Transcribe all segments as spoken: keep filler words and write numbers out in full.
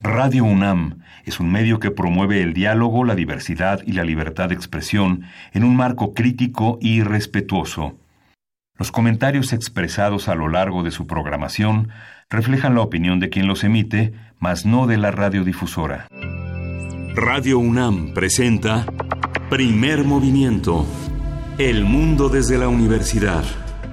Radio UNAM es un medio que promueve el diálogo, la diversidad y la libertad de expresión en un marco crítico y respetuoso. Los comentarios expresados a lo largo de su programación reflejan la opinión de quien los emite, mas no de la radiodifusora. Radio UNAM presenta Primer Movimiento. El mundo desde la universidad.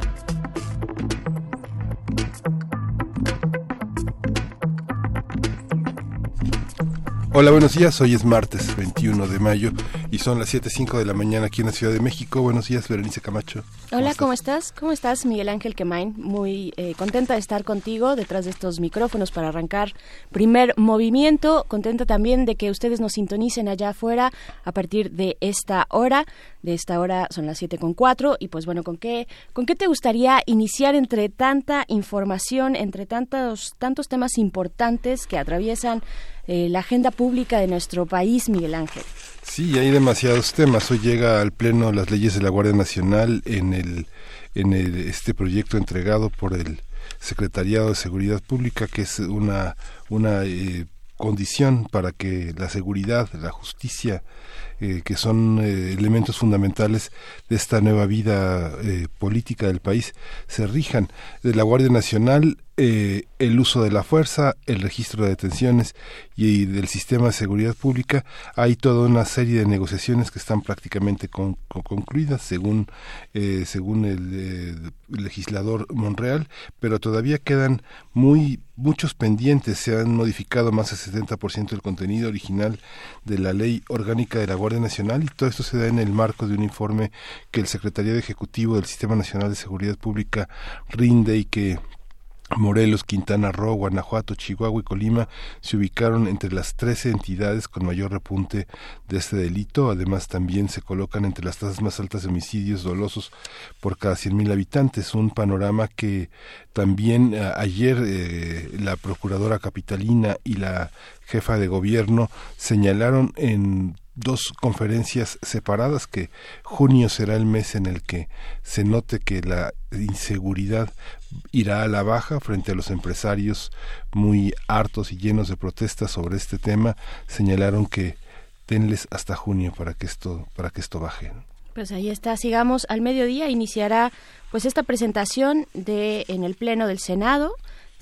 Hola, buenos días. Hoy es martes veintiuno de mayo y son las siete cinco de la mañana aquí en la Ciudad de México. Buenos días, Berenice Camacho. Hola, ¿cómo estás? ¿Cómo estás, Miguel Ángel Quemain? Muy eh, contenta de estar contigo detrás de estos micrófonos para arrancar Primer Movimiento. Contenta también de que ustedes nos sintonicen allá afuera a partir de esta hora. De esta hora son las siete con cuatro y pues bueno, ¿con qué, con qué te gustaría iniciar entre tanta información, entre tantos, tantos temas importantes que atraviesan eh, la agenda pública de nuestro país, Miguel Ángel? Sí, hay demasiados temas. Hoy llega al Pleno las leyes de la Guardia Nacional en el en el, este proyecto entregado por el Secretariado de Seguridad Pública, que es una una eh, condición para que la seguridad, la justicia, eh, que son eh, elementos fundamentales de esta nueva vida eh, política del país, se rijan. De la Guardia Nacional, eh, el uso de la fuerza, el registro de detenciones y, y del sistema de seguridad pública, hay toda una serie de negociaciones que están prácticamente con, con, concluidas según eh, según el, eh, el legislador Monreal, pero todavía quedan muy muchos pendientes. Se han modificado más del setenta por ciento del contenido original de la Ley Orgánica de la Guardia Nacional, y todo esto se da en el marco de un informe que el Secretariado Ejecutivo del Sistema Nacional de Seguridad Pública rinde, y que Morelos, Quintana Roo, Guanajuato, Chihuahua y Colima se ubicaron entre las trece entidades con mayor repunte de este delito. Además, también se colocan entre las tasas más altas de homicidios dolosos por cada cien mil habitantes. Un panorama que también a, ayer eh, la procuradora capitalina y la jefa de gobierno señalaron en dos conferencias separadas que junio será el mes en el que se note que la inseguridad irá a la baja frente a los empresarios muy hartos y llenos de protestas sobre este tema. Señalaron que denles hasta junio para que esto para que esto baje. Pues ahí está, sigamos. Al mediodía iniciará pues esta presentación de en el Pleno del Senado.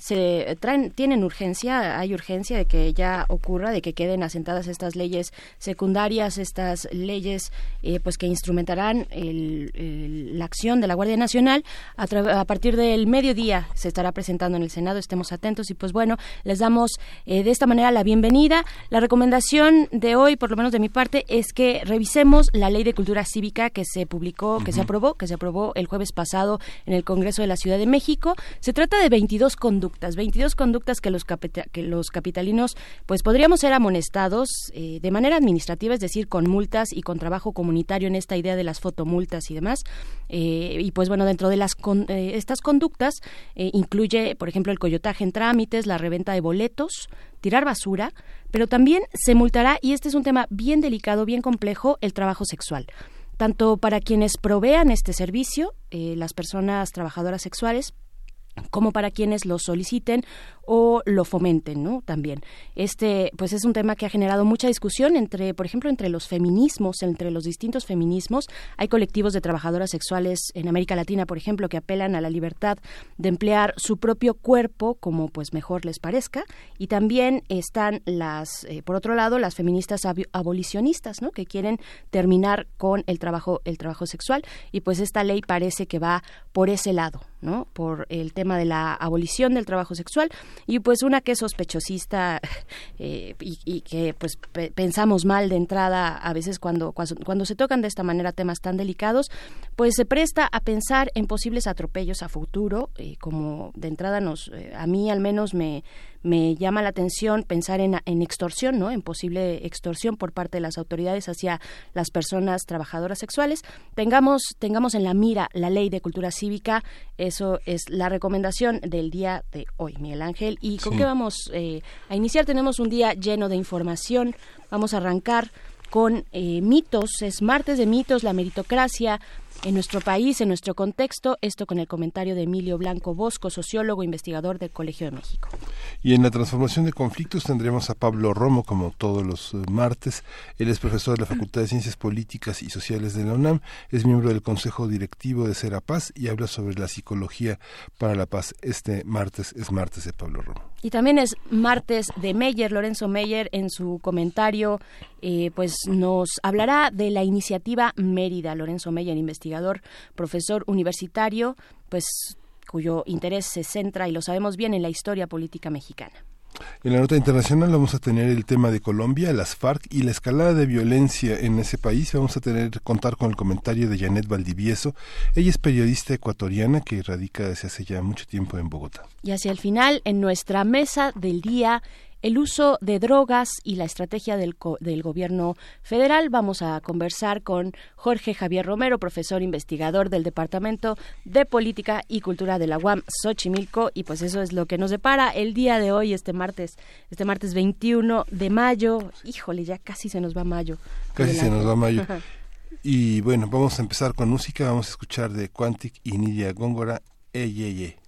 Se traen, tienen urgencia, hay urgencia de que ya ocurra, de que queden asentadas estas leyes secundarias, estas leyes eh, pues que instrumentarán el, el, la acción de la Guardia Nacional. A, tra- a partir del mediodía se estará presentando en el Senado, estemos atentos y pues bueno, les damos eh, de esta manera la bienvenida. La recomendación de hoy, por lo menos de mi parte, es que revisemos la Ley de Cultura Cívica que se publicó, que uh-huh. se aprobó, que se aprobó el jueves pasado en el Congreso de la Ciudad de México. Se trata de veintidós conductas. veintidós conductas que los, capita- que los capitalinos pues podríamos ser amonestados eh, de manera administrativa, es decir, con multas y con trabajo comunitario en esta idea de las fotomultas y demás. Eh, y pues bueno, dentro de las con, eh, estas conductas eh, incluye, por ejemplo, el coyotaje en trámites, la reventa de boletos, tirar basura, pero también se multará, y este es un tema bien delicado, bien complejo, el trabajo sexual. Tanto para quienes provean este servicio, eh, las personas trabajadoras sexuales, como para quienes lo soliciten o lo fomenten, ¿no? También. Este, pues es un tema que ha generado mucha discusión entre, por ejemplo, entre los feminismos, entre los distintos feminismos. Hay colectivos de trabajadoras sexuales en América Latina, por ejemplo, que apelan a la libertad de emplear su propio cuerpo como pues mejor les parezca, y también están las, eh, por otro lado, las feministas ab- abolicionistas, ¿no? Que quieren terminar con el trabajo, el trabajo sexual, y pues esta ley parece que va por ese lado, ¿no? Por el tema de la abolición del trabajo sexual, y pues una que es sospechosista eh, y, y que pues pe- pensamos mal de entrada a veces cuando, cuando cuando se tocan de esta manera temas tan delicados, pues se presta a pensar en posibles atropellos a futuro, eh, como de entrada nos eh, a mí al menos me me llama la atención pensar en, en extorsión, ¿no? En posible extorsión por parte de las autoridades hacia las personas trabajadoras sexuales. Tengamos, tengamos en la mira la Ley de Cultura Cívica. Eso es la recomendación del día de hoy, Miguel Ángel. ¿Y con sí. qué vamos eh, a iniciar? Tenemos un día lleno de información. Vamos a arrancar con eh, mitos. Es martes de mitos, la meritocracia, en nuestro país, en nuestro contexto, esto con el comentario de Emilio Blanco Bosco, sociólogo, investigador del Colegio de México. Y en la transformación de conflictos tendremos a Pablo Romo, como todos los uh, martes. Él es profesor de la Facultad de Ciencias Políticas y Sociales de la UNAM, es miembro del Consejo Directivo de Serapaz y habla sobre la psicología para la paz. Este martes es martes de Pablo Romo. Y también es martes de Meyer. Lorenzo Meyer, en su comentario, eh, pues nos hablará de la iniciativa Mérida. Lorenzo Meyer, investigador, profesor universitario, pues cuyo interés se centra, y lo sabemos bien, en la historia política mexicana. En la nota internacional vamos a tener el tema de Colombia, las FARC y la escalada de violencia en ese país. Vamos a tener contar con el comentario de Janet Valdivieso. Ella es periodista ecuatoriana que radica desde hace ya mucho tiempo en Bogotá. Y hacia el final, en nuestra mesa del día, el uso de drogas y la estrategia del, co- del gobierno federal. Vamos a conversar con Jorge Javier Romero, profesor investigador del Departamento de Política y Cultura de la U A M Xochimilco, y pues eso es lo que nos depara el día de hoy, este martes, este martes veintiuno de mayo. Híjole, ya casi se nos va mayo. Casi se nos va mayo. Y bueno, vamos a empezar con música. Vamos a escuchar de Quantic y Nidia Góngora, Ey, Ey, Ey.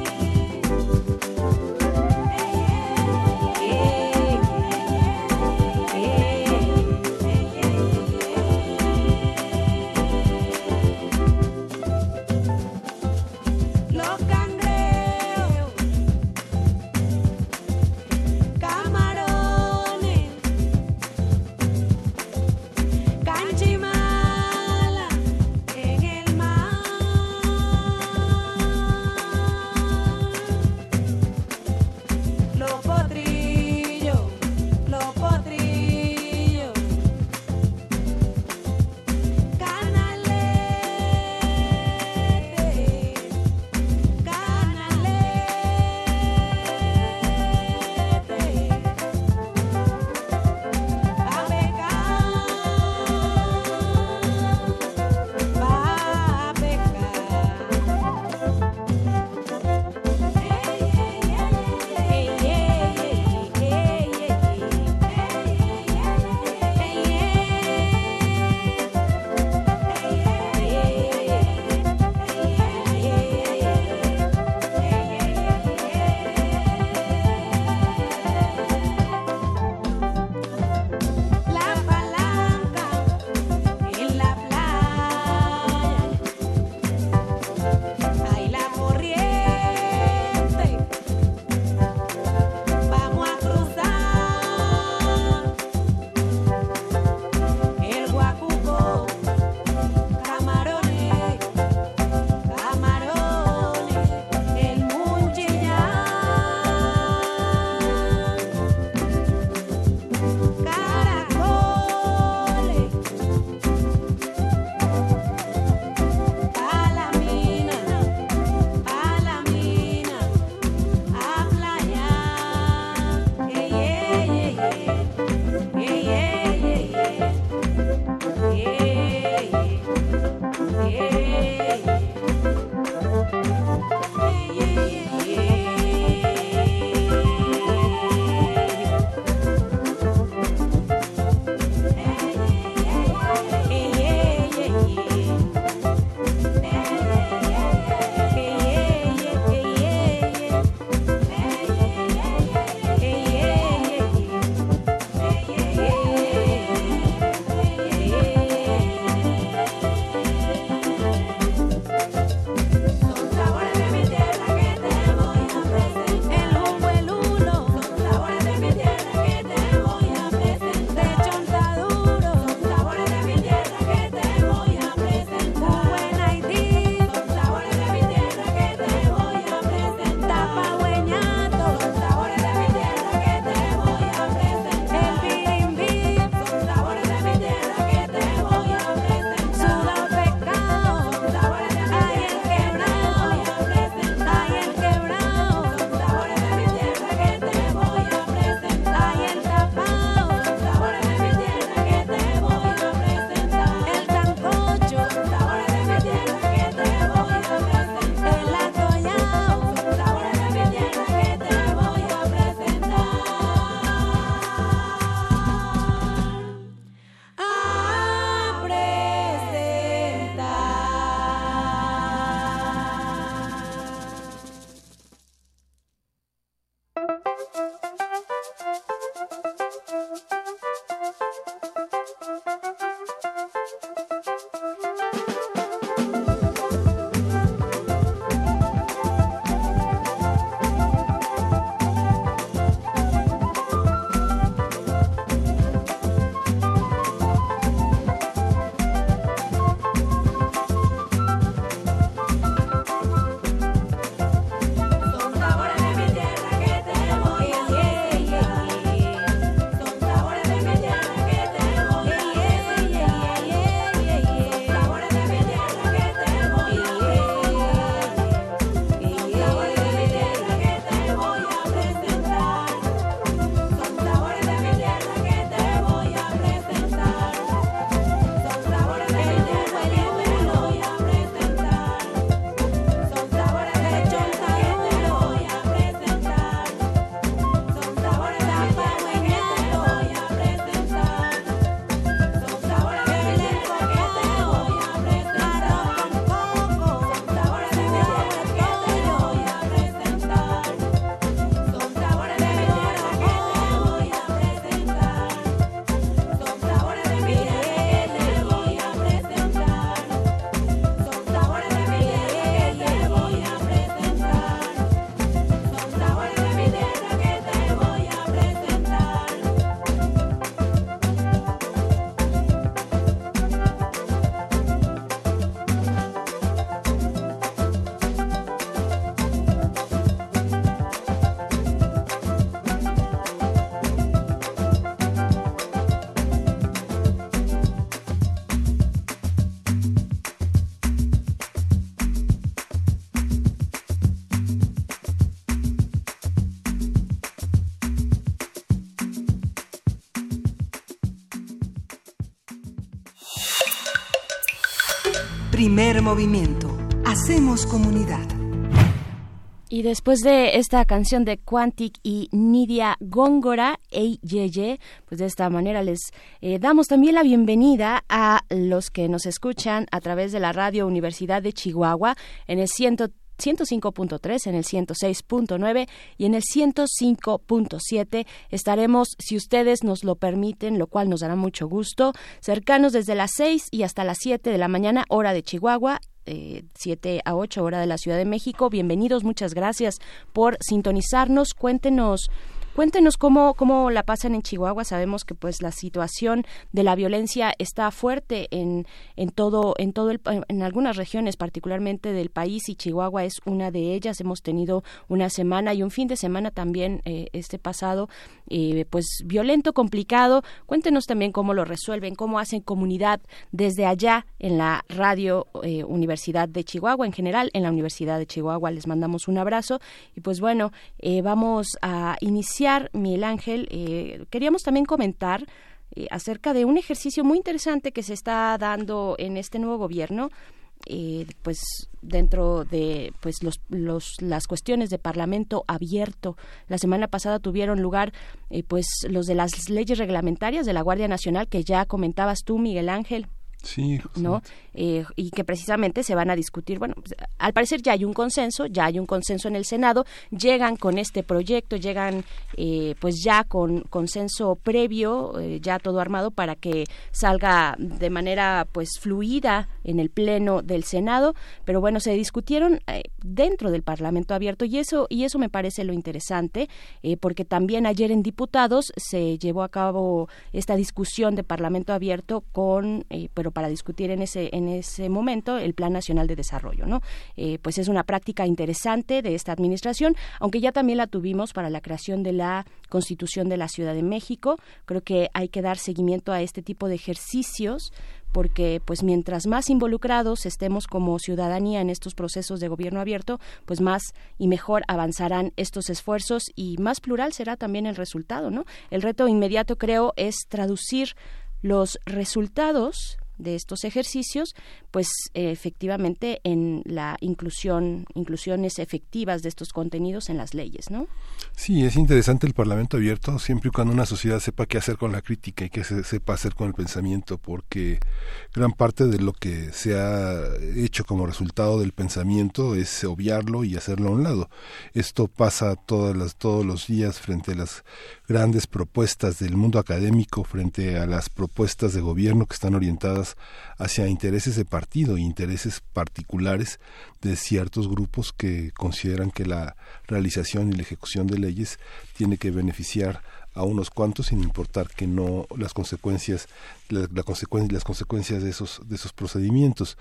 Hey. Primer movimiento. Hacemos comunidad. Y después de esta canción de Quantic y Nidia Góngora, Ey Yeye, pues de esta manera les eh, damos también la bienvenida a los que nos escuchan a través de la Radio Universidad de Chihuahua en el ciento ciento cinco punto tres, en el ciento seis punto nueve y en el ciento cinco punto siete. Estaremos, si ustedes nos lo permiten, lo cual nos dará mucho gusto, cercanos desde las seis y hasta las siete de la mañana, hora de Chihuahua, Eh, siete a ocho hora de la Ciudad de México. Bienvenidos, muchas gracias por sintonizarnos. Cuéntenos Cuéntenos cómo, cómo la pasan en Chihuahua. Sabemos que pues la situación de la violencia está fuerte en, en todo, en todo el, en algunas regiones particularmente del país, y Chihuahua es una de ellas. Hemos tenido una semana y un fin de semana también eh, este pasado, eh, pues violento, complicado. Cuéntenos también cómo lo resuelven, cómo hacen comunidad desde allá en la Radio eh, Universidad de Chihuahua, en general en la Universidad de Chihuahua. Les mandamos un abrazo y pues bueno, eh, vamos a iniciar. Miguel Ángel, eh, queríamos también comentar eh, acerca de un ejercicio muy interesante que se está dando en este nuevo gobierno, eh, pues dentro de pues los, los las cuestiones de Parlamento abierto. La semana pasada tuvieron lugar eh, pues los de las leyes reglamentarias de la Guardia Nacional, que ya comentabas tú, Miguel Ángel. Sí, ¿no? Eh, y que precisamente se van a discutir. Bueno, pues, al parecer ya hay un consenso, ya hay un consenso en el Senado, llegan con este proyecto, llegan eh, pues ya con consenso previo, eh, ya todo armado para que salga de manera pues fluida en el Pleno del Senado, pero bueno, se discutieron eh, dentro del Parlamento abierto, y eso, y eso me parece lo interesante, eh, porque también ayer en Diputados se llevó a cabo esta discusión de Parlamento abierto con, eh, pero para discutir en ese en ese momento el Plan Nacional de Desarrollo, ¿no? Eh, pues es una práctica interesante de esta administración, aunque ya también la tuvimos para la creación de la Constitución de la Ciudad de México. Creo que hay que dar seguimiento a este tipo de ejercicios, porque pues mientras más involucrados estemos como ciudadanía en estos procesos de gobierno abierto, pues más y mejor avanzarán estos esfuerzos y más plural será también el resultado, ¿no? El reto inmediato, creo, es traducir los resultados de estos ejercicios, pues eh, efectivamente en la inclusión, inclusiones efectivas de estos contenidos en las leyes, ¿no? Sí, es interesante el Parlamento abierto, siempre y cuando una sociedad sepa qué hacer con la crítica y qué se sepa hacer con el pensamiento, porque gran parte de lo que se ha hecho como resultado del pensamiento es obviarlo y hacerlo a un lado. Esto pasa todas las, todos los días frente a las grandes propuestas del mundo académico, frente a las propuestas de gobierno que están orientadas hacia intereses de partido e intereses particulares de ciertos grupos que consideran que la realización y la ejecución de leyes tiene que beneficiar a unos cuantos, sin importar que no las consecuencias la, la consecuencia, las consecuencias de esos de esos procedimientos.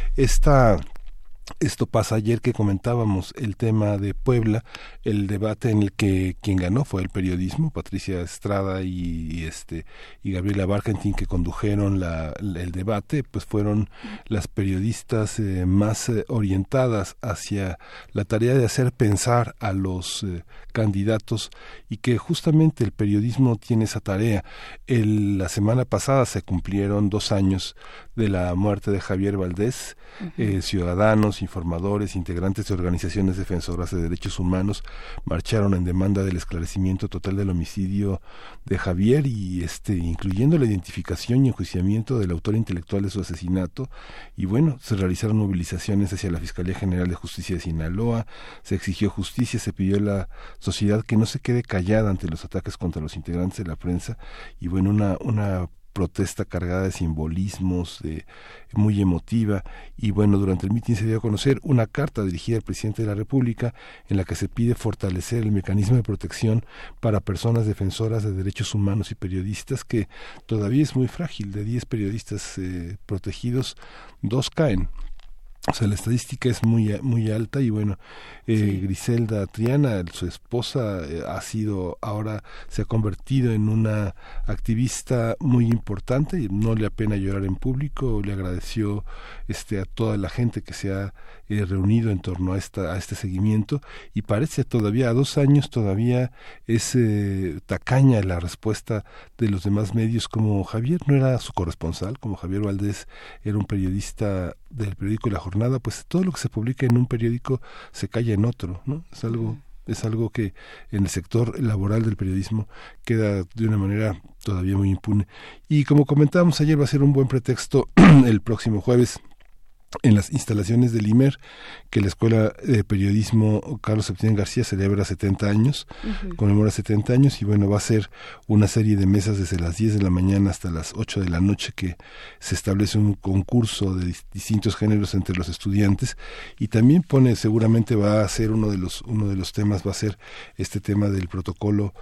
Esta Esto pasa ayer que comentábamos el tema de Puebla, el debate en el que quien ganó fue el periodismo, Patricia Estrada y, y este y Gabriela Barkentin, que condujeron la, la, el debate, pues fueron las periodistas eh, más eh, orientadas hacia la tarea de hacer pensar a los eh, candidatos, y que justamente el periodismo tiene esa tarea. El, la semana pasada se cumplieron dos años de la muerte de Javier Valdés. Uh-huh. eh, ciudadanos, informadores, integrantes de organizaciones defensoras de derechos humanos marcharon en demanda del esclarecimiento total del homicidio de Javier, y este incluyendo la identificación y enjuiciamiento del autor intelectual de su asesinato. Y bueno, se realizaron movilizaciones hacia la Fiscalía General de Justicia de Sinaloa, se exigió justicia, se pidió a la sociedad que no se quede callada ante los ataques contra los integrantes de la prensa, y bueno, una una protesta cargada de simbolismos, de, muy emotiva. Y bueno, durante el mitin se dio a conocer una carta dirigida al presidente de la República en la que se pide fortalecer el mecanismo de protección para personas defensoras de derechos humanos y periodistas, que todavía es muy frágil. De diez periodistas eh, protegidos, dos caen. O sea, la estadística es muy muy alta y bueno, eh, sí. Griselda Triana, su esposa, eh, ha sido, ahora se ha convertido en una activista muy importante y no le apena llorar en público. Le agradeció este a toda la gente que se ha eh, reunido en torno a esta a este seguimiento y parece todavía a dos años todavía es eh, tacaña la respuesta de los demás medios, como Javier no era su corresponsal, como Javier Valdés era un periodista del periódico La Jornada, pues todo lo que se publica en un periódico se calla en otro, ¿no? Es algo, es algo que en el sector laboral del periodismo queda de una manera todavía muy impune. Y como comentábamos ayer, va a ser un buen pretexto el próximo jueves en las instalaciones del I M E R, que la Escuela de Periodismo Carlos Septién García celebra setenta años, uh-huh. conmemora setenta años, y bueno, va a ser una serie de mesas desde las diez de la mañana hasta las ocho de la noche, que se establece un concurso de distintos géneros entre los estudiantes, y también pone, seguramente va a ser uno de los uno de los temas, va a ser este tema del protocolo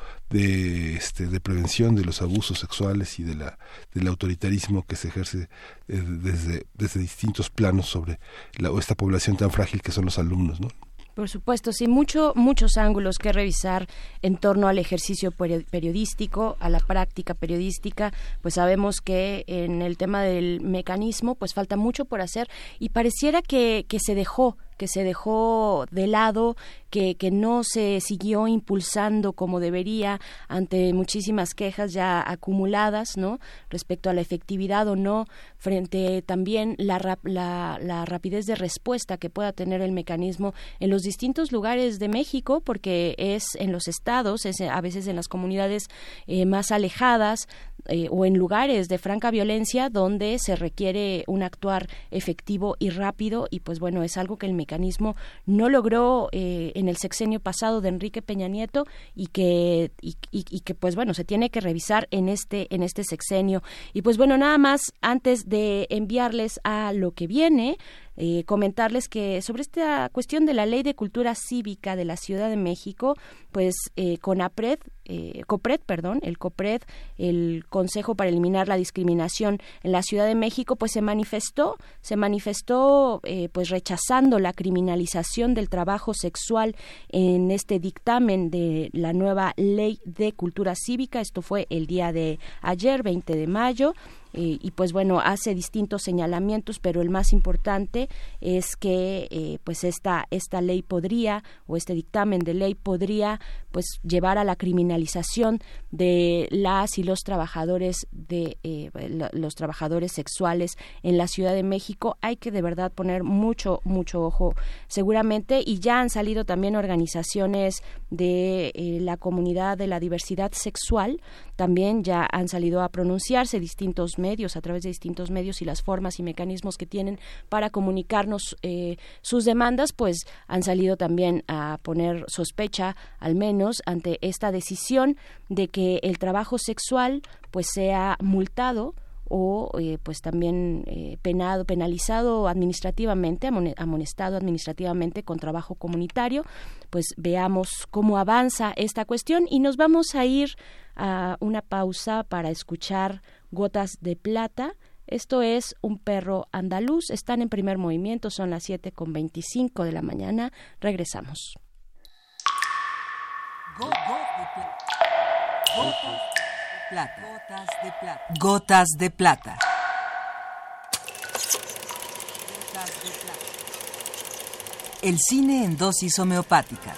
de este de prevención de los abusos sexuales y de la del autoritarismo que se ejerce eh, desde desde distintos planos sobre la, esta población tan frágil que son los alumnos, ¿no? Por supuesto, sí, mucho, muchos ángulos que revisar en torno al ejercicio periodístico, a la práctica periodística. Pues sabemos que en el tema del mecanismo, pues falta mucho por hacer y pareciera que, que se dejó que se dejó de lado, que, que no se siguió impulsando como debería ante muchísimas quejas ya acumuladas, ¿no? Respecto a la efectividad o no, frente también la, la, la rapidez de respuesta que pueda tener el mecanismo en los distintos lugares de México, porque es en los estados, es a veces en las comunidades eh, más alejadas, Eh, o en lugares de franca violencia donde se requiere un actuar efectivo y rápido, y pues bueno, es algo que el mecanismo no logró eh, en el sexenio pasado de Enrique Peña Nieto y que y, y, y que pues bueno, se tiene que revisar en este en este sexenio. Y pues bueno, nada más antes de enviarles a lo que viene, Eh, comentarles que sobre esta cuestión de la Ley de Cultura Cívica de la Ciudad de México, pues eh, CONAPRED, eh, COPRED, perdón, el COPRED, el Consejo para Eliminar la Discriminación en la Ciudad de México, pues se manifestó, se manifestó eh, pues rechazando la criminalización del trabajo sexual en este dictamen de la nueva Ley de Cultura Cívica. Esto fue el día de ayer, veinte de mayo. Eh, y pues bueno, hace distintos señalamientos, pero el más importante es que eh, pues esta esta ley podría, o este dictamen de ley podría pues llevar a la criminalización de las y los trabajadores de eh, los trabajadores sexuales en la Ciudad de México. Hay que de verdad poner mucho mucho ojo, seguramente, y ya han salido también organizaciones de eh, la comunidad de la diversidad sexual, también ya han salido a pronunciarse distintos medios, a través de distintos medios, y las formas y mecanismos que tienen para comunicarnos eh, sus demandas, pues han salido también a poner sospecha, al menos, ante esta decisión de que el trabajo sexual pues sea multado o eh, pues también eh, penado, penalizado administrativamente, amonestado administrativamente con trabajo comunitario. Pues veamos cómo avanza esta cuestión, y nos vamos a ir a una pausa para escuchar Gotas de Plata. Esto es Un Perro Andaluz. Están en Primer Movimiento, son las siete con veinticinco de la mañana. Regresamos. Go, go, de plata. Gotas de plata. Gotas de plata. Gotas de plata. El cine en dosis homeopáticas.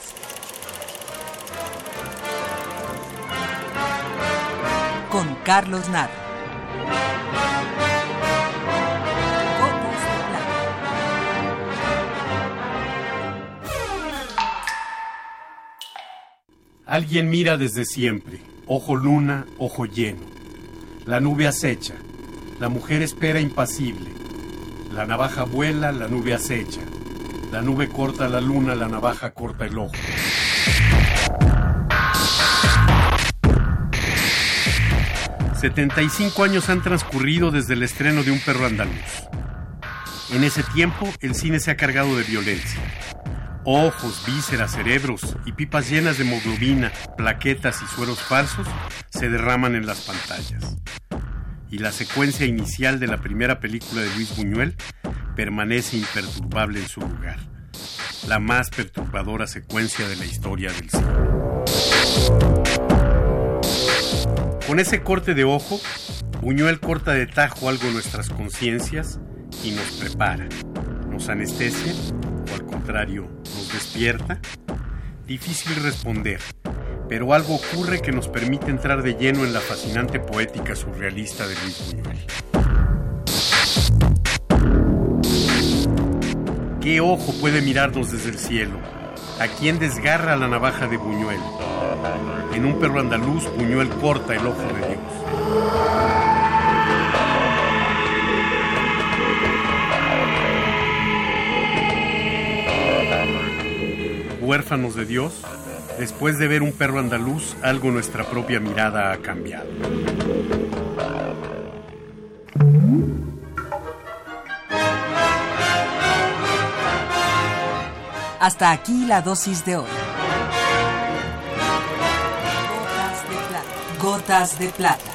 Con Carlos Narro. Gotas de plata. Alguien mira desde siempre, ojo luna, ojo lleno. La nube acecha, la mujer espera impasible. La navaja vuela, la nube acecha. La nube corta la luna, la navaja corta el ojo. setenta y cinco años han transcurrido desde el estreno de Un Perro Andaluz. En ese tiempo, el cine se ha cargado de violencia. Ojos, vísceras, cerebros y pipas llenas de hemoglobina, plaquetas y sueros falsos se derraman en las pantallas. Y la secuencia inicial de la primera película de Luis Buñuel permanece imperturbable en su lugar. La más perturbadora secuencia de la historia del siglo. Con ese corte de ojo, Buñuel corta de tajo algo nuestras conciencias y nos prepara. ¿Nos anestesia o al contrario nos despierta? Difícil responder, pero algo ocurre que nos permite entrar de lleno en la fascinante poética surrealista de Luis Buñuel. ¿Qué ojo puede mirarnos desde el cielo? ¿A quién desgarra la navaja de Buñuel? En Un perro andaluz, Buñuel corta el ojo de Dios. Huérfanos de Dios, después de ver Un perro andaluz, algo nuestra propia mirada ha cambiado. Hasta aquí la dosis de hoy. Gotas de plata.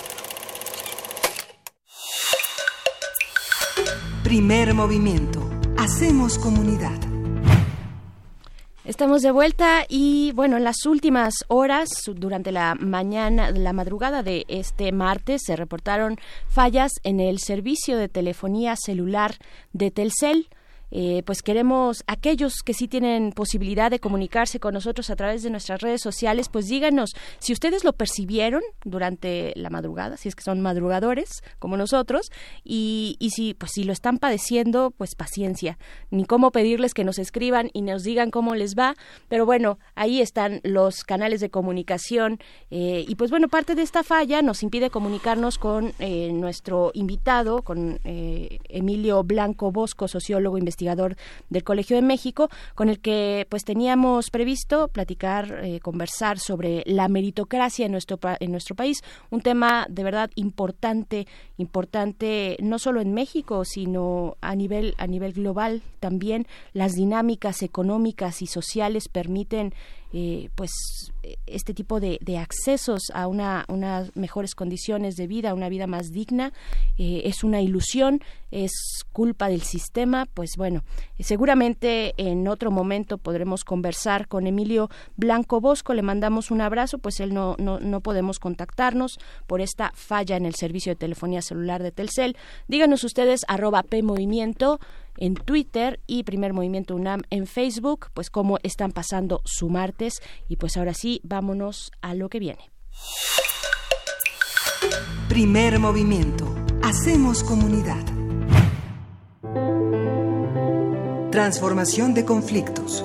Primer movimiento. Hacemos comunidad. Estamos de vuelta y bueno, en las últimas horas, durante la mañana, la madrugada de este martes, se reportaron fallas en el servicio de telefonía celular de Telcel. Eh, pues queremos, aquellos que sí tienen posibilidad de comunicarse con nosotros a través de nuestras redes sociales, pues díganos si ustedes lo percibieron durante la madrugada, si es que son madrugadores como nosotros, y, y si pues si lo están padeciendo, pues paciencia, ni cómo pedirles que nos escriban y nos digan cómo les va, pero bueno, ahí están los canales de comunicación, eh, y pues bueno, parte de esta falla nos impide comunicarnos con eh, nuestro invitado, con eh, Emilio Blanco Bosco, sociólogo investigador investigador del Colegio de México, con el que pues teníamos previsto platicar, eh, conversar sobre la meritocracia en nuestro en nuestro país, un tema de verdad importante, importante no solo en México, sino a nivel a nivel global también. Las dinámicas económicas y sociales permiten Eh, pues este tipo de, de accesos a una unas mejores condiciones de vida, una vida más digna. Eh, es una ilusión, es culpa del sistema. Pues bueno, eh, seguramente en otro momento podremos conversar con Emilio Blanco Bosco. Le mandamos un abrazo, pues él no, no, no podemos contactarnos por esta falla en el servicio de telefonía celular de Telcel. Díganos ustedes, arroba P Movimiento en Twitter y Primer Movimiento UNAM en Facebook, pues cómo están pasando su martes. Y pues ahora sí, vámonos a lo que viene. Primer Movimiento. Hacemos comunidad. Transformación de conflictos.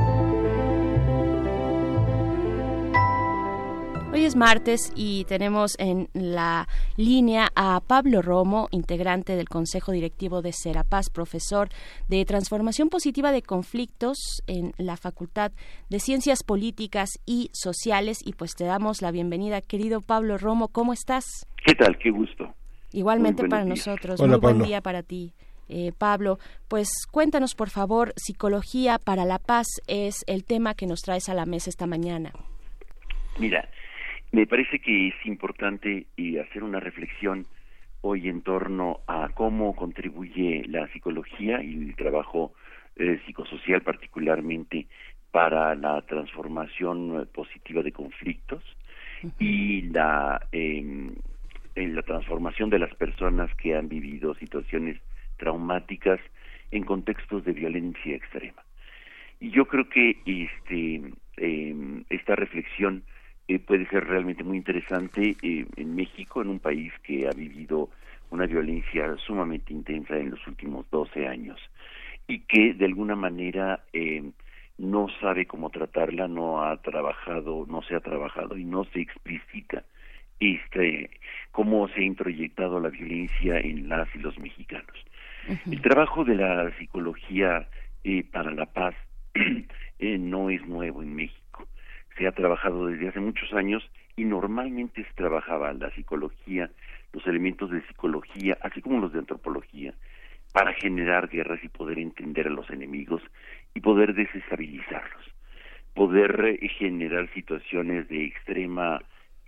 Hoy es martes y tenemos en la línea a Pablo Romo, integrante del Consejo Directivo de Serapaz, profesor de Transformación Positiva de Conflictos en la Facultad de Ciencias Políticas y Sociales. Y pues te damos la bienvenida, querido Pablo Romo. ¿Cómo estás? ¿Qué tal? Qué gusto. Igualmente para días. nosotros. Hola, Muy buen Pablo. día para ti. Eh, Pablo, pues cuéntanos por favor, Psicología para la Paz es el tema que nos traes a la mesa esta mañana. Mira, me parece que es importante eh, hacer una reflexión hoy en torno a cómo contribuye la psicología y el trabajo eh, psicosocial particularmente para la transformación eh, positiva de conflictos uh-huh. y la, eh, en la transformación de las personas que han vivido situaciones traumáticas en contextos de violencia extrema. Y yo creo que este eh, esta reflexión Eh, puede ser realmente muy interesante eh, en México, en un país que ha vivido una violencia sumamente intensa en los últimos doce años y que de alguna manera eh, no sabe cómo tratarla, no ha trabajado, no se ha trabajado y no se explicita este cómo se ha introyectado la violencia en las y los mexicanos. Uh-huh. El trabajo de la psicología eh, para la paz eh, no es nuevo en México. Se ha trabajado desde hace muchos años y normalmente se trabajaba la psicología, los elementos de psicología, así como los de antropología, para generar guerras y poder entender a los enemigos y poder desestabilizarlos, poder eh, generar situaciones de extrema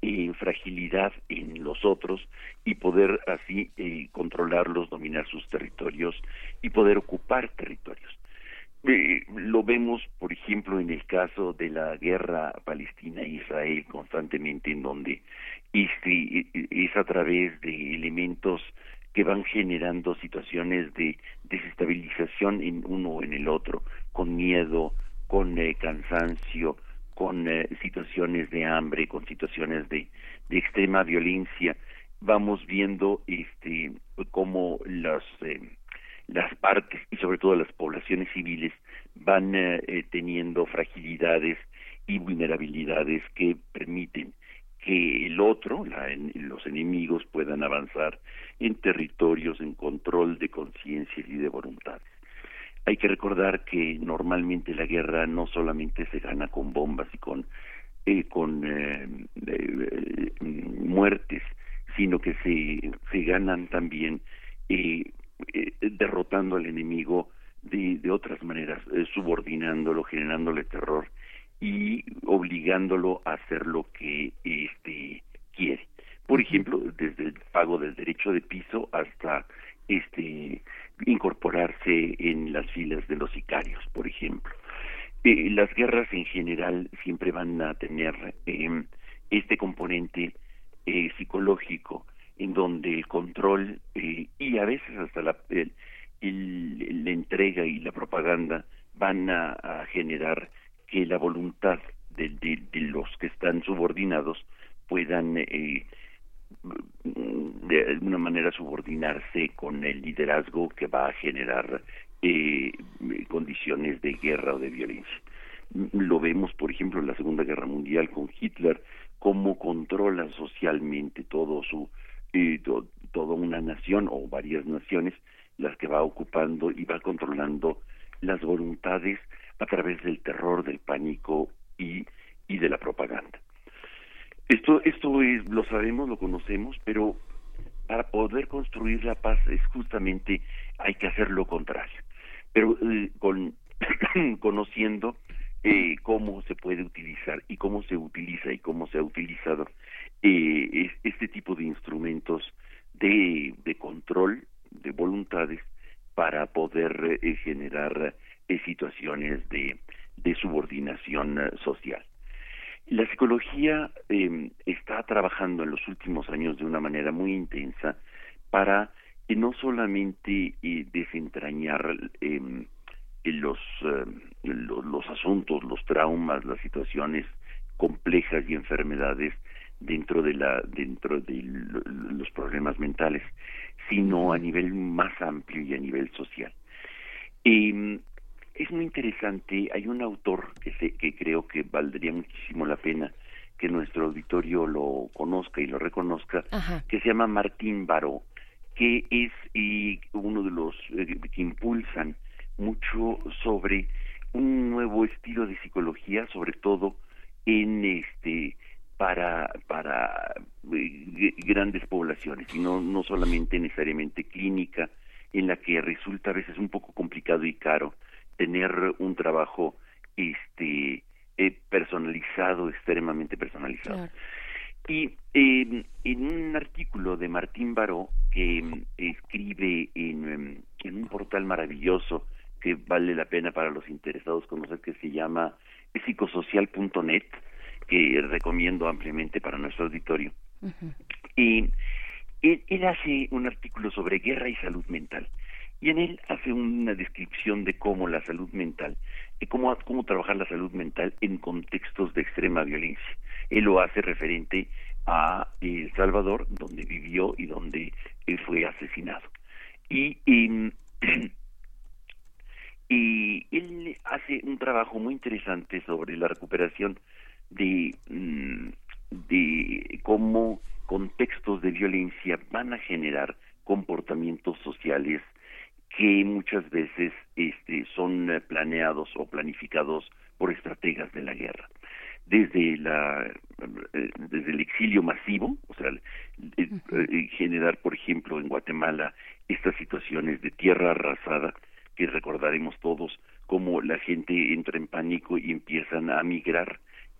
eh, fragilidad en los otros y poder así eh, controlarlos, dominar sus territorios y poder ocupar territorios. Eh, lo vemos, por ejemplo, en el caso de la guerra Palestina-Israel constantemente, en donde este, es a través de elementos que van generando situaciones de desestabilización en uno o en el otro, con miedo, con eh, cansancio, con eh, situaciones de hambre, con situaciones de, de extrema violencia. Vamos viendo este cómo las eh, las partes y sobre todo las poblaciones civiles van eh, teniendo fragilidades y vulnerabilidades que permiten que el otro, la, en, los enemigos, puedan avanzar en territorios, en control de conciencias y de voluntades. Hay que recordar que normalmente la guerra no solamente se gana con bombas y con eh, con eh, eh, muertes, sino que se se ganan también eh, eh, derrotando al enemigo de, de otras maneras, eh, subordinándolo, generándole terror y obligándolo a hacer lo que este quiere. Por ejemplo, desde el pago del derecho de piso hasta este incorporarse en las filas de los sicarios, por ejemplo. Eh, las guerras en general siempre van a tener eh, este componente eh, psicológico, en donde el control eh, y a veces hasta la, el, el, la entrega y la propaganda van a, a generar que la voluntad de, de, de los que están subordinados puedan eh, de alguna manera subordinarse con el liderazgo que va a generar eh, condiciones de guerra o de violencia. Lo vemos, por ejemplo, en la Segunda Guerra Mundial con Hitler, cómo controla socialmente todo su eh, to, toda una nación o varias naciones, las que va ocupando y va controlando las voluntades a través del terror, del pánico y, y de la propaganda. Esto, esto es, lo sabemos, lo conocemos, pero para poder construir la paz es justamente hay que hacer lo contrario, pero eh, con conociendo eh, cómo se puede utilizar y cómo se utiliza y cómo se ha utilizado eh, este tipo de instrumentos de, de control de voluntades para poder eh, generar eh, situaciones de, de subordinación eh, social. La psicología eh, está trabajando en los últimos años de una manera muy intensa para eh, no solamente eh, desentrañar eh, los, eh, los los asuntos, los traumas, las situaciones complejas y enfermedades dentro de la dentro de los problemas mentales, sino a nivel más amplio y a nivel social. Eh, Es muy interesante, hay un autor que, se, que creo que valdría muchísimo la pena que nuestro auditorio lo conozca y lo reconozca, Ajá. que se llama Martín Baró, que es y uno de los eh, que impulsan mucho sobre un nuevo estilo de psicología, sobre todo en este para para eh, grandes poblaciones, y no, no solamente necesariamente clínica, en la que resulta a veces un poco complicado y caro tener un trabajo este eh, personalizado, extremadamente personalizado. Claro. Y eh, en un artículo de Martín Baró, que eh, escribe en, en un portal maravilloso que vale la pena para los interesados conocer, que se llama psicosocial punto net, que recomiendo ampliamente para nuestro auditorio. Uh-huh. Y él, él hace un artículo sobre guerra y salud mental. Y en él hace una descripción de cómo la salud mental, de cómo, cómo trabajar la salud mental en contextos de extrema violencia. Él lo hace referente a El Salvador, donde vivió y donde él fue asesinado. Y, y, y él hace un trabajo muy interesante sobre la recuperación de, de cómo contextos de violencia van a generar comportamientos sociales que muchas veces este, son planeados o planificados por estrategas de la guerra. Desde la eh, desde el exilio masivo, o sea, eh, eh, generar, por ejemplo, en Guatemala estas situaciones de tierra arrasada, que recordaremos todos, cómo la gente entra en pánico y empiezan a migrar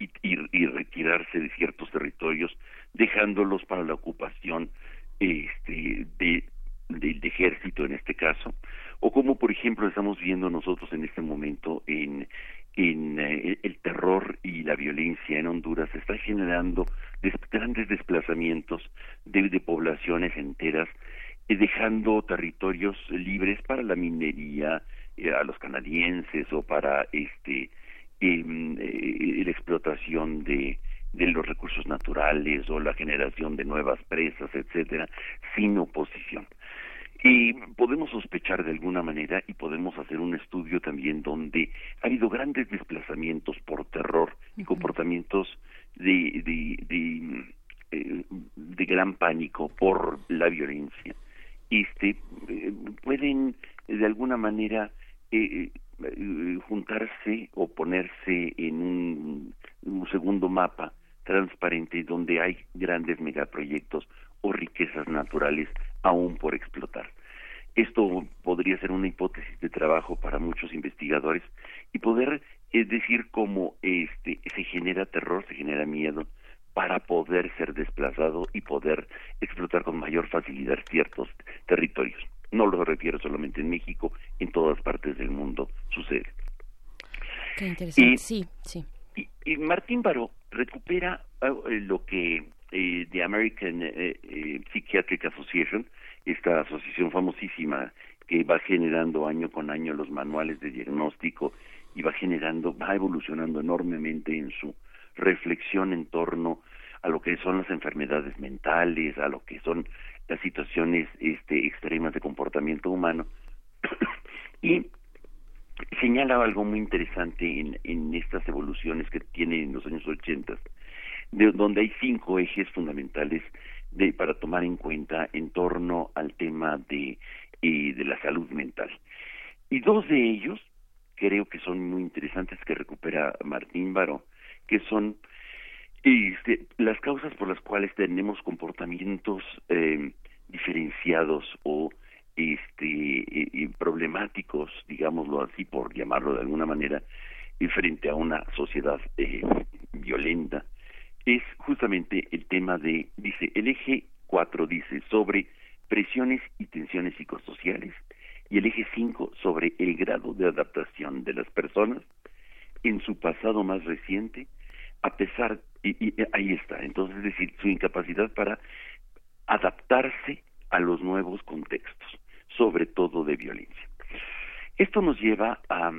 y, y, y retirarse de ciertos territorios, dejándolos para la ocupación este, de, del ejército en este caso, o como por ejemplo estamos viendo nosotros en este momento en en eh, el terror y la violencia en Honduras se está generando des, grandes desplazamientos de, de poblaciones enteras, eh, dejando territorios libres para la minería, eh, a los canadienses, o para este eh, eh, la explotación de de los recursos naturales o la generación de nuevas presas, etcétera, sin oposición. Y podemos sospechar de alguna manera, y podemos hacer un estudio también donde ha habido grandes desplazamientos por terror y comportamientos de de de, eh, de gran pánico por la violencia. Este eh, pueden de alguna manera eh, eh, juntarse o ponerse en un, un segundo mapa transparente donde hay grandes megaproyectos o riquezas naturales aún por explotar. Esto podría ser una hipótesis de trabajo para muchos investigadores y poder es decir cómo este se genera terror, se genera miedo para poder ser desplazado y poder explotar con mayor facilidad ciertos territorios. No lo refiero solamente en México, en todas partes del mundo sucede. Qué interesante, y, sí, sí. Y, y Martín Baró recupera uh, lo que eh, The American eh, eh, Psychiatric Association, esta asociación famosísima que va generando año con año los manuales de diagnóstico y va generando, va evolucionando enormemente en su reflexión en torno a lo que son las enfermedades mentales, a lo que son las situaciones este, extremas de comportamiento humano, y señala algo muy interesante en, en estas evoluciones que tiene en los años ochenta, de donde hay cinco ejes fundamentales de, para tomar en cuenta en torno al tema de, eh, de la salud mental. Y dos de ellos creo que son muy interesantes, que recupera Martín Baró, que son este, las causas por las cuales tenemos comportamientos eh, diferenciados o este eh, problemáticos, digámoslo así, por llamarlo de alguna manera, eh, frente a una sociedad eh, violenta, es justamente el tema de, dice, el eje cuatro dice sobre presiones y tensiones psicosociales, y el eje cinco sobre el grado de adaptación de las personas en su pasado más reciente, a pesar, y, y ahí está, entonces es decir, su incapacidad para adaptarse a los nuevos contextos, sobre todo de violencia. Esto nos lleva a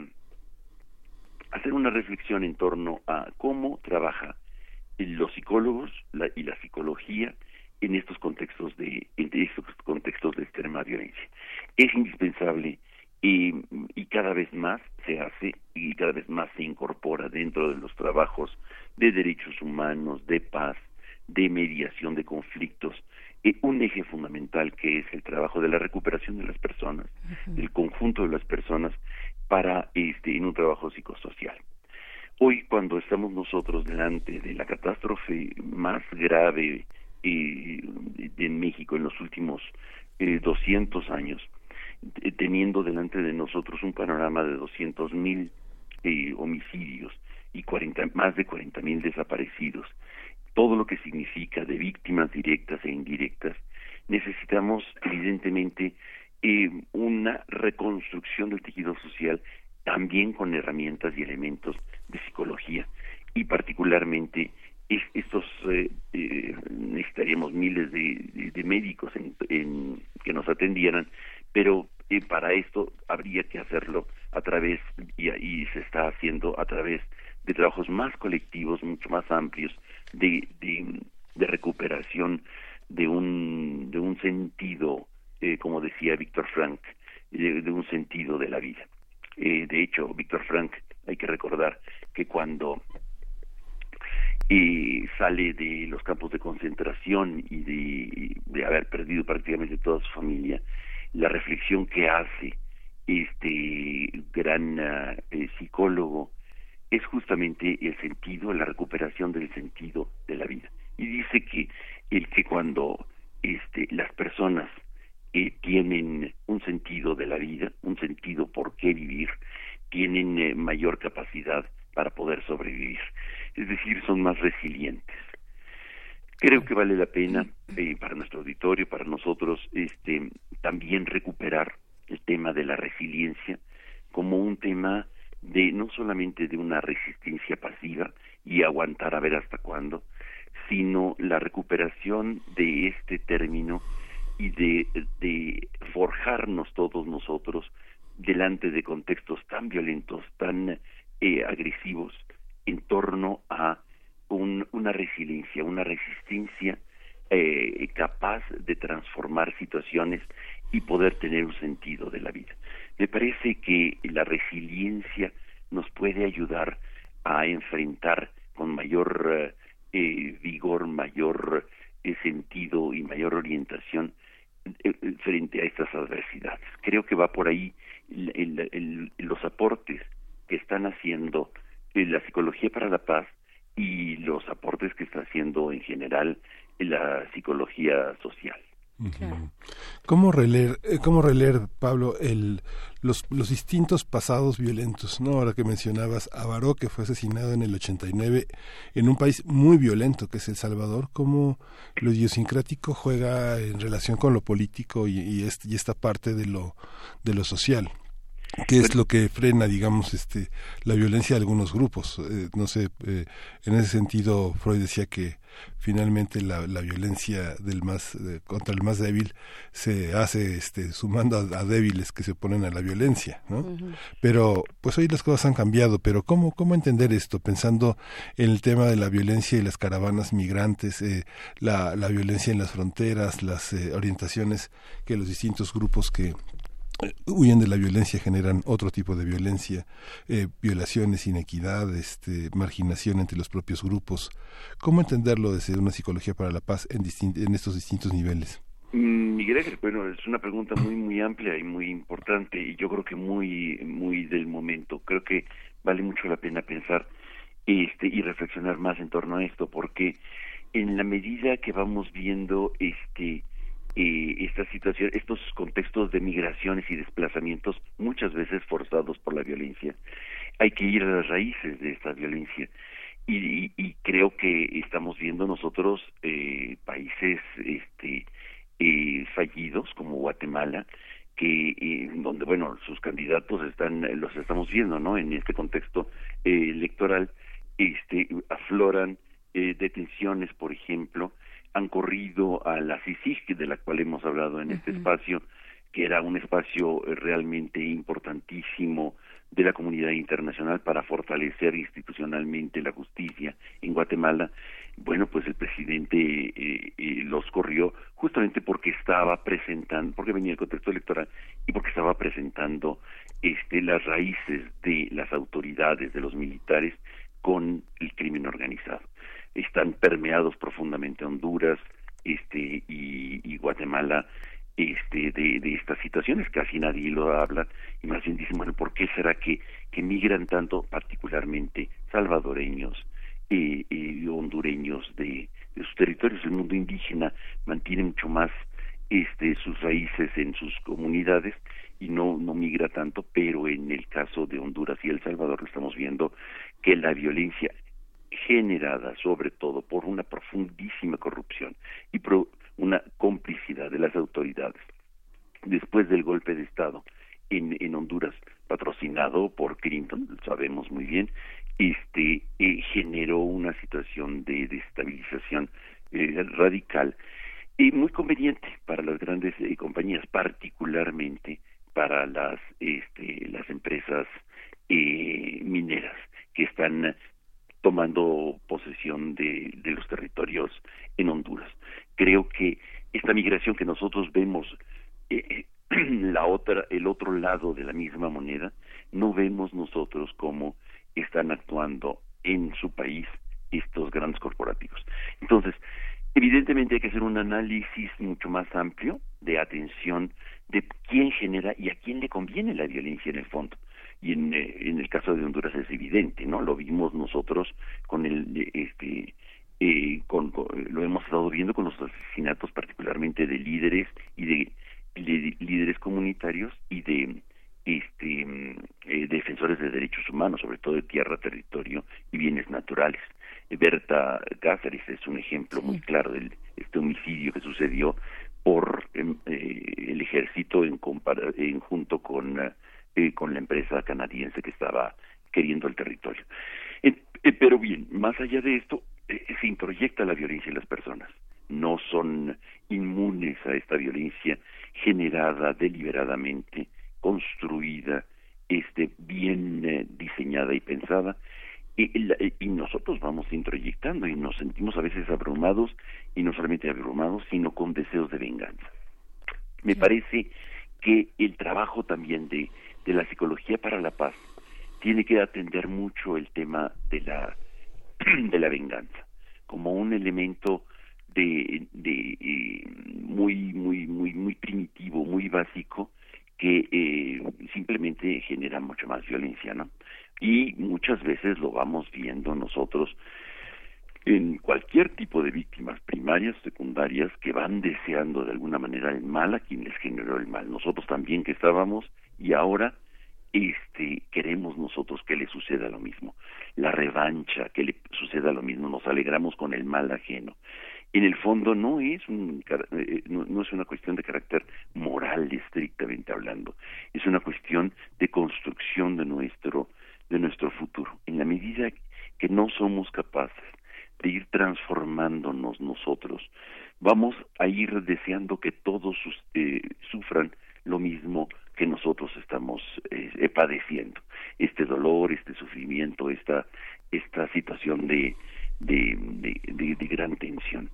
hacer una reflexión en torno a cómo trabaja los psicólogos la, y la psicología en estos contextos de en estos contextos de extrema violencia. Es indispensable y, y cada vez más se hace y cada vez más se incorpora dentro de los trabajos de derechos humanos, de paz, de mediación de conflictos, eh, un eje fundamental que es el trabajo de la recuperación de las personas, uh-huh. del conjunto de las personas para este en un trabajo psicosocial. Hoy, cuando estamos nosotros delante de la catástrofe más grave eh, en México en los últimos eh, doscientos años, eh, teniendo delante de nosotros un panorama de doscientos mil eh, homicidios y cuarenta, más de cuarenta mil desaparecidos, todo lo que significa de víctimas directas e indirectas, necesitamos evidentemente eh, una reconstrucción del tejido social, también con herramientas y elementos de psicología, y particularmente es, estos eh, eh, necesitaríamos miles de, de, de médicos en, en, que nos atendieran, pero eh, para esto habría que hacerlo a través, y, y se está haciendo a través de trabajos más colectivos, mucho más amplios, de, de, de recuperación de un, de un sentido, eh, como decía Víctor Frank, de, de un sentido de la vida. Eh, de hecho, Víctor Frank, hay que recordar que cuando eh, sale de los campos de concentración y de, de haber perdido prácticamente toda su familia, la reflexión que hace este gran uh, eh, psicólogo es justamente el sentido, la recuperación del sentido de la vida. Y dice que el que cuando este las personas Eh, tienen un sentido de la vida, un sentido por qué vivir, tienen eh, mayor capacidad para poder sobrevivir. Es decir, decir, son más resilientes. Creo que vale la pena eh, para nuestro auditorio, para nosotros, este, también recuperar el tema de la resiliencia como un tema de no solamente de una resistencia pasiva y aguantar a ver hasta cuándo, sino la recuperación de este término y de, de forjarnos todos nosotros delante de contextos tan violentos, tan eh, agresivos, en torno a un, una resiliencia, una resistencia eh, capaz de transformar situaciones y poder tener un sentido de la vida. Me parece que la resiliencia nos puede ayudar a enfrentar con mayor eh, vigor, mayor eh, sentido y mayor orientación eh, frente a estas adversidades. Creo que va por ahí el, el, el, los aportes que están haciendo eh, la psicología para la paz y los aportes que está haciendo en general la psicología social. Claro. ¿Cómo releer, cómo releer, Pablo, el, los, los distintos pasados violentos, ¿no? Ahora que mencionabas a Baró, que fue asesinado en el ochenta y nueve en un país muy violento que es El Salvador, cómo lo idiosincrático juega en relación con lo político y, y, este, y esta parte de lo, de lo social. ¿Qué es lo que frena, digamos, este, la violencia de algunos grupos? Eh, no sé, eh, en ese sentido, Freud decía que finalmente la, la violencia del más eh, contra el más débil se hace este, sumando a, a débiles que se oponen a la violencia, ¿no? Uh-huh. Pero, pues hoy las cosas han cambiado, pero ¿cómo, cómo entender esto? Pensando en el tema de la violencia y las caravanas migrantes, eh, la, la violencia en las fronteras, las eh, orientaciones que los distintos grupos que huyen de la violencia generan otro tipo de violencia, eh, violaciones, inequidad, este, marginación entre los propios grupos. ¿Cómo entenderlo desde una psicología para la paz en, distin- en estos distintos niveles? Miguel, bueno, es una pregunta muy muy amplia y muy importante y yo creo que muy muy del momento. Creo que vale mucho la pena pensar este y reflexionar más en torno a esto, porque en la medida que vamos viendo este Eh, esta situación, estos contextos de migraciones y desplazamientos muchas veces forzados por la violencia, hay que ir a las raíces de esta violencia y, y, y creo que estamos viendo nosotros eh, países este eh, fallidos como Guatemala, que eh, donde bueno sus candidatos están los estamos viendo, ¿no? En este contexto eh, electoral este afloran eh, detenciones, por ejemplo. Han corrido a la C I C I G, de la cual hemos hablado en uh-huh. este espacio, que era un espacio realmente importantísimo de la comunidad internacional para fortalecer institucionalmente la justicia en Guatemala. Bueno, pues el presidente eh, eh, los corrió justamente porque estaba presentando, porque venía el contexto electoral y porque estaba presentando este las raíces de las autoridades, de los militares, con el crimen organizado. Están permeados profundamente Honduras este y, y Guatemala este de, de estas situaciones. Casi nadie lo habla y más bien dicen, bueno, ¿por qué será que, que migran tanto, particularmente salvadoreños eh, eh, hondureños de, de sus territorios? El mundo indígena mantiene mucho más este sus raíces en sus comunidades y no no migra tanto, pero en el caso de Honduras y El Salvador lo estamos viendo que la violencia generada sobre todo por una profundísima corrupción y por una complicidad de las autoridades después del golpe de Estado en, en Honduras, patrocinado por Clinton, lo sabemos muy bien, este eh, generó una situación de destabilización eh, radical y muy conveniente para las grandes eh, compañías, particularmente para las este, las empresas eh, mineras que están tomando posesión de, de los territorios en Honduras. Creo que esta migración que nosotros vemos, eh, la otra, el otro lado de la misma moneda, no vemos nosotros cómo están actuando en su país estos grandes corporativos. Entonces, evidentemente hay que hacer un análisis mucho más amplio de atención de quién genera y a quién le conviene la violencia en el fondo. Y en, eh, en el caso de Honduras es evidente, ¿no? Lo vimos nosotros con el, este, eh, con, con, lo hemos estado viendo con los asesinatos particularmente de líderes y de, de líderes comunitarios y de este eh, defensores de derechos humanos, sobre todo de tierra, territorio y bienes naturales. Berta Cáceres es un ejemplo muy claro de este homicidio que sucedió por eh, el ejército en, compara- en junto con, eh, con la empresa canadiense que estaba queriendo el territorio. Eh, eh, pero bien, más allá de esto, eh, se introyecta la violencia en las personas. No son inmunes a esta violencia generada deliberadamente, construida, este, bien eh, diseñada y pensada, y, y nosotros vamos introyectando y nos sentimos a veces abrumados, y no solamente abrumados, sino con deseos de venganza. Me parece que el trabajo también de, de la psicología para la paz tiene que atender mucho el tema de la de la venganza como un elemento de, de eh, muy muy muy muy primitivo, muy básico, que eh, simplemente genera mucha más violencia, ¿no? Y muchas veces lo vamos viendo nosotros en cualquier tipo de víctimas primarias, secundarias, que van deseando de alguna manera el mal a quien les generó el mal. Nosotros también que estábamos, y ahora este queremos nosotros que le suceda lo mismo. La revancha, que le suceda lo mismo, nos alegramos con el mal ajeno. En el fondo no es un no, no es una cuestión de carácter moral estrictamente hablando, es una cuestión de construcción de nuestro de nuestro futuro. En la medida que no somos capaces de ir transformándonos nosotros, vamos a ir deseando que todos eh, sufran lo mismo que nosotros estamos eh, padeciendo, este dolor, este sufrimiento, esta esta situación de de, de, de, de gran tensión.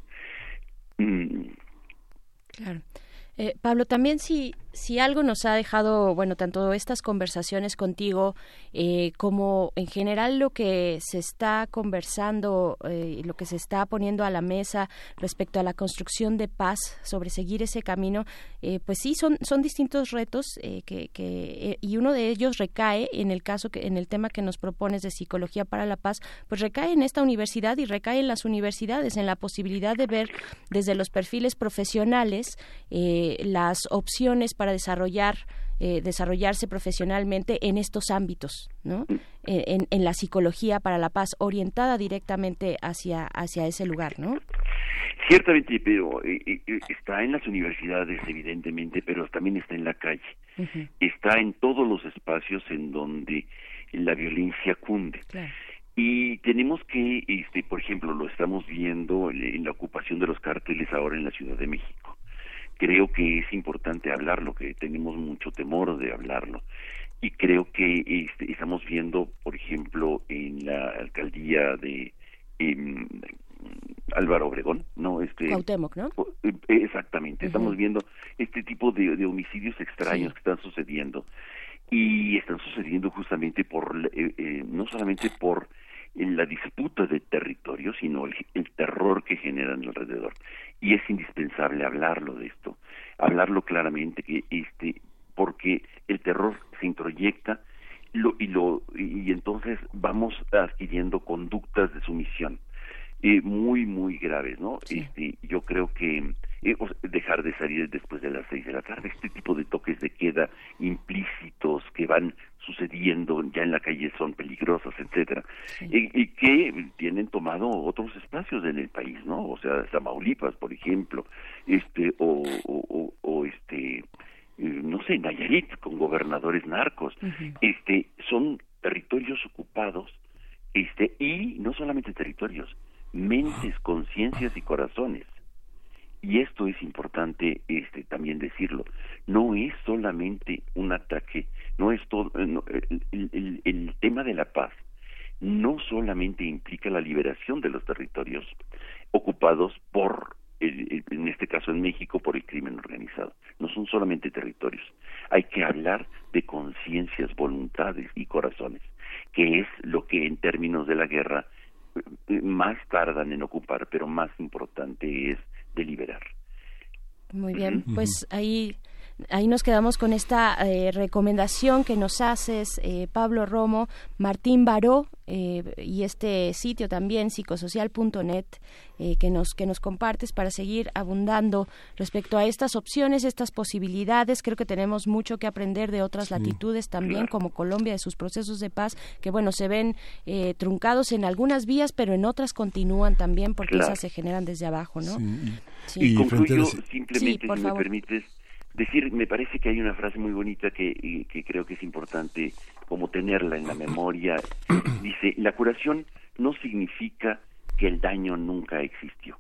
Mm. Claro. Eh, Pablo, también si, si algo nos ha dejado, bueno, tanto estas conversaciones contigo eh, como en general lo que se está conversando, eh, lo que se está poniendo a la mesa respecto a la construcción de paz, sobre seguir ese camino, eh, pues sí, son, son distintos retos eh, que, que eh, y uno de ellos recae en el caso, que en el tema que nos propones de psicología para la paz, pues recae en esta universidad y recae en las universidades, en la posibilidad de ver desde los perfiles profesionales eh, las opciones para desarrollar eh, desarrollarse profesionalmente en estos ámbitos, ¿no? En, en la psicología para la paz, orientada directamente hacia hacia ese lugar, ¿no? Ciertamente, pero eh, eh, está en las universidades, evidentemente, pero también está en la calle. Uh-huh. Está en todos los espacios en donde la violencia cunde. Claro. Y tenemos que, este, por ejemplo, lo estamos viendo en la ocupación de los cárteles ahora en la Ciudad de México. Creo que es importante hablarlo, que tenemos mucho temor de hablarlo. Y creo que este, estamos viendo, por ejemplo, en la alcaldía de eh, Álvaro Obregón, ¿no? Este, Cuauhtémoc, ¿no? Exactamente. Uh-huh. Estamos viendo este tipo de, de homicidios extraños sí. que están sucediendo. Y están sucediendo justamente por, eh, eh, no solamente por en la disputa de territorio, sino el, el terror que generan alrededor. Y es indispensable hablarlo de esto, hablarlo claramente, que este, porque el terror se introyecta lo, y lo y entonces vamos adquiriendo conductas de sumisión eh, muy muy graves, ¿no? Sí. Este, yo creo que eh, dejar de salir después de las seis de la tarde, este tipo de toques de queda implícitos que van sucediendo ya en la calle son peligrosas, etcétera, sí. y, y que tienen tomado otros espacios en el país, ¿no? O sea, Tamaulipas, por ejemplo, este o o, o, o este no sé, Nayarit con gobernadores narcos, uh-huh. este son territorios ocupados, este y no solamente territorios, mentes, conciencias y corazones. Y esto es importante este también decirlo, no es solamente un ataque, no es todo no, el, el, el tema de la paz no solamente implica la liberación de los territorios ocupados por el, el, en este caso en México por el crimen organizado, no son solamente territorios, hay que hablar de conciencias, voluntades y corazones, que es lo que en términos de la guerra más tardan en ocupar, pero más importante es deliberar. Muy bien, uh-huh. pues ahí ahí nos quedamos con esta eh, recomendación que nos haces, eh, Pablo Romo, Martín Baró, eh, y este sitio también, psicosocial punto net, eh, que nos que nos compartes para seguir abundando respecto a estas opciones, estas posibilidades. Creo que tenemos mucho que aprender de otras sí. latitudes también, claro. como Colombia, de sus procesos de paz, que bueno, se ven eh, truncados en algunas vías, pero en otras continúan también, porque claro. esas se generan desde abajo, ¿no? Sí. Sí. Y, y concluyo simplemente, sí, si me favor. permites, decir, me parece que hay una frase muy bonita que, que creo que es importante como tenerla en la memoria. Dice, la curación no significa que el daño nunca existió.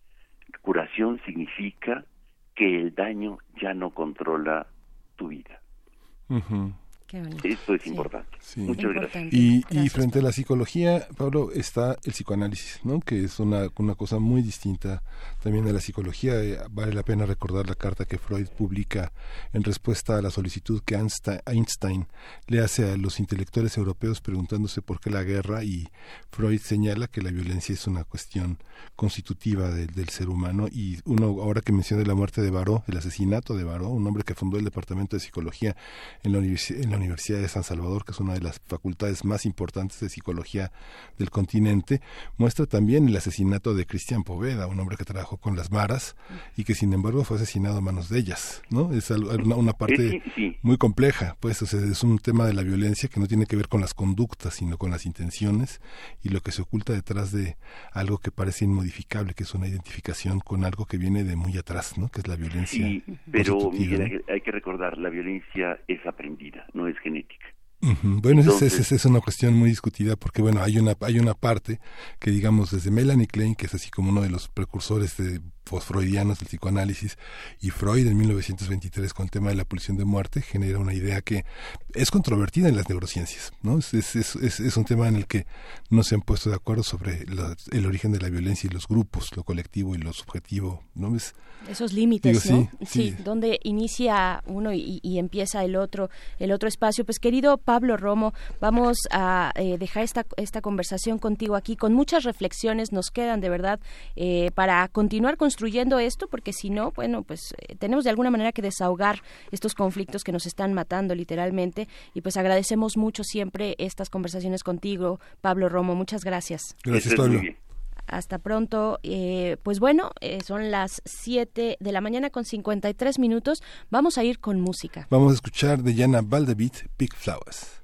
Curación significa que el daño ya no controla tu vida. Uh-huh. Esto es sí. importante. Sí. Muchas importante. gracias. Y, gracias. y frente a la psicología, Pablo, está el psicoanálisis, ¿no? Que es una, una cosa muy distinta también a la psicología. Eh, vale la pena recordar la carta que Freud publica en respuesta a la solicitud que Einstein le hace a los intelectuales europeos preguntándose por qué la guerra, y Freud señala que la violencia es una cuestión constitutiva de, del ser humano. Y uno, ahora que mencioné la muerte de Baró, el asesinato de Baró, un hombre que fundó el Departamento de Psicología en la Universidad en la Universidad de San Salvador, que es una de las facultades más importantes de psicología del continente, muestra también el asesinato de Cristian Poveda, un hombre que trabajó con las maras y que sin embargo fue asesinado a manos de ellas, ¿no? Es una, una parte muy compleja, pues, o sea, es un tema de la violencia que no tiene que ver con las conductas, sino con las intenciones y lo que se oculta detrás de algo que parece inmodificable, que es una identificación con algo que viene de muy atrás, ¿no? Que es la violencia. Sí, pero Miguel, hay que recordar, la violencia es aprendida, no es genética. Uh-huh. Bueno, Entonces, esa es, es una cuestión muy discutida porque, bueno, hay una hay una parte que, digamos, desde Melanie Klein, que es así como uno de los precursores de freudianos del psicoanálisis, y Freud en mil novecientos veintitrés con el tema de la pulsión de muerte, genera una idea que es controvertida en las neurociencias, ¿no? Es, es, es, es, es un tema en el que no se han puesto de acuerdo sobre la, el origen de la violencia y los grupos, lo colectivo y lo subjetivo, ¿no? Es, esos límites, digo, ¿no? Sí, sí, sí, donde inicia uno y, y empieza el otro, el otro espacio. Pues querido Pablo Romo, vamos a eh, dejar esta esta conversación contigo aquí, con muchas reflexiones nos quedan de verdad eh, para continuar construyendo esto, porque si no, bueno, pues eh, tenemos de alguna manera que desahogar estos conflictos que nos están matando literalmente, y pues agradecemos mucho siempre estas conversaciones contigo, Pablo Romo. Muchas gracias. Gracias, Pablo. Hasta pronto. Eh, pues bueno, eh, son las siete de la mañana con cincuenta y tres minutos. Vamos a ir con música. Vamos a escuchar de Jana Valdevit, Big Flowers.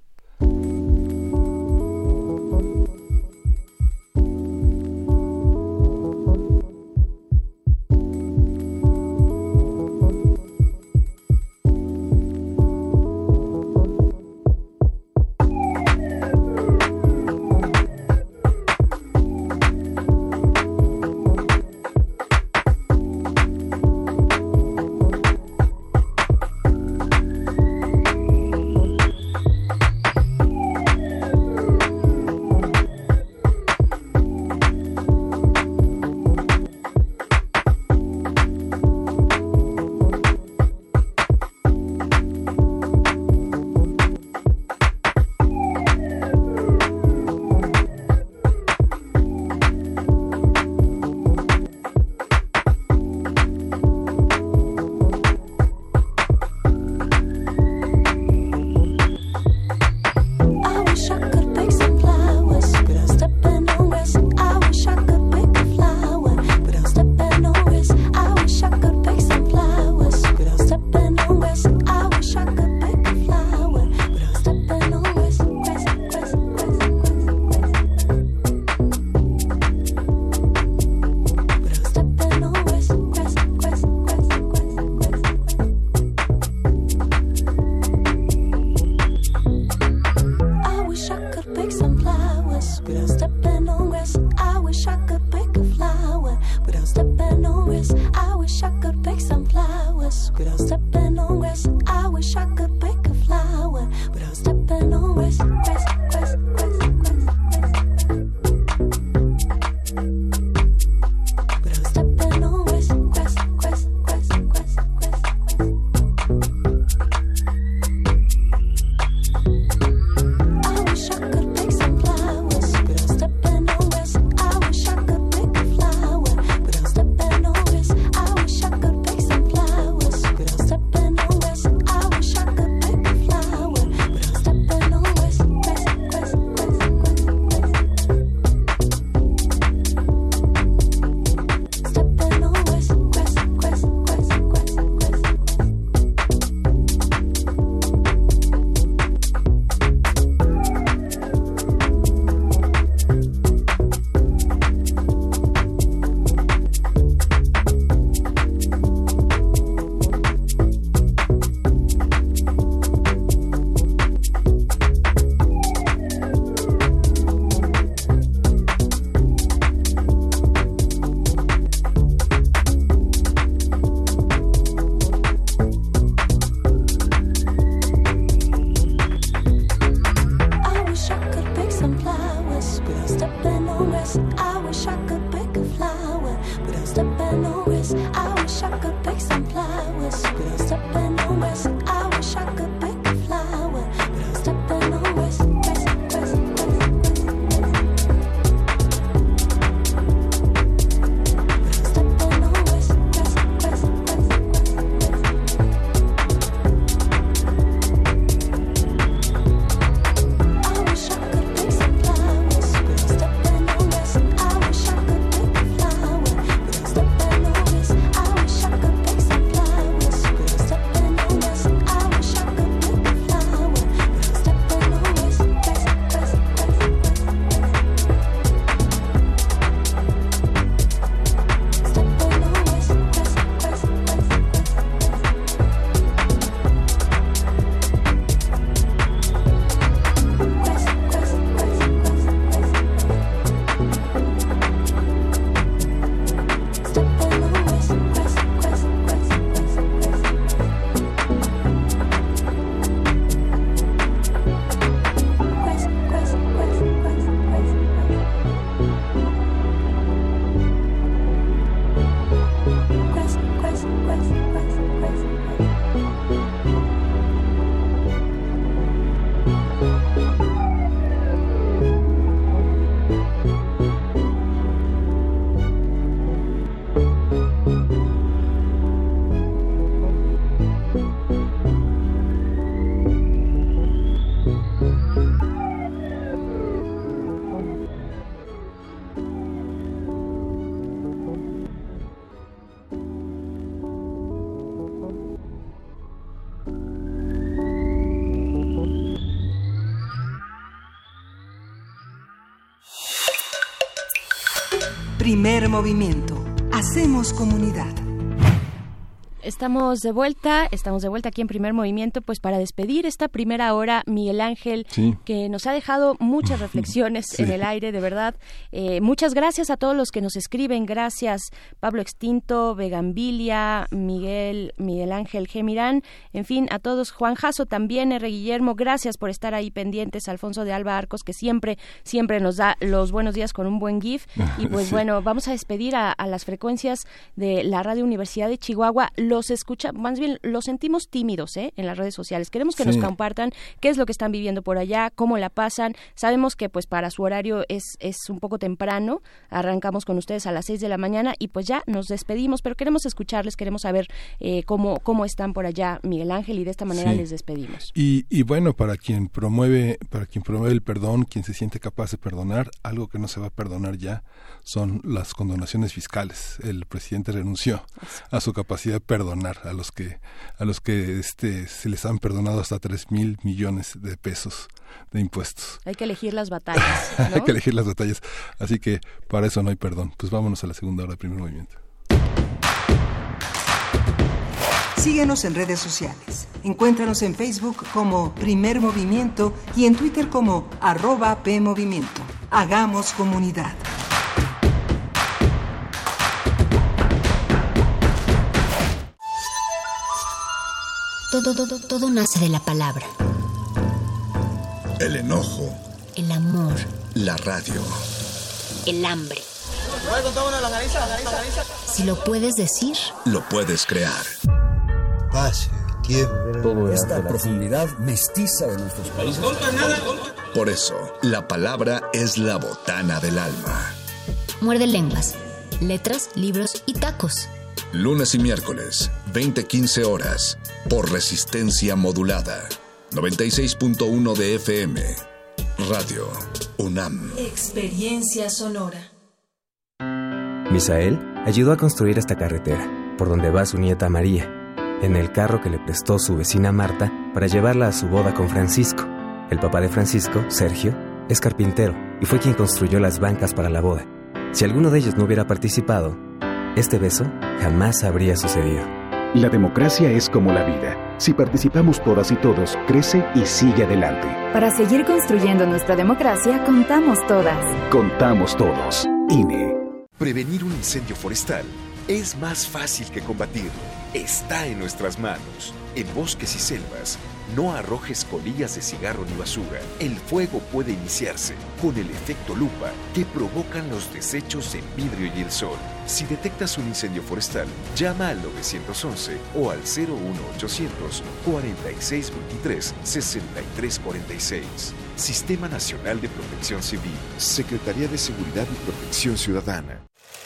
risk. I wish I could pick a flower, but I'll step at no risk. I wish I could pick some flowers, but I'll step at no risk. I wish I could pick a flower, but I'll step at no risk. Risk, risk, Primer movimiento. Hacemos comunidad. Estamos de vuelta, estamos de vuelta aquí en Primer Movimiento, pues para despedir esta primera hora, Miguel Ángel, sí. que nos ha dejado muchas reflexiones sí. en el aire, de verdad. Eh, muchas gracias a todos los que nos escriben, gracias Pablo Extinto, Vegambilia, Miguel, Miguel Ángel Gemirán, en fin, a todos, Juan Jasso también, R. Guillermo, gracias por estar ahí pendientes, Alfonso de Alba Arcos, que siempre, siempre nos da los buenos días con un buen GIF, y pues sí. bueno, vamos a despedir a, a las frecuencias de la Radio Universidad de Chihuahua. Los escucha, más bien los sentimos tímidos ¿eh? en las redes sociales. Queremos que sí. nos compartan qué es lo que están viviendo por allá, cómo la pasan. Sabemos que pues para su horario es, es un poco temprano. Arrancamos con ustedes a las seis de la mañana y pues ya nos despedimos, pero queremos escucharles, queremos saber eh, cómo, cómo están por allá, Miguel Ángel, y de esta manera sí. les despedimos. Y, y bueno, para quien promueve, para quien promueve el perdón, quien se siente capaz de perdonar, algo que no se va a perdonar ya son las condonaciones fiscales. El presidente renunció a su capacidad de perdonar a los que a los que este se les han perdonado hasta tres mil millones de pesos de impuestos. Hay que elegir las batallas, ¿no? Hay que elegir las batallas, así que para eso no hay perdón. Pues vámonos a la segunda hora de Primer Movimiento. Síguenos en redes sociales. Encuéntranos en Facebook como Primer Movimiento y en Twitter como arroba PMovimiento. Hagamos comunidad. Todo, todo, todo nace de la palabra. El enojo. El amor. La radio. El hambre. Si lo puedes decir, lo puedes crear. Paz, tiempo. Todo esta profundidad mestiza de nuestros países. Por eso, la palabra es la botana del alma. Muerde lenguas, letras, libros y tacos. Lunes y miércoles, veinte quince horas, por resistencia modulada. noventa y seis punto uno de F M. Radio UNAM. Experiencia sonora. Misael ayudó a construir esta carretera, por donde va su nieta María, en el carro que le prestó su vecina Marta para llevarla a su boda con Francisco. El papá de Francisco, Sergio, es carpintero y fue quien construyó las bancas para la boda. Si alguno de ellos no hubiera participado, este beso jamás habría sucedido. La democracia es como la vida. Si participamos todas y todos, crece y sigue adelante. Para seguir construyendo nuestra democracia, contamos todas. Contamos todos. I N E. Prevenir un incendio forestal es más fácil que combatirlo. Está en nuestras manos. En bosques y selvas, no arrojes colillas de cigarro ni basura. El fuego puede iniciarse con el efecto lupa que provocan los desechos en vidrio y el sol. Si detectas un incendio forestal, llama al nueve once o al cero uno ochocientos cuarenta y seis veintitrés sesenta y tres cuarenta y seis. Sistema Nacional de Protección Civil. Secretaría de Seguridad y Protección Ciudadana.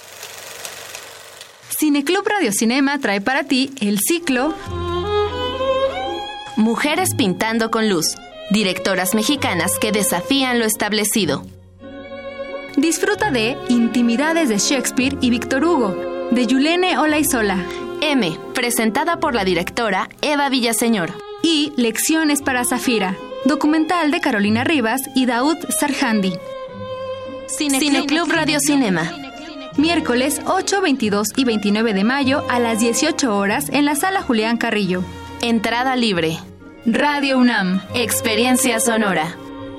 Cineclub Radio Cinema trae para ti el ciclo Mujeres pintando con luz, directoras mexicanas que desafían lo establecido. Disfruta de Intimidades de Shakespeare y Víctor Hugo, de Yulene Olaizola. M, presentada por la directora Eva Villaseñor. Y Lecciones para Zafira, documental de Carolina Rivas y Daoud Sarjandi. Cineclub, Cineclub Radio Cinema. Miércoles ocho, veintidós y veintinueve de mayo a las dieciocho horas en la Sala Julián Carrillo. Entrada libre. Radio UNAM. Experiencia sonora.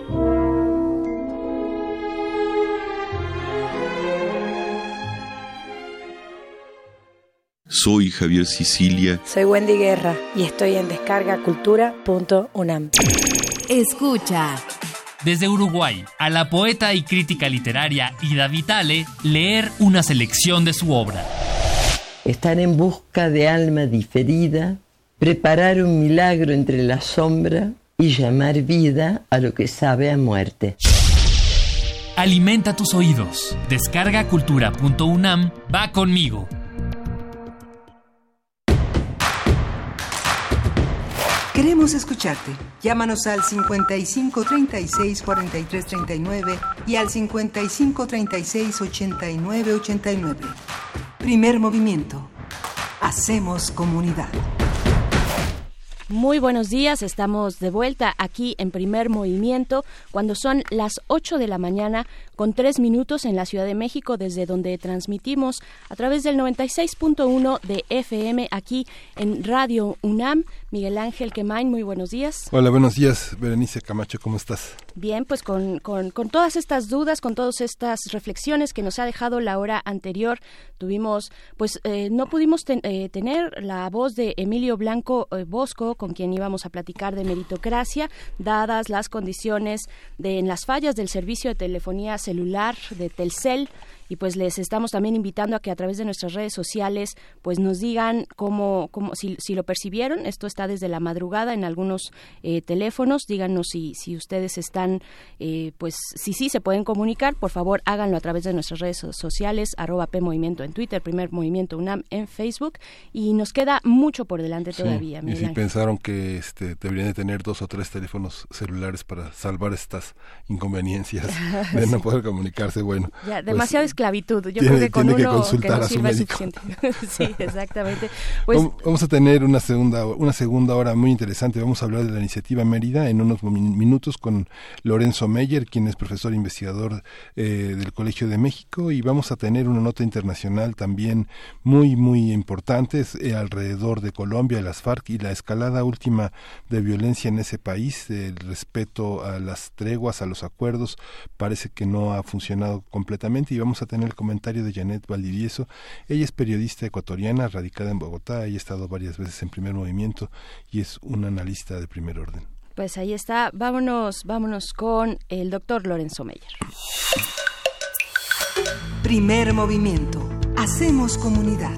Soy Javier Sicilia. Soy Wendy Guerra y estoy en descarga cultura punto unam. Escucha. Desde Uruguay, a la poeta y crítica literaria Ida Vitale, leer una selección de su obra. Estar en busca de alma diferida, preparar un milagro entre la sombra y llamar vida a lo que sabe a muerte. Alimenta tus oídos. Descarga cultura punto unam. Va conmigo. Queremos escucharte. Llámanos al cincuenta y cinco, treinta y seis, cuarenta y tres, treinta y nueve y al cincuenta y cinco, treinta y seis, ochenta y nueve, ochenta y nueve. Primer movimiento. Hacemos comunidad. Muy buenos días, estamos de vuelta aquí en Primer Movimiento cuando son las ocho de la mañana con tres minutos en la Ciudad de México, desde donde transmitimos a través del noventa y seis punto uno de F M aquí en Radio UNAM. Miguel Ángel Quemain, muy buenos días. Hola, buenos días. Berenice Camacho, ¿cómo estás? Bien, pues con, con, con todas estas dudas, con todas estas reflexiones que nos ha dejado la hora anterior, tuvimos, pues eh, no pudimos ten, eh, tener la voz de Emilio Blanco eh, Bosco, con quien íbamos a platicar de meritocracia, dadas las condiciones de en las fallas del servicio de telefonía celular de Telcel. Y pues les estamos también invitando a que a través de nuestras redes sociales pues nos digan cómo, cómo si, si lo percibieron. Esto está desde la madrugada en algunos eh, teléfonos. Díganos si, si ustedes están, eh, pues si sí se pueden comunicar. Por favor, háganlo a través de nuestras redes sociales, arroba P Movimiento en Twitter, Primer Movimiento UNAM en Facebook. Y nos queda mucho por delante sí, todavía. Y si Ángel. pensaron que este, deberían de tener dos o tres teléfonos celulares para salvar estas inconveniencias de no sí. poder comunicarse, bueno. Ya, demasiado pues, esclavitud. Yo tiene, creo que con tiene uno que consultar que no a su sirve médico. Suficiente. Sí, exactamente. Pues, vamos a tener una segunda una segunda hora muy interesante. Vamos a hablar de la iniciativa Mérida en unos minutos con Lorenzo Meyer, quien es profesor investigador eh, del Colegio de México, y vamos a tener una nota internacional también muy muy importante eh, alrededor de Colombia, las FARC y la escalada última de violencia en ese país. El respeto a las treguas, a los acuerdos, parece que no ha funcionado completamente, y vamos a tener el comentario de Janet Valdivieso. Ella es periodista ecuatoriana, radicada en Bogotá, y ha estado varias veces en Primer Movimiento y es una analista de primer orden. Pues ahí está, vámonos, vámonos con el doctor Lorenzo Meyer. Primer Movimiento. Hacemos comunidad.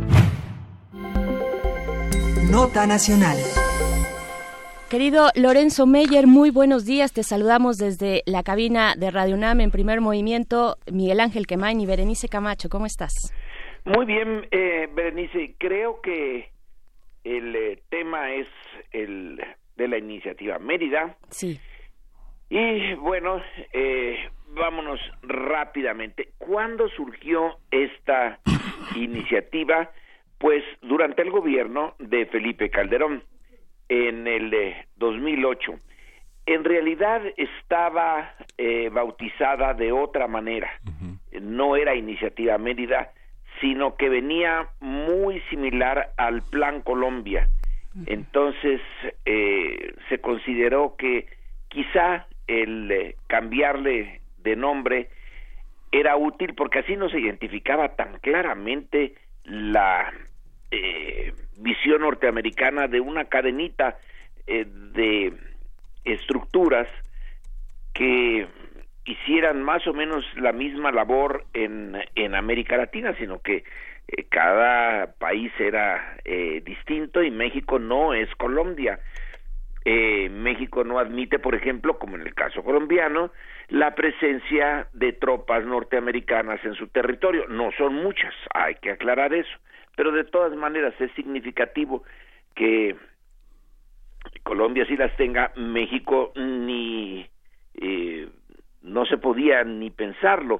Nota nacional. Querido Lorenzo Meyer, muy buenos días. Te saludamos desde la cabina de Radio UNAM en Primer Movimiento. Miguel Ángel Quemain y Berenice Camacho, ¿cómo estás? Muy bien, eh, Berenice. Creo que el eh, tema es el de la iniciativa Mérida. Sí. Y bueno, eh, vámonos rápidamente. ¿Cuándo surgió esta iniciativa? Pues durante el gobierno de Felipe Calderón, en el eh, dos mil ocho. En realidad estaba eh, bautizada de otra manera. Uh-huh. No era Iniciativa Mérida, sino que venía muy similar al Plan Colombia. Uh-huh. Entonces eh, se consideró que quizá el eh, cambiarle de nombre era útil, porque así no se identificaba tan claramente la eh, visión norteamericana de una cadenita eh, de estructuras que hicieran más o menos la misma labor en, en América Latina, sino que eh, cada país era eh, distinto y México no es Colombia. Eh, México no admite, por ejemplo, como en el caso colombiano, la presencia de tropas norteamericanas en su territorio. No son muchas, hay que aclarar eso, pero de todas maneras es significativo que Colombia sí las tenga, México ni eh, no se podía ni pensarlo.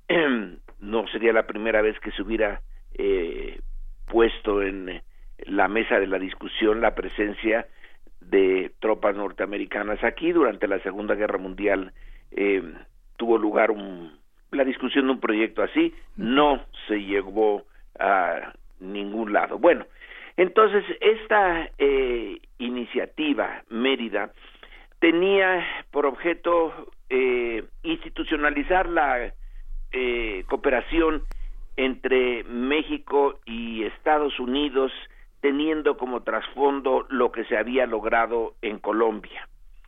No sería la primera vez que se hubiera eh, puesto en la mesa de la discusión la presencia de tropas norteamericanas aquí. Durante la Segunda Guerra Mundial eh, tuvo lugar un, la discusión de un proyecto así, no se llevó a ningún lado. Bueno, entonces esta eh, iniciativa Mérida tenía por objeto eh, institucionalizar la eh, cooperación entre México y Estados Unidos, teniendo como trasfondo lo que se había logrado en Colombia.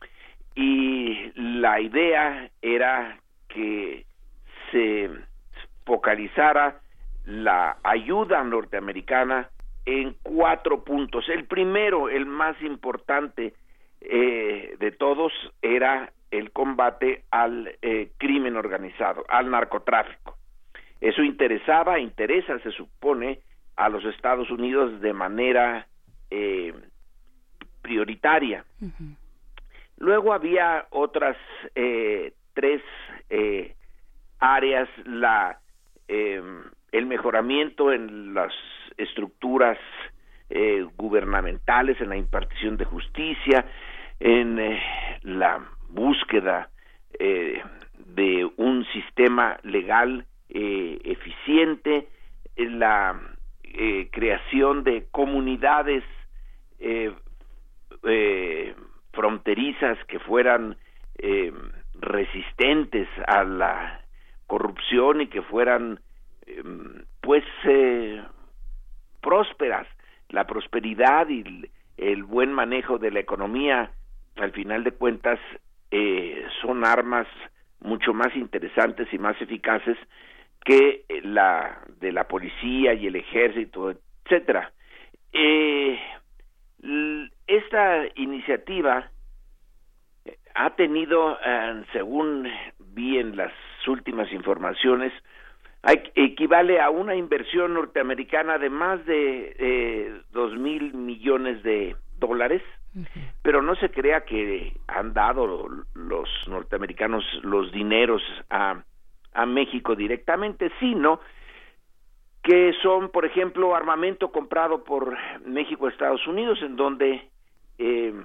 Y la idea era que se focalizara la ayuda norteamericana en cuatro puntos. El primero, el más importante eh, de todos, era el combate al eh, crimen organizado, al narcotráfico. Eso interesaba, interesa, se supone, a los Estados Unidos de manera eh, prioritaria. Uh-huh. Luego había otras eh, tres eh, áreas, la eh, el mejoramiento en las estructuras eh, gubernamentales, en la impartición de justicia, en eh, la búsqueda eh, de un sistema legal eh, eficiente, en la Eh, creación de comunidades eh, eh, fronterizas que fueran eh, resistentes a la corrupción y que fueran eh, pues eh, prósperas. La prosperidad y el, el buen manejo de la economía, al final de cuentas, eh, son armas mucho más interesantes y más eficaces que la de la policía y el ejército, etcétera. Eh, esta iniciativa ha tenido, eh, según vi en las últimas informaciones, equivale a una inversión norteamericana de más de eh, dos mil millones de dólares, uh-huh. Pero no se crea que han dado los norteamericanos los dineros a a México directamente, sino que son, por ejemplo, armamento comprado por México a Estados Unidos, en donde eh,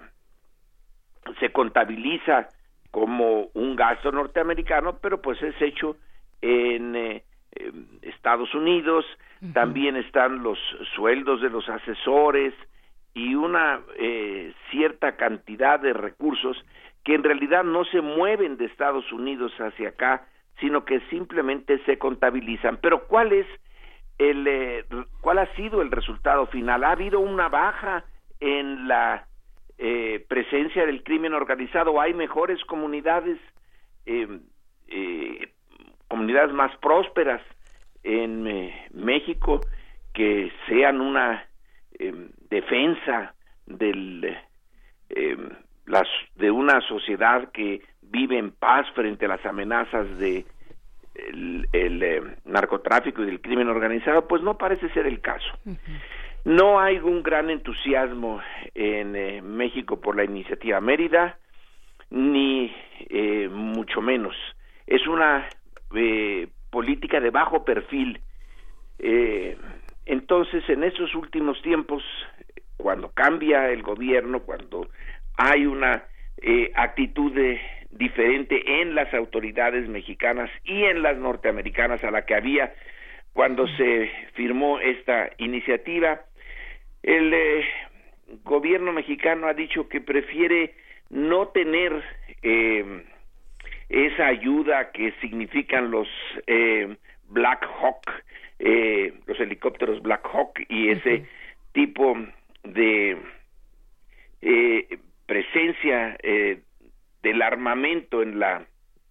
se contabiliza como un gasto norteamericano, pero pues es hecho en eh, Estados Unidos. Uh-huh. También están los sueldos de los asesores y una eh, cierta cantidad de recursos que en realidad no se mueven de Estados Unidos hacia acá, sino que simplemente se contabilizan. Pero ¿cuál es el eh, cuál ha sido el resultado final? ¿Ha habido una baja en la eh, presencia del crimen organizado? ¿Hay mejores comunidades, eh, eh, comunidades más prósperas en eh, México que sean una eh, defensa del eh, las, de una sociedad que vive en paz frente a las amenazas de el, el eh, narcotráfico y del crimen organizado? Pues no parece ser el caso. Uh-huh. No hay un gran entusiasmo en eh, México por la iniciativa Mérida, ni eh, mucho menos. Es una eh, política de bajo perfil. Eh, entonces, en estos últimos tiempos, cuando cambia el gobierno, cuando hay una eh, actitud de diferente en las autoridades mexicanas y en las norteamericanas a la que había cuando se firmó esta iniciativa, el eh, gobierno mexicano ha dicho que prefiere no tener eh, esa ayuda que significan los eh, Black Hawk eh, los helicópteros Black Hawk y ese uh-huh. tipo de eh, presencia eh, del armamento en la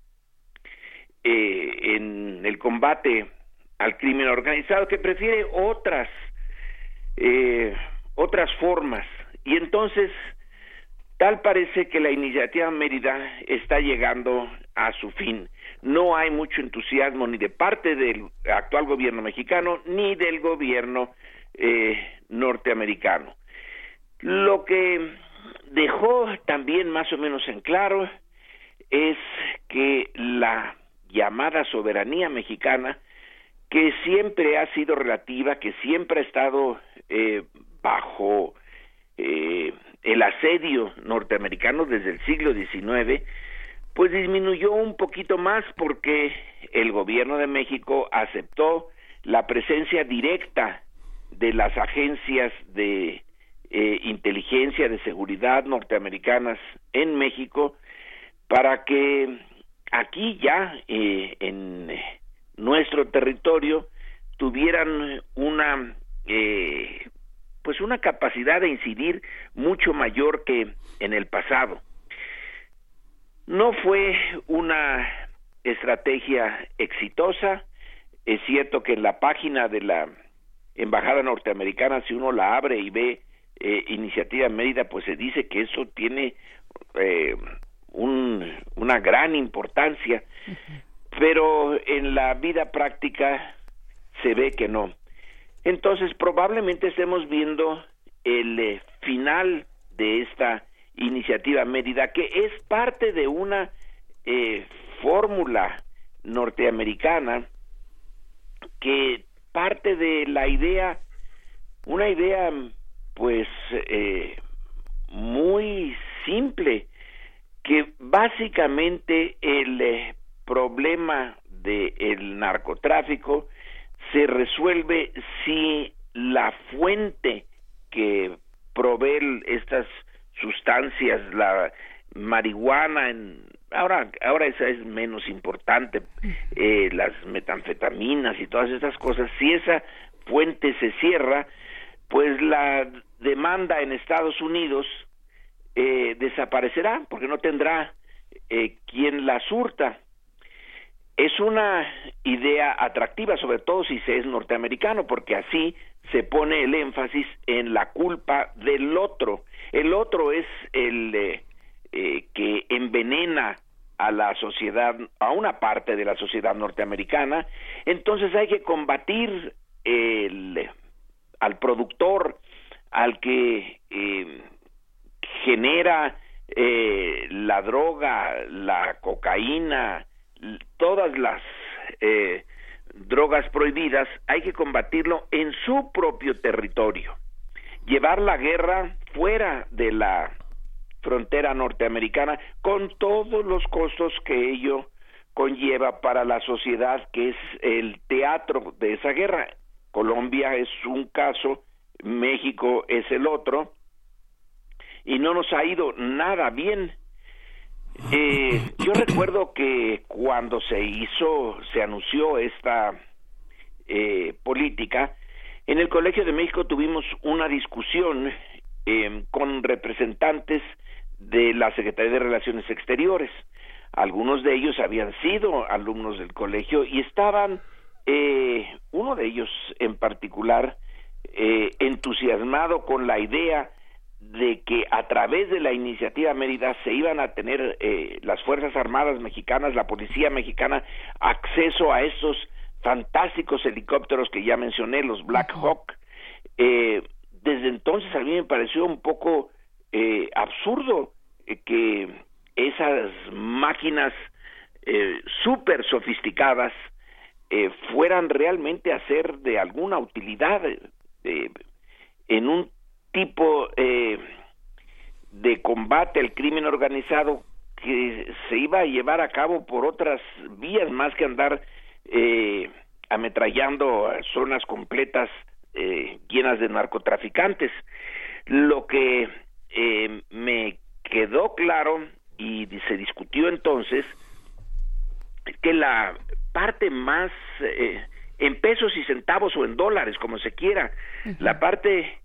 eh, en el combate al crimen organizado, que prefiere otras eh, otras formas. Y entonces tal parece que la iniciativa Mérida está llegando a su fin. No hay mucho entusiasmo ni de parte del actual gobierno mexicano ni del gobierno eh, norteamericano. Lo que dejó también más o menos en claro es que la llamada soberanía mexicana, que siempre ha sido relativa, que siempre ha estado eh, bajo eh, el asedio norteamericano desde el siglo diecinueve, pues disminuyó un poquito más porque el gobierno de México aceptó la presencia directa de las agencias de eh, inteligencia, de seguridad norteamericanas en México, para que aquí ya eh, en nuestro territorio tuvieran una eh, pues una capacidad de incidir mucho mayor que en el pasado. No fue una estrategia exitosa. Es cierto que en la página de la embajada norteamericana, si uno la abre y ve eh, Iniciativa Mérida, pues se dice que eso tiene eh, un, una gran importancia, pero en la vida práctica se ve que no. Entonces probablemente estemos viendo el eh, final de esta Iniciativa Mérida, que es parte de una eh, fórmula norteamericana que parte de la idea, una idea pues eh, muy simple, que básicamente el eh, problema del narcotráfico se resuelve si la fuente que provee estas sustancias, la marihuana, en, ahora ahora esa es menos importante, eh, las metanfetaminas y todas estas cosas, si esa fuente se cierra, pues la demanda en Estados Unidos eh, desaparecerá, porque no tendrá eh, quien la surta. Es una idea atractiva, sobre todo si se es norteamericano, porque así se pone el énfasis en la culpa del otro. El otro es el eh, eh, que envenena a la sociedad, a una parte de la sociedad norteamericana. Entonces hay que combatir el, al productor, al que eh, genera eh, la droga, la cocaína, todas las eh, drogas prohibidas, hay que combatirlo en su propio territorio, llevar la guerra fuera de la frontera norteamericana, con todos los costos que ello conlleva para la sociedad, que es el teatro de esa guerra. Colombia es un caso, México es el otro, y no nos ha ido nada bien. Eh, yo recuerdo que cuando se hizo, se anunció esta eh, política, en el Colegio de México tuvimos una discusión eh, con representantes de la Secretaría de Relaciones Exteriores. Algunos de ellos habían sido alumnos del colegio y estaban, eh, uno de ellos en particular, eh, entusiasmado con la idea de que a través de la Iniciativa Mérida se iban a tener eh, las Fuerzas Armadas mexicanas, la Policía Mexicana, acceso a estos fantásticos helicópteros que ya mencioné, los Black Hawk. Eh, desde entonces a mí me pareció un poco eh, absurdo eh, que esas máquinas eh, súper sofisticadas eh, fueran realmente a ser de alguna utilidad eh, en un tipo eh, de combate al crimen organizado que se iba a llevar a cabo por otras vías más que andar eh, ametrallando zonas completas eh, llenas de narcotraficantes. Lo que eh, me quedó claro y se discutió entonces es que la parte más eh, en pesos y centavos o en dólares, como se quiera. Uh-huh. La parte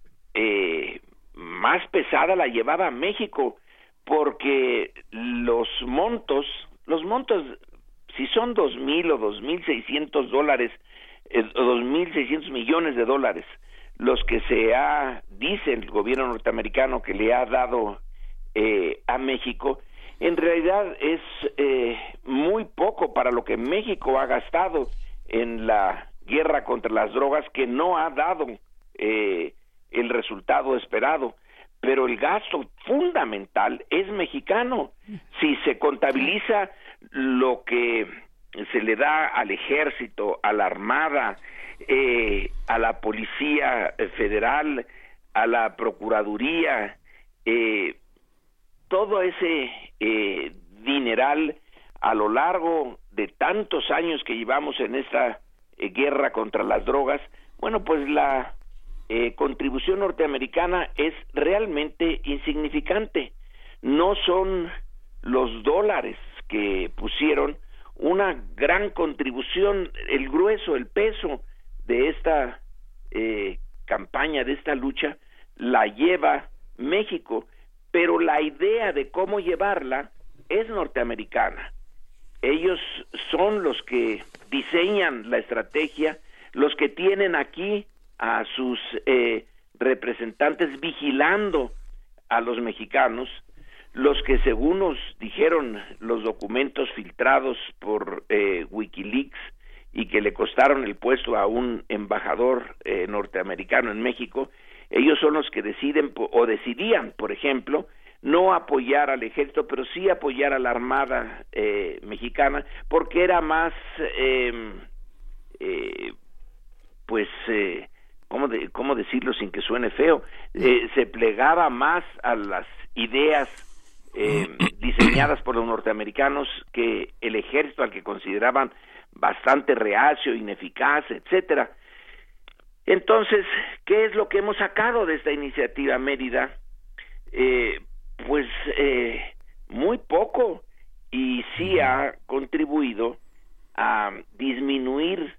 eh, más pesada la llevaba México, porque los montos, los montos, si son dos mil o dos mil seiscientos dólares, eh, o dos mil seiscientos millones de dólares, los que se ha, dice el gobierno norteamericano que le ha dado eh, a México, en realidad es eh, muy poco para lo que México ha gastado en la guerra contra las drogas, que no ha dado eh, el resultado esperado. Pero el gasto fundamental es mexicano. Si se contabiliza lo que se le da al ejército, a la armada, eh, a la policía federal, a la procuraduría, eh, todo ese eh, dineral a lo largo de tantos años que llevamos en esta eh, guerra contra las drogas, bueno, pues la eh, contribución norteamericana es realmente insignificante. No son los dólares que pusieron una gran contribución, el grueso, el peso de esta eh, campaña, de esta lucha, la lleva México, pero la idea de cómo llevarla es norteamericana. Ellos son los que diseñan la estrategia, los que tienen aquí a sus eh, representantes vigilando a los mexicanos, los que, según nos dijeron los documentos filtrados por eh, Wikileaks y que le costaron el puesto a un embajador eh, norteamericano en México, ellos son los que deciden o decidían, por ejemplo, no apoyar al ejército, pero sí apoyar a la armada eh, mexicana, porque era más, eh, eh, pues, eh, ¿cómo, de, ¿cómo decirlo sin que suene feo? Eh, se plegaba más a las ideas eh, diseñadas por los norteamericanos que el ejército, al que consideraban bastante reacio, ineficaz, etcétera. Entonces, ¿qué es lo que hemos sacado de esta iniciativa Mérida? Eh, pues eh, muy poco, y sí ha contribuido a disminuir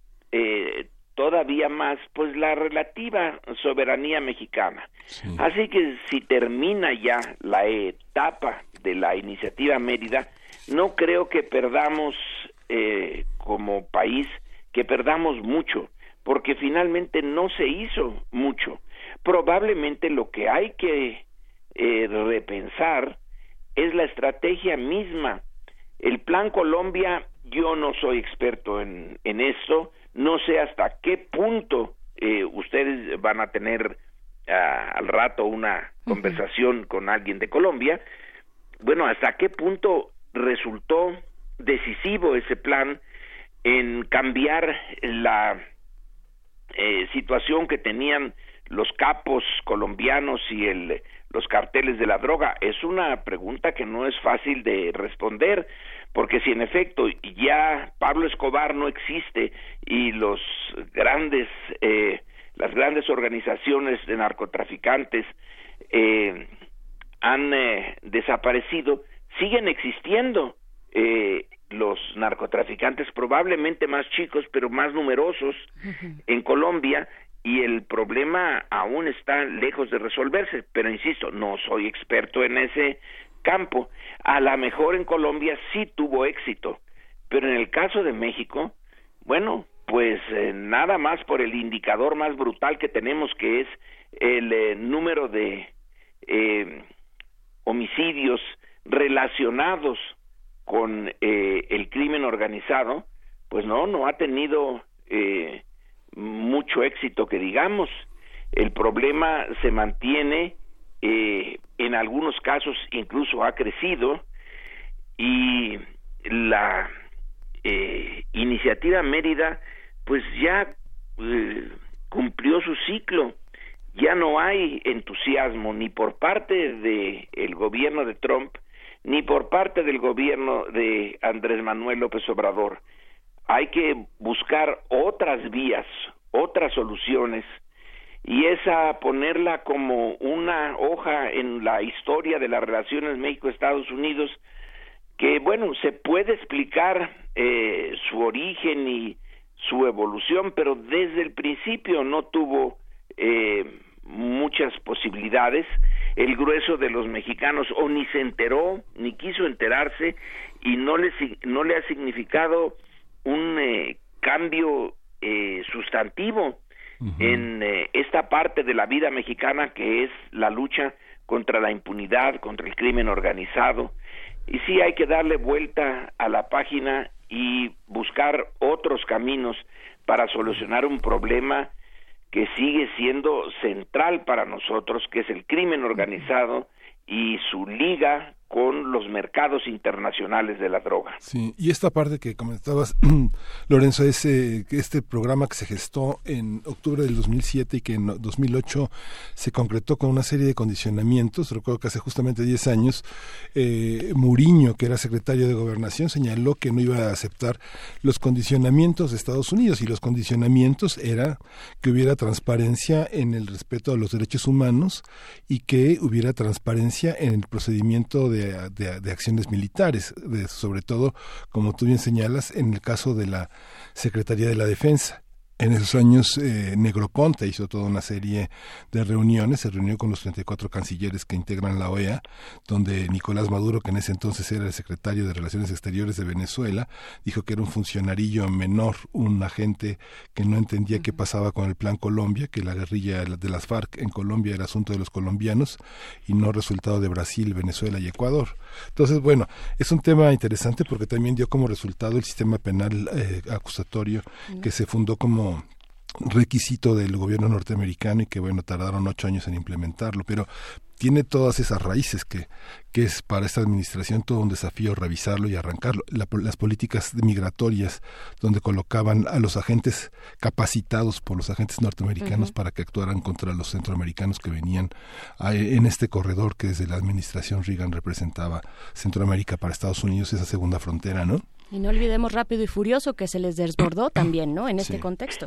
eh, todavía más pues la relativa soberanía mexicana. Sí. Así que si termina ya la etapa de la iniciativa Mérida, no creo que perdamos eh, como país, que perdamos mucho, porque finalmente no se hizo mucho. Probablemente lo que hay que eh, repensar es la estrategia misma. El Plan Colombia, yo no soy experto en, en esto, no sé hasta qué punto eh, ustedes van a tener uh, al rato una conversación uh-huh. con alguien de Colombia. Bueno, hasta qué punto resultó decisivo ese plan en cambiar la eh, situación que tenían los capos colombianos y el, los carteles de la droga. Es una pregunta que no es fácil de responder, porque si en efecto ya Pablo Escobar no existe y los grandes, eh, las grandes organizaciones de narcotraficantes eh, han eh, desaparecido, siguen existiendo eh, los narcotraficantes, probablemente más chicos, pero más numerosos uh-huh. en Colombia, y el problema aún está lejos de resolverse, pero insisto, no soy experto en ese campo. A lo mejor en Colombia sí tuvo éxito, pero en el caso de México, bueno, pues eh, nada más por el indicador más brutal que tenemos, que es el eh, número de eh, homicidios relacionados con eh, el crimen organizado, pues no, no ha tenido eh, mucho éxito que digamos. El problema se mantiene, eh, en algunos casos incluso ha crecido, y la eh, iniciativa Mérida pues ya eh, cumplió su ciclo. Ya no hay entusiasmo ni por parte del gobierno de Trump ni por parte del gobierno de Andrés Manuel López Obrador. Hay que buscar otras vías, otras soluciones, y esa ponerla como una hoja en la historia de las relaciones México-Estados Unidos, que bueno, se puede explicar eh, su origen y su evolución, pero desde el principio no tuvo eh, muchas posibilidades. El grueso de los mexicanos o ni se enteró, ni quiso enterarse, y no le, no le ha significado un eh, cambio eh, sustantivo uh-huh. en eh, esta parte de la vida mexicana, que es la lucha contra la impunidad, contra el crimen organizado. Y sí hay que darle vuelta a la página y buscar otros caminos para solucionar un problema que sigue siendo central para nosotros, que es el crimen organizado y su liga con los mercados internacionales de la droga. Sí, y esta parte que comentabas, Lorenzo, es eh, este programa que se gestó en octubre del dos mil siete y que en dos mil ocho se concretó con una serie de condicionamientos. Recuerdo que hace justamente diez años eh, Muriño, que era secretario de Gobernación, señaló que no iba a aceptar los condicionamientos de Estados Unidos, y los condicionamientos era que hubiera transparencia en el respeto a los derechos humanos y que hubiera transparencia en el procedimiento de De, de acciones militares, de, sobre todo, como tú bien señalas, en el caso de la Secretaría de la Defensa. En esos años, eh, Negroponte hizo toda una serie de reuniones, se reunió con los treinta y cuatro cancilleres que integran la O E A, donde Nicolás Maduro, que en ese entonces era el secretario de Relaciones Exteriores de Venezuela, dijo que era un funcionarillo menor, un agente que no entendía qué pasaba con el Plan Colombia, que la guerrilla de las FARC en Colombia era asunto de los colombianos y no resultado de Brasil, Venezuela y Ecuador. Entonces, bueno, es un tema interesante porque también dio como resultado el sistema penal eh, acusatorio que se fundó como requisito del gobierno norteamericano y que, bueno, tardaron ocho años en implementarlo, pero tiene todas esas raíces que, que es para esta administración todo un desafío revisarlo y arrancarlo. La, las políticas migratorias, donde colocaban a los agentes capacitados por los agentes norteamericanos uh-huh. para que actuaran contra los centroamericanos que venían a, en este corredor que desde la administración Reagan representaba Centroamérica para Estados Unidos, esa segunda frontera, ¿no? Y no olvidemos Rápido y Furioso, que se les desbordó también, ¿no?, en este sí. contexto.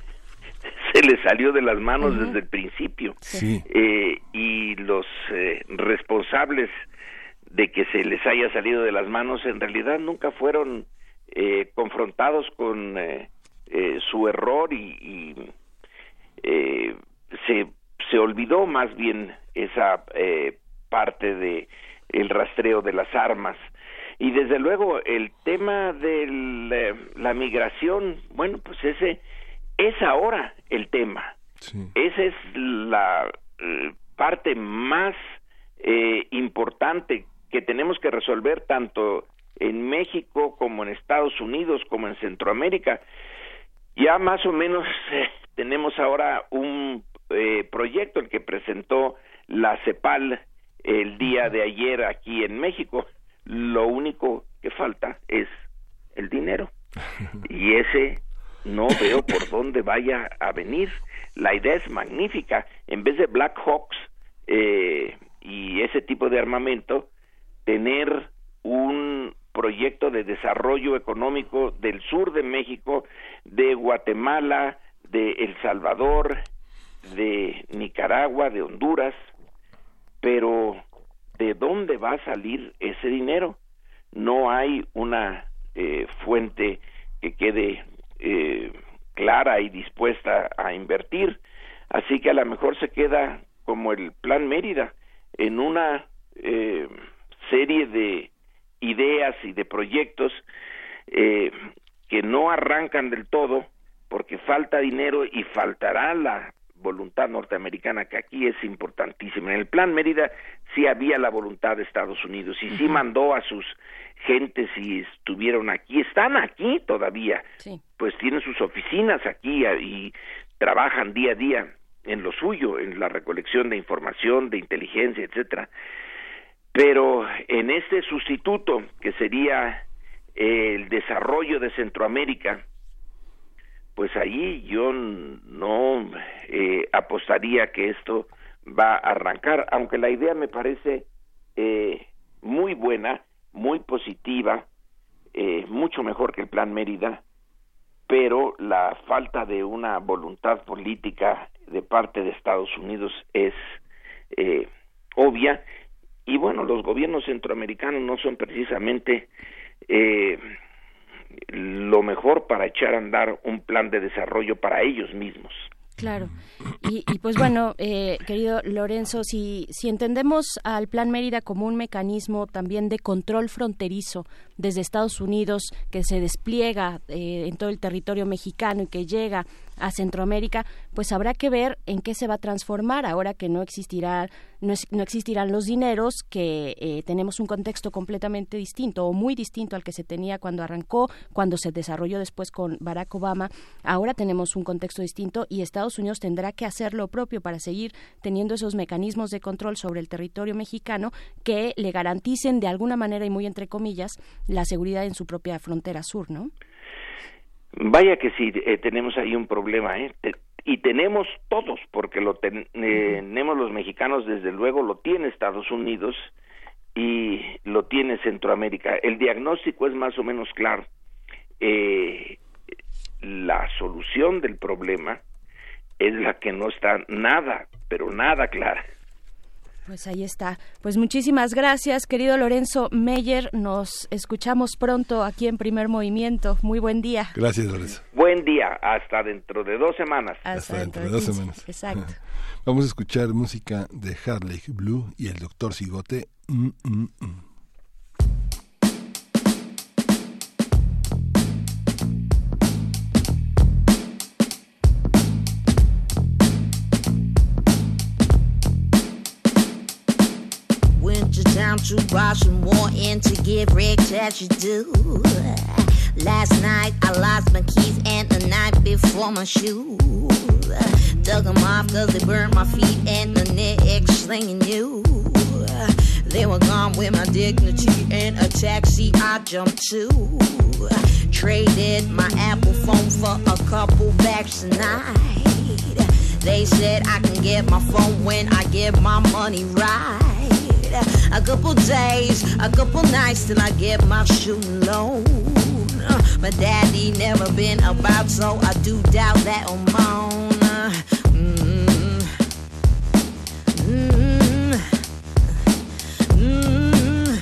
Se les salió de las manos uh-huh. desde el principio. Sí. Eh, y los eh, responsables de que se les haya salido de las manos en realidad nunca fueron eh, confrontados con eh, eh, su error y, y eh, se, se olvidó más bien esa eh, parte de el rastreo de las armas. Y desde luego el tema de la, la migración, bueno, pues ese es ahora el tema. Sí. Esa es la eh, parte más eh, importante que tenemos que resolver tanto en México como en Estados Unidos como en Centroamérica. Ya más o menos eh, tenemos ahora un eh, proyecto, el que presentó la CEPAL el día de ayer aquí en México. Lo único que falta es el dinero, y ese no veo por dónde vaya a venir. La idea es magnífica. En vez de Black Hawks eh, y ese tipo de armamento, tener un proyecto de desarrollo económico del sur de México, de Guatemala, de El Salvador, de Nicaragua, de Honduras, pero ¿de dónde va a salir ese dinero? No hay una eh, fuente que quede eh, clara y dispuesta a invertir, así que a lo mejor se queda como el Plan Mérida, en una eh, serie de ideas y de proyectos eh, que no arrancan del todo porque falta dinero y faltará la voluntad norteamericana, que aquí es importantísima. En el Plan Mérida sí había la voluntad de Estados Unidos y uh-huh. sí mandó a sus gentes y estuvieron aquí, están aquí todavía, sí. pues tienen sus oficinas aquí y trabajan día a día en lo suyo, en la recolección de información, de inteligencia, etcétera. Pero en este sustituto, que sería el desarrollo de Centroamérica, pues ahí yo no eh, apostaría que esto va a arrancar, aunque la idea me parece eh, muy buena, muy positiva, eh, mucho mejor que el Plan Mérida, pero la falta de una voluntad política de parte de Estados Unidos es eh, obvia, y bueno, los gobiernos centroamericanos no son precisamente eh, lo mejor para echar a andar un plan de desarrollo para ellos mismos. Claro. Y, y pues bueno, eh, querido Lorenzo, si, si entendemos al Plan Mérida como un mecanismo también de control fronterizo desde Estados Unidos que se despliega eh, en todo el territorio mexicano y que llega a Centroamérica, pues habrá que ver en qué se va a transformar ahora que no existirá no, es, no existirán los dineros, que eh, tenemos un contexto completamente distinto o muy distinto al que se tenía cuando arrancó, cuando se desarrolló después con Barack Obama. Ahora tenemos un contexto distinto y Estados Unidos tendrá que hacer lo propio para seguir teniendo esos mecanismos de control sobre el territorio mexicano que le garanticen de alguna manera y muy entre comillas la seguridad en su propia frontera sur, ¿no? Vaya que sí, eh, tenemos ahí un problema, ¿eh? Te, y tenemos todos, porque lo ten, eh, tenemos los mexicanos, desde luego, lo tiene Estados Unidos y lo tiene Centroamérica. El diagnóstico es más o menos claro. Eh, la solución del problema es la que no está nada, pero nada clara. Pues ahí está. Pues muchísimas gracias, querido Lorenzo Meyer. Nos escuchamos pronto aquí en Primer Movimiento. Muy buen día. Gracias, Lorenzo. Buen día. Hasta dentro de dos semanas. Hasta, Hasta dentro, dentro de dos quince. semanas. Exacto. Vamos a escuchar música de Harley Blue y el Doctor Cigote. Mm, mm, mm. Down to buy some more and to get rich as you do. Last night I lost my keys and the night before my shoes. Dug them off cause they burnt my feet and the next slinging you. They were gone with my dignity and a taxi I jumped to. Traded my Apple phone for a couple bags tonight. They said I can get my phone when I get my money right. A couple days, a couple nights till I get my shooting loan. Uh, my daddy never been about, so I do doubt that I'm on. Uh, mm, mm, mm,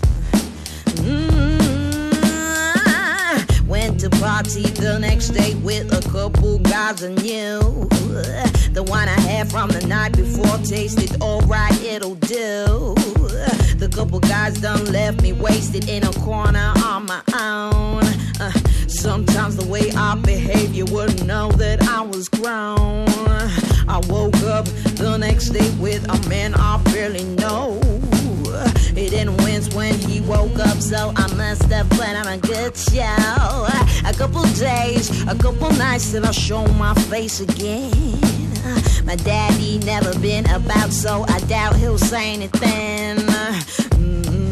mm. Went to party the next day with a couple guys I knew. The wine I had from the night before tasted alright, it'll do. The couple guys done left me wasted in a corner on my own. Uh, sometimes the way I behave, you wouldn't know that I was grown. I woke up the next day with a man I barely know. He didn't wince when he woke up, so I must have put on a good show. A couple days, a couple nights till I show my face again. My daddy never been about, so I doubt he'll say anything. Mm-hmm.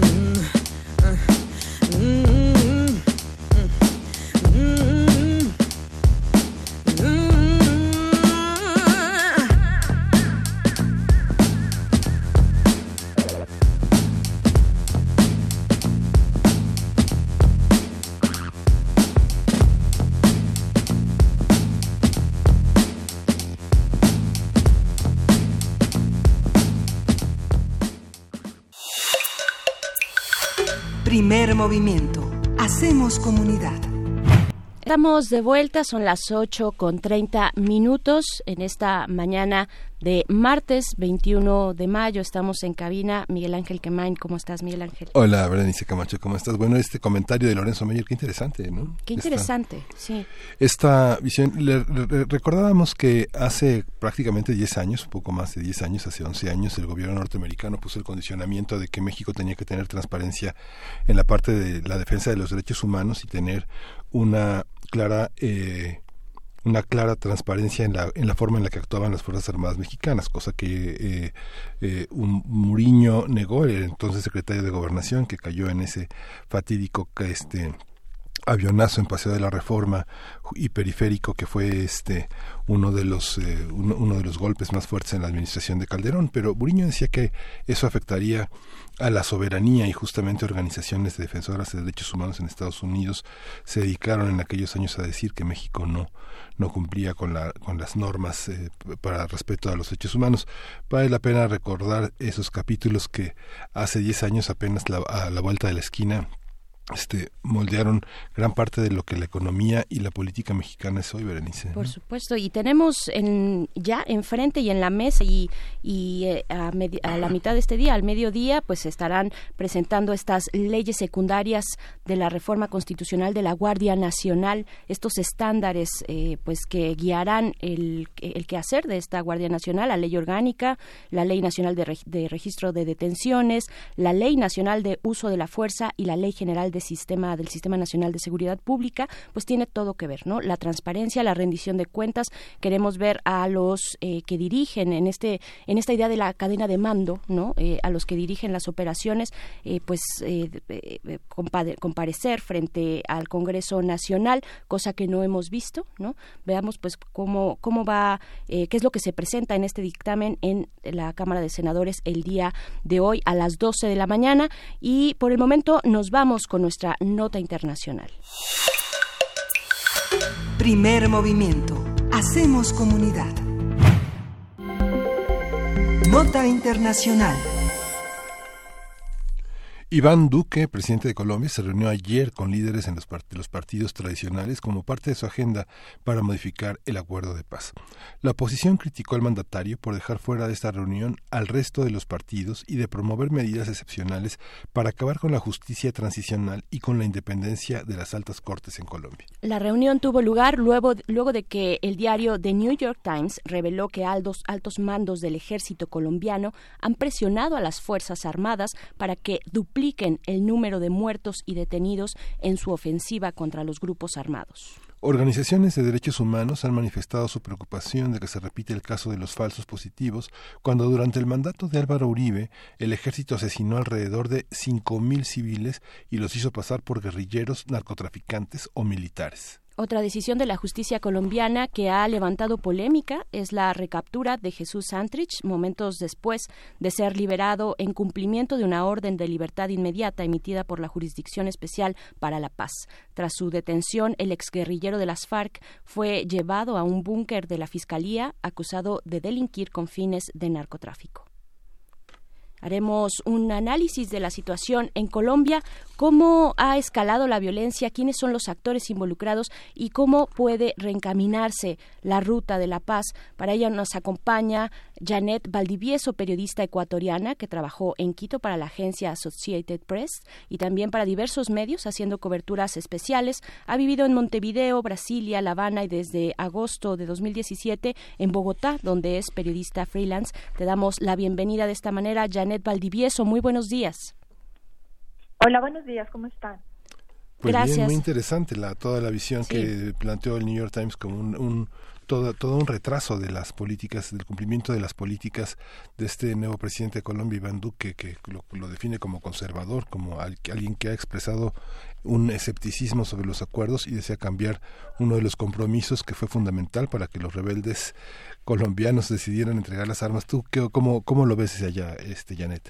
Mm-hmm. Mm-hmm. Primer movimiento. Hacemos comunidad. Estamos de vuelta, son las ocho con treinta minutos en esta mañana de martes veintiuno de mayo. Estamos en cabina. Miguel Ángel Quemain, ¿cómo estás, Miguel Ángel? Hola, Berenice Camacho, ¿cómo estás? Bueno, este comentario de Lorenzo Meyer, qué interesante, ¿no? Qué interesante, esta, sí. Esta visión, le, le, recordábamos que hace prácticamente diez años, un poco más de diez años, hace once años, el gobierno norteamericano puso el condicionamiento de que México tenía que tener transparencia en la parte de la defensa de los derechos humanos y tener una clara eh, una clara transparencia en la en la forma en la que actuaban las Fuerzas Armadas mexicanas, cosa que eh, eh, un Muriño negó, el entonces secretario de Gobernación, que cayó en ese fatídico este avionazo en Paseo de la Reforma y Periférico, que fue este uno de los eh, uno, uno de los golpes más fuertes en la administración de Calderón. Pero Muriño decía que eso afectaría a la soberanía, y justamente organizaciones de defensoras de derechos humanos en Estados Unidos se dedicaron en aquellos años a decir que México no no cumplía con la con las normas eh, para respeto a los derechos humanos. Vale la pena recordar esos capítulos que hace diez años, apenas la, a la vuelta de la esquina, este moldearon gran parte de lo que la economía y la política mexicana es hoy, Berenice. Por supuesto, y tenemos en, ya enfrente y en la mesa y, y eh, a, medi- a la mitad de este día, al mediodía, pues estarán presentando estas leyes secundarias de la reforma constitucional de la Guardia Nacional, estos estándares eh, pues que guiarán el, el quehacer de esta Guardia Nacional, la ley orgánica, la ley nacional de, reg- de registro de detenciones, la ley nacional de uso de la fuerza y la ley general de sistema del Sistema Nacional de Seguridad Pública, pues tiene todo que ver, ¿no? La transparencia, la rendición de cuentas. Queremos ver a los eh, que dirigen en este en esta idea de la cadena de mando, ¿no? Eh, a los que dirigen las operaciones, eh, pues eh, eh, compade- comparecer frente al Congreso Nacional, cosa que no hemos visto, ¿no? Veamos pues cómo cómo va, eh, qué es lo que se presenta en este dictamen en la Cámara de Senadores el día de hoy a las doce de la mañana, y por el momento nos vamos con nuestra nota internacional. Primer movimiento. Hacemos comunidad. Nota internacional. Iván Duque, presidente de Colombia, se reunió ayer con líderes en los, part- los partidos tradicionales como parte de su agenda para modificar el acuerdo de paz. La oposición criticó al mandatario por dejar fuera de esta reunión al resto de los partidos y de promover medidas excepcionales para acabar con la justicia transicional y con la independencia de las altas cortes en Colombia. La reunión tuvo lugar luego, luego de que el diario The New York Times reveló que altos, altos mandos del ejército colombiano han presionado a las Fuerzas Armadas para que dupliquen el número de muertos y detenidos en su ofensiva contra los grupos armados. Organizaciones de derechos humanos han manifestado su preocupación de que se repite el caso de los falsos positivos, cuando durante el mandato de Álvaro Uribe el ejército asesinó alrededor de cinco mil civiles y los hizo pasar por guerrilleros, narcotraficantes o militares. Otra decisión de la justicia colombiana que ha levantado polémica es la recaptura de Jesús Santrich momentos después de ser liberado en cumplimiento de una orden de libertad inmediata emitida por la Jurisdicción Especial para la Paz. Tras su detención, el exguerrillero de las FARC fue llevado a un búnker de la Fiscalía acusado de delinquir con fines de narcotráfico. Haremos un análisis de la situación en Colombia, cómo ha escalado la violencia, quiénes son los actores involucrados y cómo puede reencaminarse la ruta de la paz. Para ello nos acompaña Janet Valdivieso, periodista ecuatoriana que trabajó en Quito para la agencia Associated Press y también para diversos medios haciendo coberturas especiales. Ha vivido en Montevideo, Brasilia, La Habana y desde agosto de dos mil diecisiete en Bogotá, donde es periodista freelance. Te damos la bienvenida de esta manera, Janet Valdivieso. Muy buenos días. Hola, buenos días, ¿cómo están? Pues Gracias. Bien, muy interesante la, toda la visión sí. que planteó el New York Times como un, un todo, todo un retraso de las políticas, del cumplimiento de las políticas de este nuevo presidente de Colombia, Iván Duque, que lo, lo define como conservador, como al, alguien que ha expresado un escepticismo sobre los acuerdos y desea cambiar uno de los compromisos que fue fundamental para que los rebeldes colombianos decidieran entregar las armas. ¿Tú qué, cómo, cómo lo ves desde allá, este, Janet?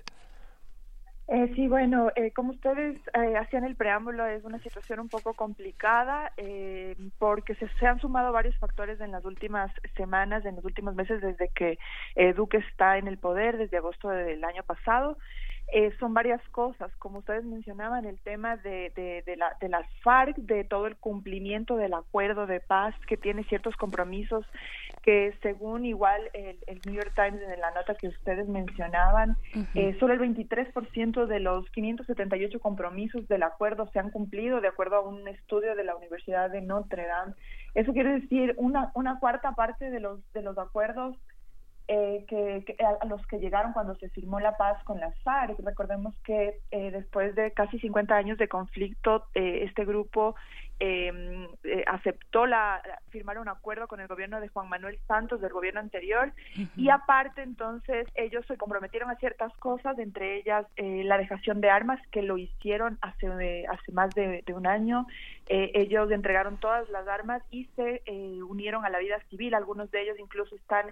Eh, sí, bueno, eh, como ustedes eh, hacían el preámbulo, es una situación un poco complicada eh, porque se, se han sumado varios factores en las últimas semanas, en los últimos meses desde que eh, Duque está en el poder, desde agosto del año pasado. Eh, son varias cosas, como ustedes mencionaban, el tema de, de, de, la, de las FARC, de todo el cumplimiento del acuerdo de paz, que tiene ciertos compromisos que según igual el, el New York Times en la nota que ustedes mencionaban, uh-huh. eh, solo el veintitrés por ciento de los quinientos setenta y ocho compromisos del acuerdo se han cumplido, de acuerdo a un estudio de la Universidad de Notre Dame. Eso quiere decir una, una cuarta parte de los, de los acuerdos Eh, que, que a los que llegaron cuando se firmó la paz con las FARC. Recordemos que eh, después de casi cincuenta años de conflicto, eh, este grupo eh, eh, aceptó la, firmar un acuerdo con el gobierno de Juan Manuel Santos, del gobierno anterior, uh-huh. y aparte entonces ellos se comprometieron a ciertas cosas, entre ellas eh, la dejación de armas, que lo hicieron hace, eh, hace más de, de un año. Eh, ellos entregaron todas las armas y se eh, unieron a la vida civil. Algunos de ellos incluso están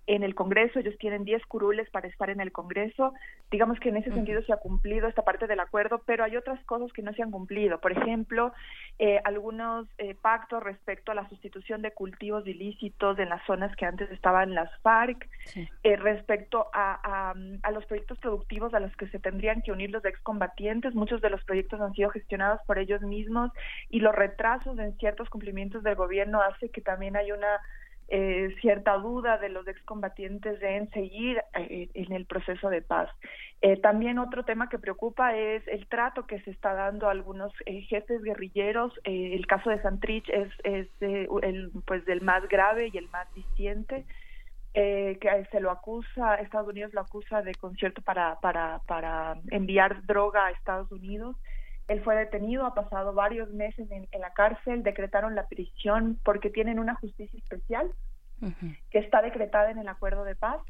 en el Congreso, ellos tienen diez curules para estar en el Congreso, digamos que en ese sentido se ha cumplido esta parte del acuerdo, pero hay otras cosas que no se han cumplido, por ejemplo, eh, algunos eh, pactos respecto a la sustitución de cultivos ilícitos en las zonas que antes estaban las FARC, sí. eh, respecto a, a, a los proyectos productivos a los que se tendrían que unir los excombatientes, muchos de los proyectos han sido gestionados por ellos mismos y los retrasos en ciertos cumplimientos del gobierno hace que también hay una Eh, cierta duda de los excombatientes en seguir eh, en el proceso de paz. Eh, también otro tema que preocupa es el trato que se está dando a algunos eh, jefes guerrilleros. Eh, el caso de Santrich es, es eh, el, pues, del más grave y el más diciente, eh, que se lo acusa, Estados Unidos lo acusa de concierto para, para, para enviar droga a Estados Unidos. Él fue detenido, ha pasado varios meses en, en la cárcel, decretaron la prisión porque tienen una justicia especial uh-huh. que está decretada en el acuerdo de paz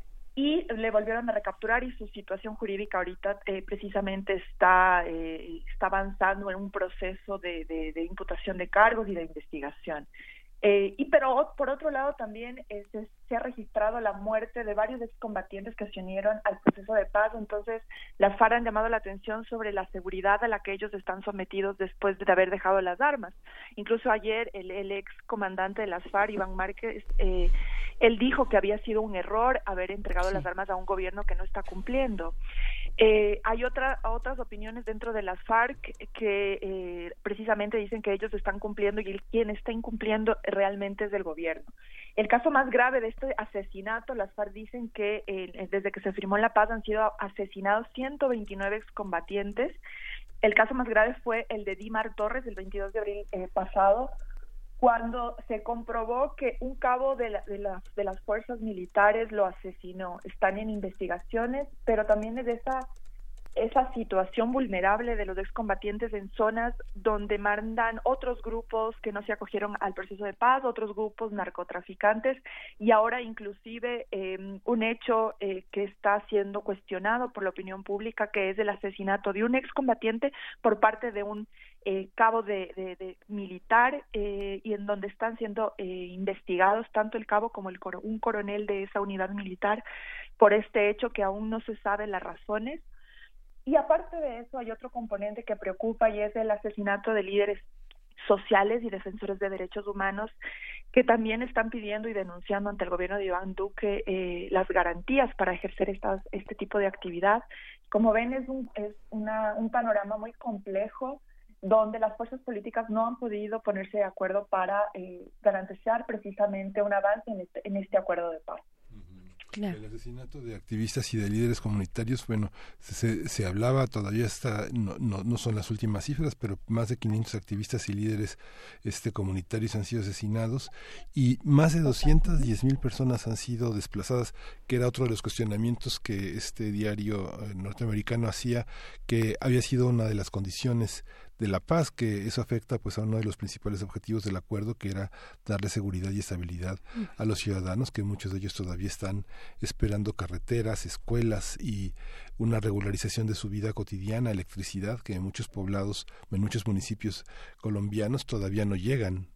y le volvieron a recapturar y su situación jurídica ahorita eh, precisamente está, eh, está avanzando en un proceso de, de, de imputación de cargos y de investigación. Eh, y pero por otro lado también eh, se, se ha registrado la muerte de varios excombatientes que se unieron al proceso de paz, entonces las FARC han llamado la atención sobre la seguridad a la que ellos están sometidos después de haber dejado las armas. Incluso ayer el, el ex comandante de las FARC, Iván Márquez, eh, él dijo que había sido un error haber entregado sí. las armas a un gobierno que no está cumpliendo. Eh, hay otra, otras opiniones dentro de las FARC que eh, precisamente dicen que ellos están cumpliendo y el, quien está incumpliendo realmente es del gobierno. El caso más grave de este asesinato, las FARC dicen que eh, desde que se firmó la paz han sido asesinados ciento veintinueve excombatientes. El caso más grave fue el de Dimar Torres el veintidós de abril eh, pasado, cuando se comprobó que un cabo de, la, de, las, de las fuerzas militares lo asesinó. Están en investigaciones, pero también es de esa, esa situación vulnerable de los excombatientes en zonas donde mandan otros grupos que no se acogieron al proceso de paz, otros grupos narcotraficantes, y ahora inclusive eh, un hecho eh, que está siendo cuestionado por la opinión pública, que es el asesinato de un excombatiente por parte de un Eh, cabo de, de, de militar eh, y en donde están siendo eh, investigados tanto el cabo como el coro, un coronel de esa unidad militar por este hecho que aún no se saben las razones. Y aparte de eso hay otro componente que preocupa y es el asesinato de líderes sociales y defensores de derechos humanos que también están pidiendo y denunciando ante el gobierno de Iván Duque eh, las garantías para ejercer estas, este tipo de actividad. Como ven, es un, es una, un panorama muy complejo donde las fuerzas políticas no han podido ponerse de acuerdo para eh, garantizar precisamente un avance en este, en este acuerdo de paz. Claro. El asesinato de activistas y de líderes comunitarios, bueno, se, se hablaba, todavía está, no, no, no son las últimas cifras, pero más de quinientos activistas y líderes este, comunitarios han sido asesinados y más de doscientas diez mil personas han sido desplazadas, que era otro de los cuestionamientos que este diario norteamericano hacía, que había sido una de las condiciones de la paz, que eso afecta pues a uno de los principales objetivos del acuerdo, que era darle seguridad y estabilidad a los ciudadanos, que muchos de ellos todavía están esperando carreteras, escuelas y una regularización de su vida cotidiana, electricidad, que en muchos poblados, en muchos municipios colombianos todavía no llegan.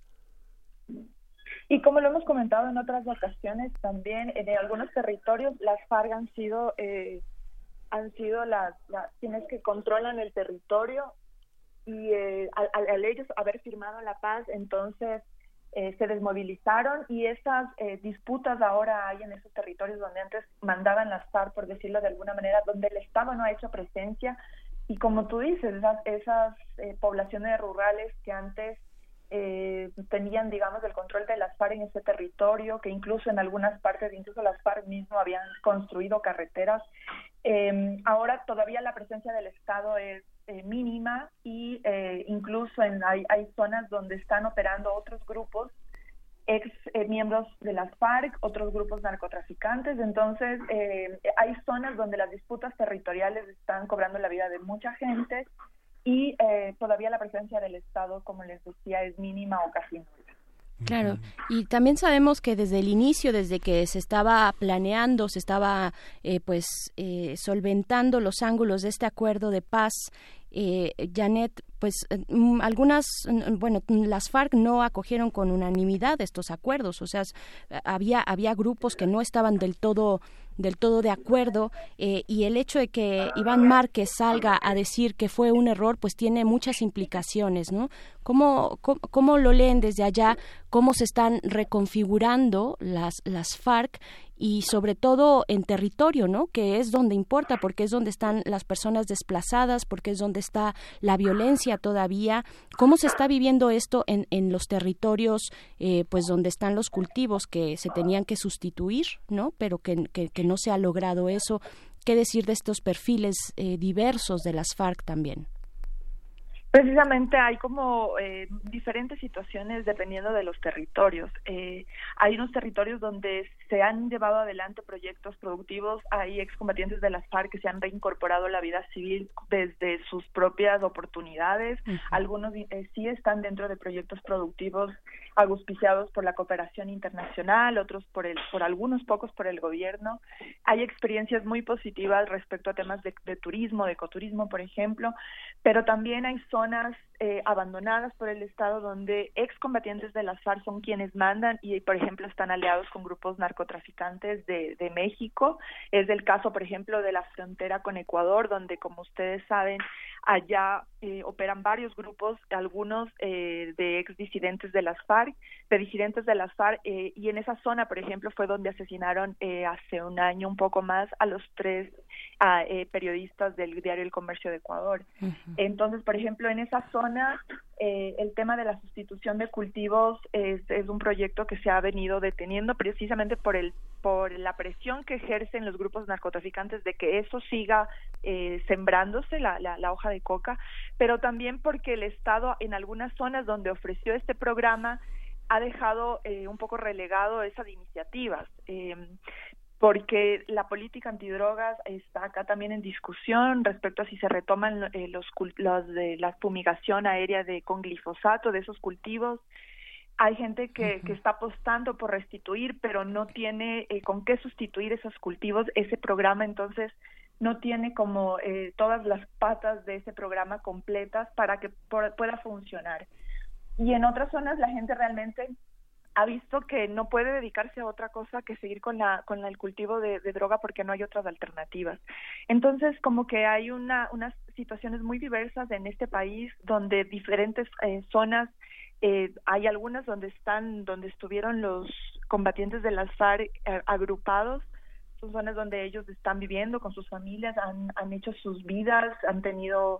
Y como lo hemos comentado en otras ocasiones, también en algunos territorios las FARC han sido eh, han sido las, las quienes que controlan el territorio. Y eh, al, al ellos haber firmado la paz, entonces eh, se desmovilizaron y esas eh, disputas ahora hay en esos territorios donde antes mandaban las FARC, por decirlo de alguna manera, donde el Estado no ha hecho presencia. Y como tú dices, esas, esas eh, poblaciones rurales que antes eh, tenían, digamos, el control de las FARC en ese territorio, que incluso en algunas partes, incluso las FARC mismo habían construido carreteras, eh, ahora todavía la presencia del Estado es Eh, mínima y eh, incluso en, hay, hay zonas donde están operando otros grupos, ex eh, miembros de las FARC, otros grupos narcotraficantes, entonces eh, hay zonas donde las disputas territoriales están cobrando la vida de mucha gente y eh, todavía la presencia del Estado, como les decía, es mínima o casi nula. Claro, y también sabemos que desde el inicio, desde que se estaba planeando, se estaba eh, pues eh, solventando los ángulos de este acuerdo de paz, eh, Janet, pues pues mm, algunas, bueno, las FARC no acogieron con unanimidad estos acuerdos, o sea, había había grupos que no estaban del todo del todo de acuerdo, eh, y el hecho de que Iván Márquez salga a decir que fue un error, pues tiene muchas implicaciones, ¿no? ¿Cómo, cómo, cómo lo leen desde allá? ¿Cómo se están reconfigurando las, las FARC? Y sobre todo en territorio, ¿no? Que es donde importa, porque es donde están las personas desplazadas, porque es donde está la violencia todavía. ¿Cómo se está viviendo esto en, en los territorios, eh, pues donde están los cultivos que se tenían que sustituir, ¿no? Pero que, que, que no se ha logrado eso. ¿Qué decir de estos perfiles eh, diversos de las FARC también? Precisamente hay como eh, diferentes situaciones dependiendo de los territorios. Eh, hay unos territorios donde se han llevado adelante proyectos productivos, hay excombatientes de las FARC que se han reincorporado a la vida civil desde sus propias oportunidades. Uh-huh. Algunos eh, sí están dentro de proyectos productivos auspiciados por la cooperación internacional, otros por el, por algunos pocos por el gobierno. Hay experiencias muy positivas respecto a temas de, de turismo, de ecoturismo, por ejemplo, pero también hay zonas Eh, abandonadas por el Estado donde excombatientes de las FARC son quienes mandan y, por ejemplo, están aliados con grupos narcotraficantes de, de México. Es el caso, por ejemplo, de la frontera con Ecuador, donde, como ustedes saben, allá eh, operan varios grupos, algunos eh, de exdisidentes de las FARC, de disidentes de las FARC, eh, y en esa zona, por ejemplo, fue donde asesinaron eh, hace un año, un poco más, a los tres a, eh, periodistas del diario El Comercio de Ecuador. Uh-huh. Entonces, por ejemplo, en esa zona Eh, el tema de la sustitución de cultivos es, es un proyecto que se ha venido deteniendo precisamente por el por la presión que ejercen los grupos narcotraficantes de que eso siga eh, sembrándose, la, la, la hoja de coca, pero también porque el Estado en algunas zonas donde ofreció este programa ha dejado eh, un poco relegado esas iniciativas. Eh, porque la política antidrogas está acá también en discusión respecto a si se retoman eh, los, los de la fumigación aérea de con glifosato de esos cultivos. Hay gente que, uh-huh. que está apostando por restituir, pero no tiene eh, con qué sustituir esos cultivos. Ese programa, entonces, no tiene como eh, todas las patas de ese programa completas para que por, pueda funcionar. Y en otras zonas la gente realmente ha visto que no puede dedicarse a otra cosa que seguir con la con el cultivo de, de droga porque no hay otras alternativas. Entonces, como que hay una unas situaciones muy diversas en este país donde diferentes eh, zonas, eh, hay algunas donde están donde estuvieron los combatientes de las FARC eh, agrupados. Son zonas donde ellos están viviendo con sus familias, han, han hecho sus vidas, han tenido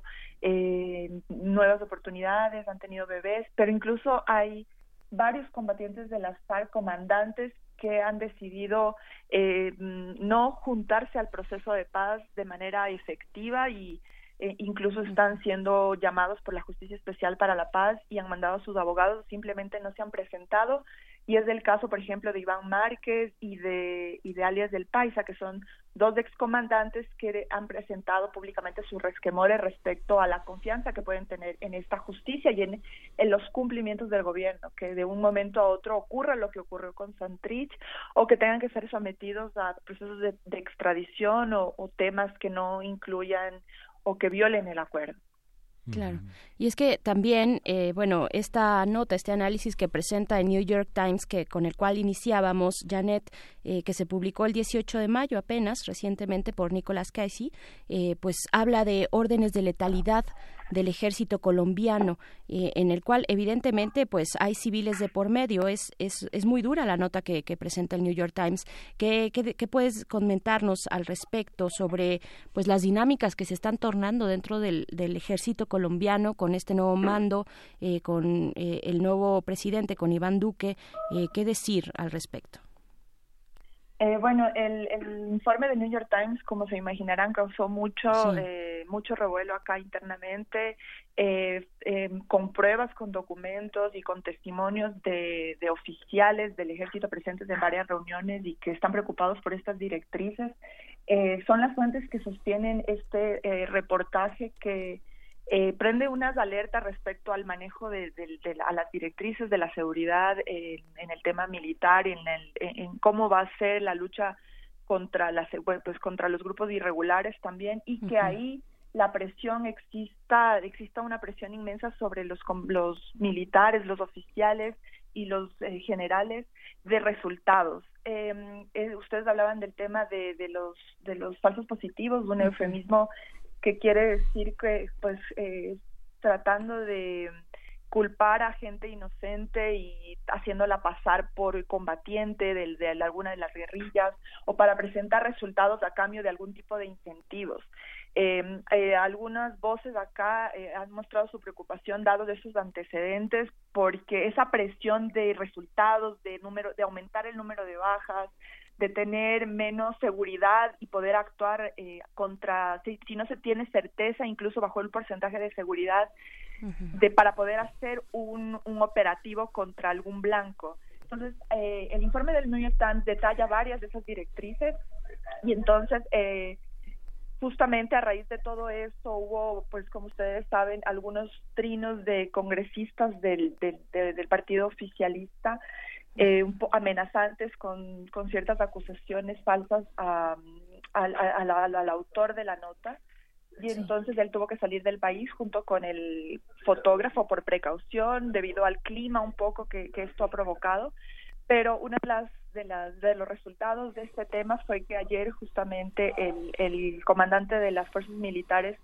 eh, nuevas oportunidades, han tenido bebés, pero incluso hay varios combatientes de las FARC, comandantes, que han decidido eh, no juntarse al proceso de paz de manera efectiva y eh, incluso están siendo llamados por la Justicia Especial para la Paz y han mandado a sus abogados, simplemente no se han presentado. Y es el caso, por ejemplo, de Iván Márquez y de, y de alias del Paisa, que son dos excomandantes que han presentado públicamente sus resquemores respecto a la confianza que pueden tener en esta justicia y en, en los cumplimientos del gobierno, que de un momento a otro ocurra lo que ocurrió con Santrich o que tengan que ser sometidos a procesos de, de extradición o, o temas que no incluyan o que violen el acuerdo. Claro. Y es que también, eh, bueno, esta nota, este análisis que presenta el New York Times, que con el cual iniciábamos, Janet, eh, que se publicó el dieciocho de mayo apenas, recientemente por Nicholas Casey, eh, pues habla de órdenes de letalidad del ejército colombiano, eh, en el cual evidentemente pues hay civiles de por medio. Es es, es muy dura la nota que, que presenta el New York Times. ¿Qué, qué, qué puedes comentarnos al respecto sobre pues las dinámicas que se están tornando dentro del, del ejército colombiano con este nuevo mando, eh, con eh, el nuevo presidente, con Iván Duque? Eh, ¿Qué decir al respecto? Eh, bueno, el, el informe de New York Times, como se imaginarán, causó mucho sí. eh, mucho revuelo acá internamente, eh, eh, con pruebas, con documentos y con testimonios de, de oficiales del ejército presentes en varias reuniones y que están preocupados por estas directrices. Eh, son las fuentes que sostienen este eh, reportaje que Eh, prende unas alertas respecto al manejo de, de, de, de a las directrices de la seguridad en, en el tema militar, en, el, en cómo va a ser la lucha contra las pues contra los grupos irregulares también, y que uh-huh. ahí la presión exista, exista una presión inmensa sobre los, los militares, los oficiales y los eh, generales de resultados. Eh, eh, ustedes hablaban del tema de, de los de los falsos positivos, un uh-huh. eufemismo que quiere decir que, pues, eh, tratando de culpar a gente inocente y haciéndola pasar por combatiente de, de alguna de las guerrillas o para presentar resultados a cambio de algún tipo de incentivos. Eh, eh, algunas voces acá eh, han mostrado su preocupación dado de esos antecedentes porque esa presión de resultados, de número, de aumentar el número de bajas, de tener menos seguridad y poder actuar eh, contra, si, si no se tiene certeza, incluso bajo el porcentaje de seguridad, uh-huh. de para poder hacer un, un operativo contra algún blanco. Entonces, eh, el informe del New York Times detalla varias de esas directrices y entonces, eh, justamente a raíz de todo esto hubo, pues como ustedes saben, algunos trinos de congresistas del, del, del, del partido oficialista Eh, un po amenazantes con, con ciertas acusaciones falsas a, a, a, a, a, al autor de la nota y sí. entonces él tuvo que salir del país junto con el fotógrafo por precaución debido al clima un poco que, que esto ha provocado, pero una de las de las de los resultados de este tema fue que ayer justamente el, el comandante de las fuerzas militares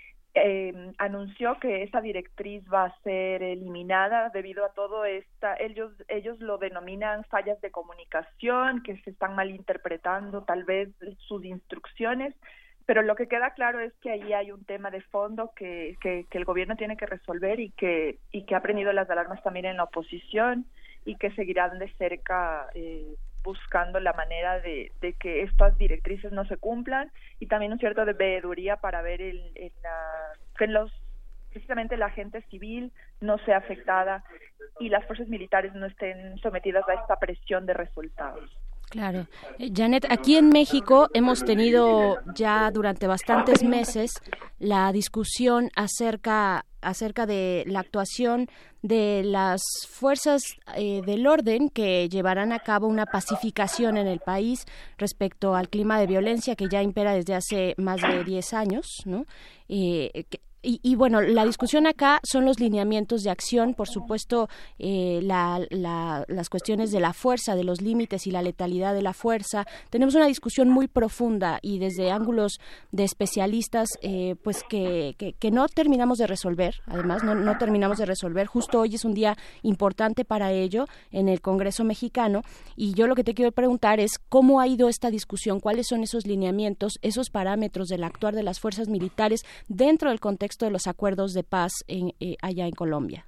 Eh, anunció que esa directriz va a ser eliminada debido a todo esta, ellos ellos lo denominan fallas de comunicación, que se están malinterpretando tal vez sus instrucciones, pero lo que queda claro es que ahí hay un tema de fondo que, que, que el gobierno tiene que resolver y que, y que ha prendido las alarmas también en la oposición y que seguirán de cerca eh, buscando la manera de, de que estas directrices no se cumplan y también un cierto de veeduría para ver el, el, la, que los, precisamente la gente civil no sea afectada y las fuerzas militares no estén sometidas a esta presión de resultados. Claro. Eh, Janet, aquí en México hemos tenido ya durante bastantes meses la discusión acerca acerca de la actuación de las fuerzas eh, del orden que llevarán a cabo una pacificación en el país respecto al clima de violencia que ya impera desde hace más de diez años, ¿no? Eh, que, Y, y bueno, la discusión acá son los lineamientos de acción, por supuesto, eh, la, la, las cuestiones de la fuerza, de los límites y la letalidad de la fuerza. Tenemos una discusión muy profunda y desde ángulos de especialistas, eh, pues que, que, que no terminamos de resolver, además, no, no terminamos de resolver. Justo hoy es un día importante para ello en el Congreso mexicano y yo lo que te quiero preguntar es cómo ha ido esta discusión, cuáles son esos lineamientos, esos parámetros del actuar de las fuerzas militares dentro del contexto de los acuerdos de paz en, eh, allá en Colombia.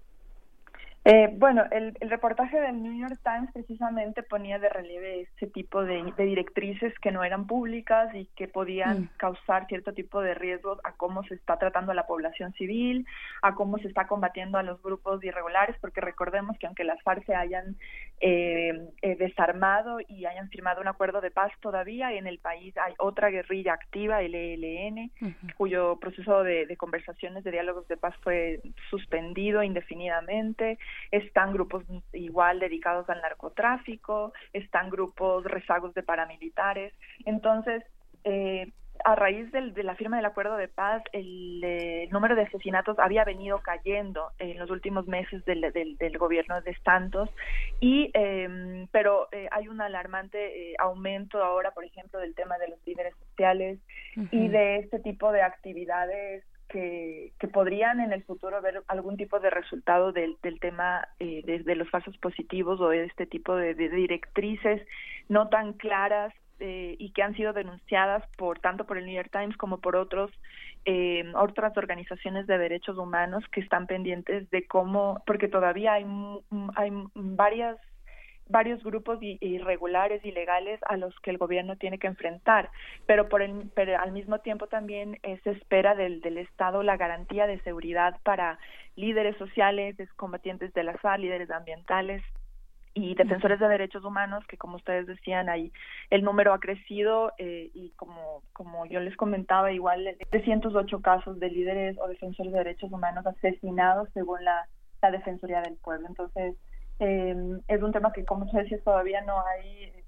Eh, bueno, el, el reportaje del New York Times precisamente ponía de relieve este tipo de, de directrices que no eran públicas y que podían mm. causar cierto tipo de riesgos a cómo se está tratando a la población civil, a cómo se está combatiendo a los grupos irregulares, porque recordemos que aunque las FARC se hayan eh, eh, desarmado y hayan firmado un acuerdo de paz todavía, en el país hay otra guerrilla activa, el E L N, uh-huh. cuyo proceso de, de conversaciones, de diálogos de paz fue suspendido indefinidamente. Están grupos igual dedicados al narcotráfico, están grupos rezagos de paramilitares. Entonces, eh, a raíz del, de la firma del acuerdo de paz, el, eh, el número de asesinatos había venido cayendo en los últimos meses del, del, del gobierno de Santos, y eh, pero eh, hay un alarmante eh, aumento ahora, por ejemplo, del tema de los líderes sociales uh-huh. y de este tipo de actividades que, que podrían en el futuro ver algún tipo de resultado del, del tema eh, de, de los falsos positivos o de este tipo de, de directrices no tan claras eh, y que han sido denunciadas por tanto por el New York Times como por otros eh, otras organizaciones de derechos humanos que están pendientes de cómo, porque todavía hay, hay varias varios grupos irregulares, ilegales a los que el gobierno tiene que enfrentar, pero por el, pero al mismo tiempo también eh, se espera del, del Estado la garantía de seguridad para líderes sociales, combatientes de las FARC, líderes ambientales y defensores de derechos humanos, que como ustedes decían, ahí el número ha crecido eh, y como como yo les comentaba, igual trescientos ocho casos de líderes o defensores de derechos humanos asesinados según la, la Defensoría del Pueblo. Entonces, Eh, es un tema que, como se decía, todavía no hay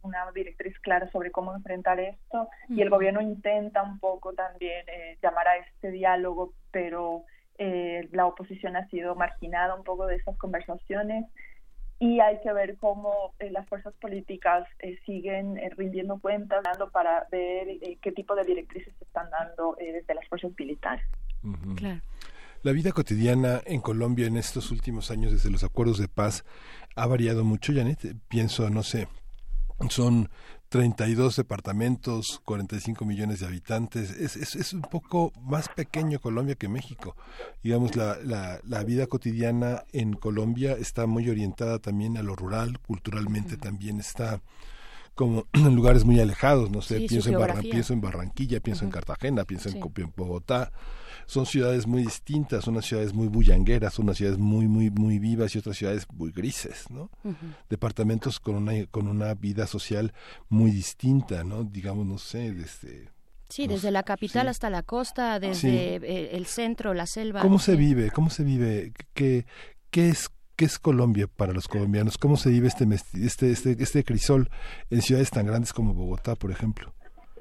una directriz clara sobre cómo enfrentar esto, y el gobierno intenta un poco también eh, llamar a este diálogo, pero eh, la oposición ha sido marginada un poco de esas conversaciones, y hay que ver cómo eh, las fuerzas políticas eh, siguen eh, rindiendo cuentas para ver eh, qué tipo de directrices se están dando eh, desde las fuerzas militares. Uh-huh. Claro. La vida cotidiana en Colombia en estos últimos años, desde los acuerdos de paz, ha variado mucho, Janet. Pienso, no sé, son treinta y dos departamentos, cuarenta y cinco millones de habitantes. Es, es, es un poco más pequeño Colombia que México. Digamos, la, la, la vida cotidiana en Colombia está muy orientada también a lo rural, culturalmente uh-huh. también está como en lugares muy alejados, no sé, sí, pienso, en Barran- pienso en Barranquilla, pienso uh-huh. en Cartagena, pienso sí. en Bogotá. Son ciudades muy distintas, unas ciudades muy bullangueras, unas ciudades muy muy muy vivas y otras ciudades muy grises, ¿no? Uh-huh. Departamentos con una con una vida social muy distinta, ¿no? Digamos, no sé, desde Sí, no desde sé, la capital sí. hasta la costa, desde sí. el centro, la selva. ¿Cómo no se sé. vive? ¿Cómo se vive? ¿Qué qué es ¿Qué es Colombia para los colombianos? ¿Cómo se vive este este este este crisol en ciudades tan grandes como Bogotá, por ejemplo?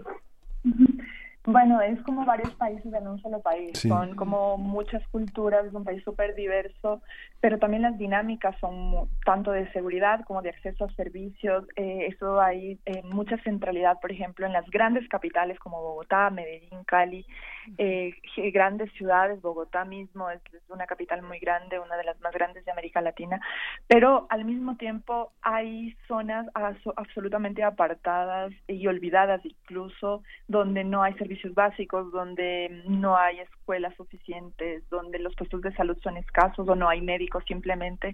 Bueno, es como varios países en un solo país, sí. son como muchas culturas, es un país súper diverso, pero también las dinámicas son tanto de seguridad como de acceso a servicios. Eh, eso hay eh, mucha centralidad, por ejemplo, en las grandes capitales como Bogotá, Medellín, Cali, eh, grandes ciudades. Bogotá mismo es, es una capital muy grande, una de las más grandes de América Latina, pero al mismo tiempo hay zonas as- absolutamente apartadas y olvidadas incluso, donde no hay servicios básicos, donde no hay escuelas suficientes, donde los puestos de salud son escasos o no hay médicos simplemente.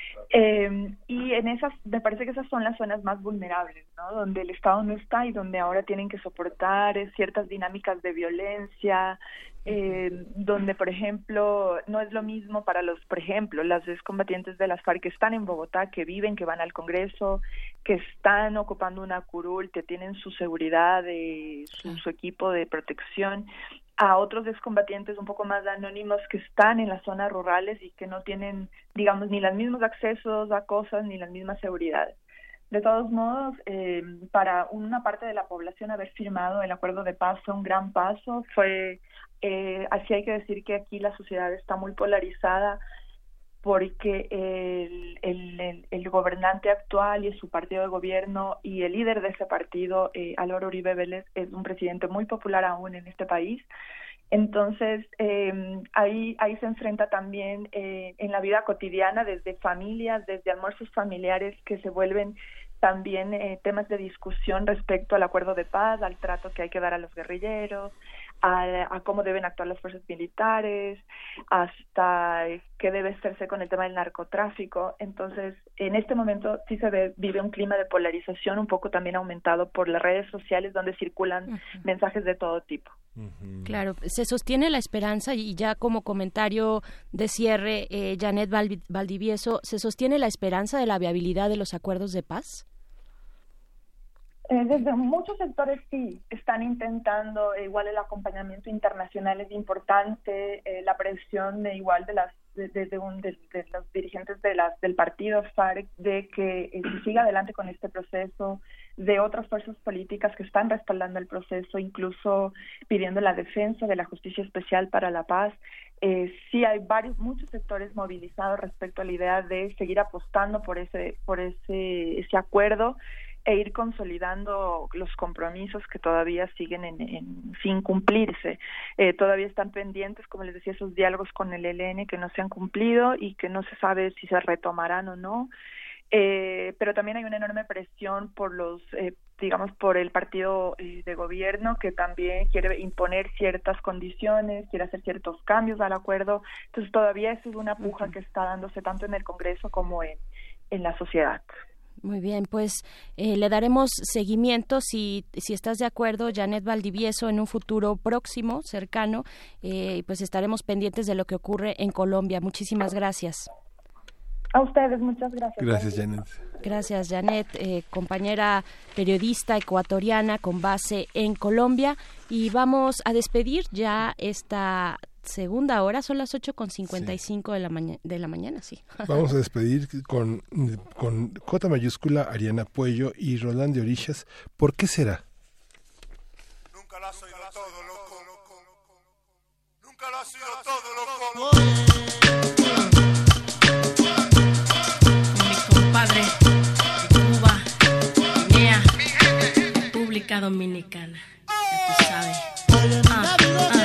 Eh, y en esas, me parece que esas son las zonas más vulnerables, ¿no? Donde el Estado no está y donde ahora tienen que soportar eh, ciertas dinámicas de violencia, eh, donde, por ejemplo, no es lo mismo para los, por ejemplo, las excombatientes de las FARC que están en Bogotá, que viven, que van al Congreso, que están ocupando una curul, que tienen su seguridad, eh, su, su equipo de protección, a otros excombatientes un poco más anónimos que están en las zonas rurales y que no tienen, digamos, ni los mismos accesos a cosas ni las mismas seguridades. De todos modos, eh, para una parte de la población haber firmado el acuerdo de paz fue un gran paso. Fue, eh, así hay que decir que aquí la sociedad está muy polarizada porque el, el, el, el gobernante actual y su partido de gobierno y el líder de ese partido, eh, Álvaro Uribe Vélez, es un presidente muy popular aún en este país. Entonces, eh, ahí, ahí se enfrenta también eh, en la vida cotidiana, desde familias, desde almuerzos familiares que se vuelven también eh, temas de discusión respecto al acuerdo de paz, al trato que hay que dar a los guerrilleros, a, a cómo deben actuar las fuerzas militares, hasta qué debe hacerse con el tema del narcotráfico. Entonces, en este momento sí se ve, vive un clima de polarización un poco también aumentado por las redes sociales, donde circulan uh-huh. mensajes de todo tipo. Uh-huh. Claro, se sostiene la esperanza, y ya como comentario de cierre, eh, Janet Valdivieso, ¿se sostiene la esperanza de la viabilidad de los acuerdos de paz? Eh, desde muchos sectores sí, están intentando, eh, igual el acompañamiento internacional es importante, eh, la presión de igual de las de, de, de, un, de, de los dirigentes de las del partido FARC de que eh, se siga adelante con este proceso, de otras fuerzas políticas que están respaldando el proceso, incluso pidiendo la defensa de la justicia especial para la paz. Eh, sí hay varios, muchos sectores movilizados respecto a la idea de seguir apostando por ese, por ese, ese acuerdo e ir consolidando los compromisos que todavía siguen en, en sin cumplirse. Eh, todavía están pendientes, como les decía, esos diálogos con el E L N que no se han cumplido y que no se sabe si se retomarán o no. Eh, pero también hay una enorme presión por los, eh, digamos, por el partido eh, de gobierno, que también quiere imponer ciertas condiciones, quiere hacer ciertos cambios al acuerdo. Entonces todavía eso es una puja uh-huh. que está dándose tanto en el Congreso como en, en la sociedad. Muy bien, pues eh, le daremos seguimiento, si, si estás de acuerdo, Janet Valdivieso, en un futuro próximo, cercano, eh, pues estaremos pendientes de lo que ocurre en Colombia. Muchísimas gracias. A ustedes, muchas gracias. Gracias, Janet. Gracias, Janet, eh, compañera periodista ecuatoriana con base en Colombia. Y vamos a despedir ya esta segunda hora, son las ocho con cincuenta y cinco sí. de la mañana, de la mañana, sí. Vamos a despedir con, con J mayúscula, Ariana Puello y Roland de Orishas. ¿Por qué será? Nunca lo ha sido todo, loco. Nunca lo ha sido todo, loco. Mi compadre de Cuba, Guinea, República Dominicana. Ya tú sabes. Ah, ah.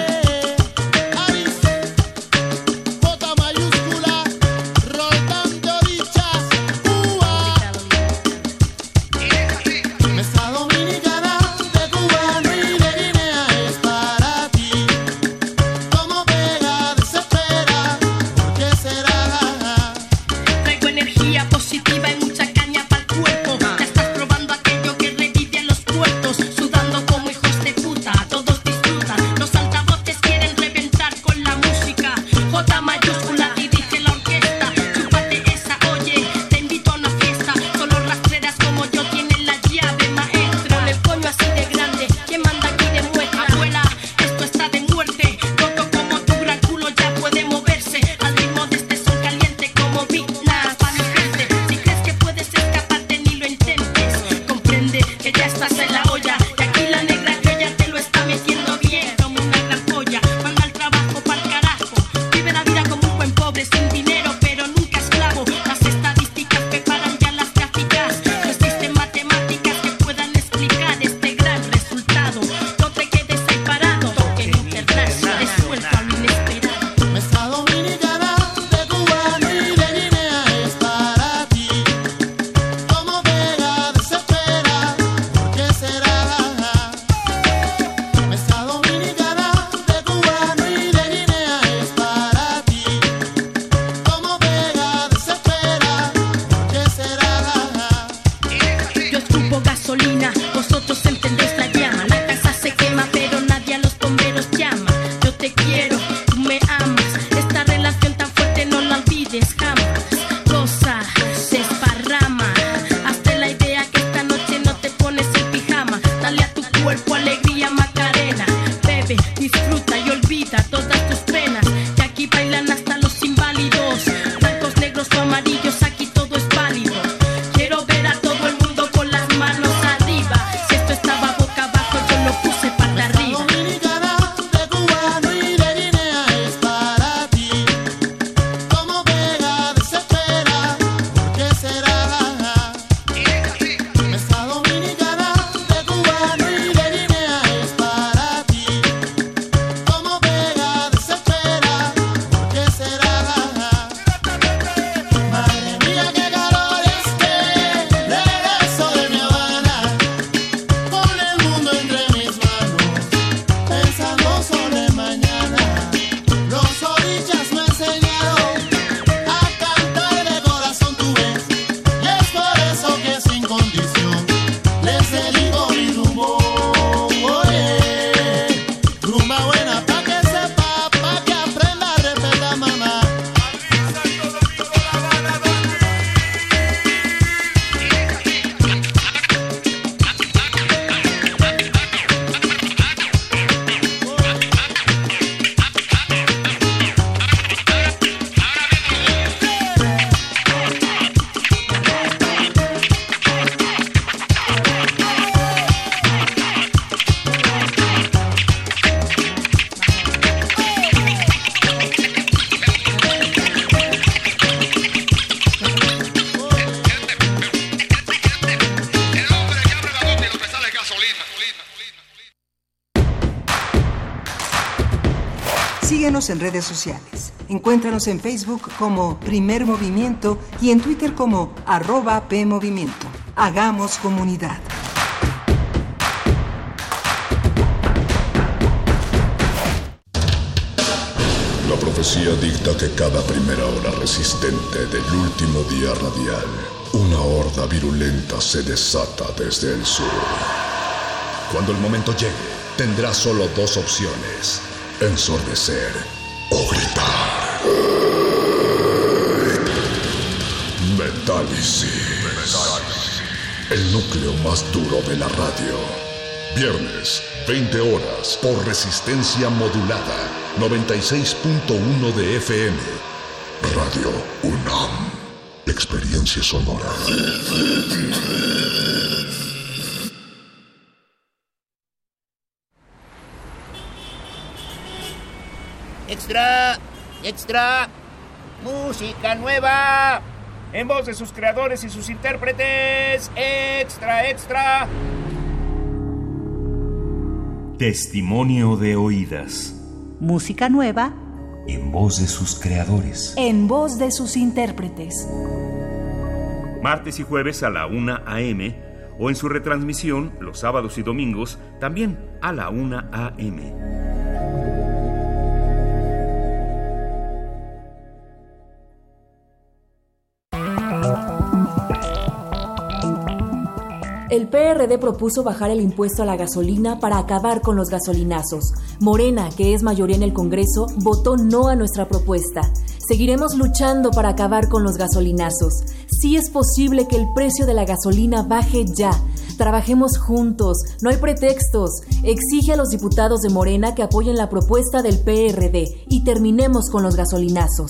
Sudando como hijos de puta, todos disfrutan. Los altavoces quieren reventar con la música. J mayúscula dirige la orquesta. Chúpate esa, oye, te invito a una fiesta. Solo rastreras como yo tienen la llave maestra. Con el coño así de grande, ¿quién manda aquí demuestra? Abuela, esto está de muerte. Roto como tu gran culo ya puede moverse. Al ritmo de este son caliente como Big Nas. Pa' mi gente, si crees que puedes escaparte ni lo intentes. Comprende que ya estás en la olla. Que aquí la negra que ya te lo está metiendo bien como una gran polla. Manda el trabajo pa'l carajo. Vive la vida como un buen pobre sin dinero pero nunca esclavo. Las estadísticas preparan ya las gráficas. No existen matemáticas que puedan explicar este gran resultado. No te quedes ahí parado. Toque internacional, resuelto a lo inesperado. Nuestra dominicana de cubano y de Guinea es para ti. Como pega, desespera, ¿por qué será? Nuestra dominicana de cubano y de Guinea es para ti. Como pega, desespera, ¿por qué será? Yo escupo gasolina, vosotros entendéis la llama. La casa se quema pero nadie a los bomberos llama. Yo te quiero, tú me amas. Esta relación tan fuerte no la olvides jamás. Goza, se esparrama. Hazte la idea que esta noche no te pones el pijama. Dale a tu cuerpo alegría Macarena. Bebe, disfruta y olvida todas tus penas. Que aquí bailan hasta los inválidos. Blancos, negros o amarillos, aquí todo es válido. Quiero ver a todo el mundo con las manos arriba. Si esto estaba boca abajo, yo lo puse para arriba. Dominicana de cubano y de Guinea es para ti. Como pega, desespera, ¿por qué será? Nuestra dominicana de cubano y de Guinea es para ti. Como pega, desespera, ¿por qué será? Madre mía, qué calor este. Regreso de mi Habana con el mundo entre mis manos, pensando sobre mañana. Los orillas me enseñaron a cantar de corazón, tú ves, y es por eso que sin condición les dedico mi rumbo. Oye, rumba buena pa' que sepa, pa' que aprenda a respetar mamá. Síguenos en redes sociales. Encuéntranos en Facebook como Primer Movimiento y en Twitter como arroba PMovimiento. Hagamos comunidad. La profecía dicta que cada primera hora resistente del último día radial, una horda virulenta se desata desde el sur. Cuando el momento llegue, tendrá solo dos opciones: ensordecer o gritar. Metálisis, el núcleo más duro de la radio. Viernes, veinte horas, por resistencia modulada, noventa y seis punto uno de F M. Radio UNAM. Experiencia sonora. Extra, extra, música nueva, en voz de sus creadores y sus intérpretes. Extra, extra. Testimonio de oídas. Música nueva, en voz de sus creadores. en voz de sus intérpretes. Martes y jueves a la una a eme o en su retransmisión los sábados y domingos también a la una a eme. El P R D propuso bajar el impuesto a la gasolina para acabar con los gasolinazos. Morena, que es mayoría en el Congreso, votó no a nuestra propuesta. Seguiremos luchando para acabar con los gasolinazos. Sí es posible que el precio de la gasolina baje ya. Trabajemos juntos, no hay pretextos. Exige a los diputados de Morena que apoyen la propuesta del P R D y terminemos con los gasolinazos.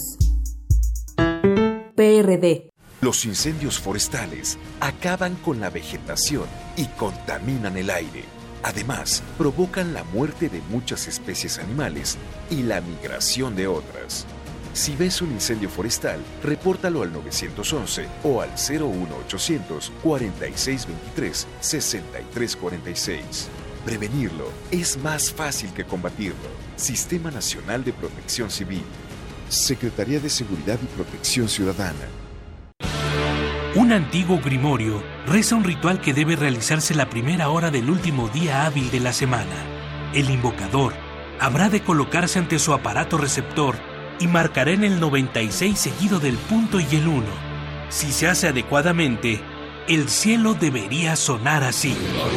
P R D. Los incendios forestales acaban con la vegetación y contaminan el aire. Además, provocan la muerte de muchas especies animales y la migración de otras. Si ves un incendio forestal, repórtalo al nueve once o al cero uno ochocientos cuarenta y seis veintitrés sesenta y tres cuarenta y seis. Prevenirlo es más fácil que combatirlo. Sistema Nacional de Protección Civil. Secretaría de Seguridad y Protección Ciudadana. Un antiguo grimorio reza un ritual que debe realizarse la primera hora del último día hábil de la semana. El invocador habrá de colocarse ante su aparato receptor y marcará en el noventa y seis seguido del punto y el uno. Si se hace adecuadamente, el cielo debería sonar así.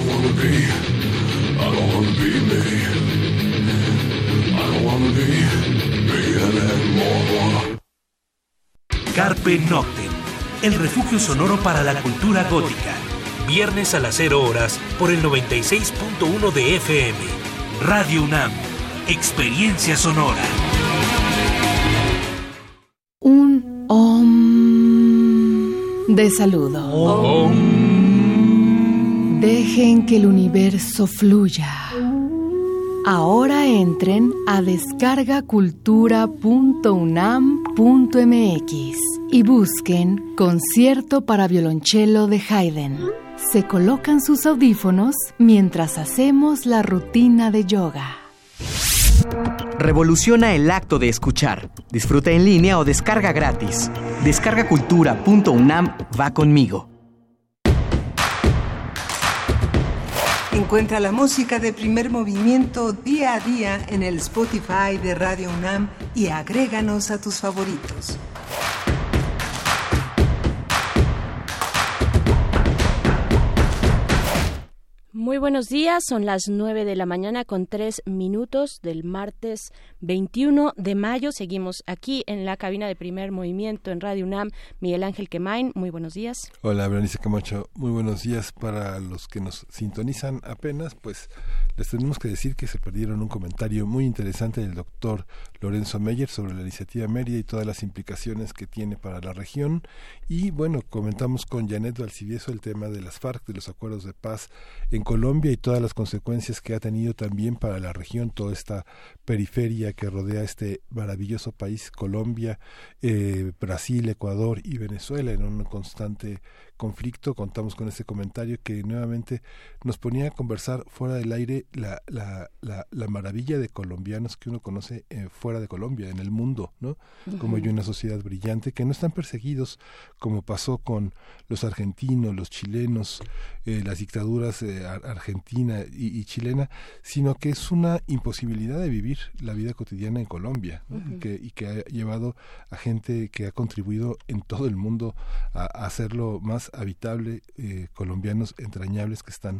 Carpe Noctem, el refugio sonoro para la cultura gótica. Viernes a las cero horas por el noventa y seis punto uno de F M. Radio UNAM, experiencia sonora. Un om de saludo. Om. Dejen que el universo fluya. Ahora entren a descarga cultura punto unam punto mx y busquen Concierto para violonchelo de Haydn. Se colocan sus audífonos mientras hacemos la rutina de yoga. Revoluciona el acto de escuchar. Disfruta en línea o descarga gratis. descarga cultura punto unam va conmigo. Encuentra la música de Primer Movimiento día a día en el Spotify de Radio UNAM y agréganos a tus favoritos. Muy buenos días, son las nueve de la mañana con tres minutos del martes veintiuno de mayo. Seguimos aquí en la cabina de Primer Movimiento en Radio UNAM. Miguel Ángel Quemain, muy buenos días. Hola, Berenice Camacho, muy buenos días. Para los que nos sintonizan apenas, pues les tenemos que decir que se perdieron un comentario muy interesante del doctor Lorenzo Meyer sobre la iniciativa Mérida y todas las implicaciones que tiene para la región. Y bueno, comentamos con Janet Valcivieso el tema de las FARC, de los acuerdos de paz en Colombia y todas las consecuencias que ha tenido también para la región, toda esta periferia que rodea este maravilloso país, Colombia, eh, Brasil, Ecuador y Venezuela, en un constante conflicto. Contamos con este comentario que nuevamente nos ponía a conversar fuera del aire la, la, la, la maravilla de colombianos que uno conoce eh, fuera de Colombia, en el mundo, ¿no? Uh-huh. Como hay una sociedad brillante que no están perseguidos como pasó con los argentinos, los chilenos, eh, las dictaduras eh, argentina y, y chilena, sino que es una imposibilidad de vivir la vida cotidiana en Colombia, ¿no? Uh-huh. y, que, y que ha llevado a gente que ha contribuido en todo el mundo a, a hacerlo más habitable, eh, colombianos entrañables que están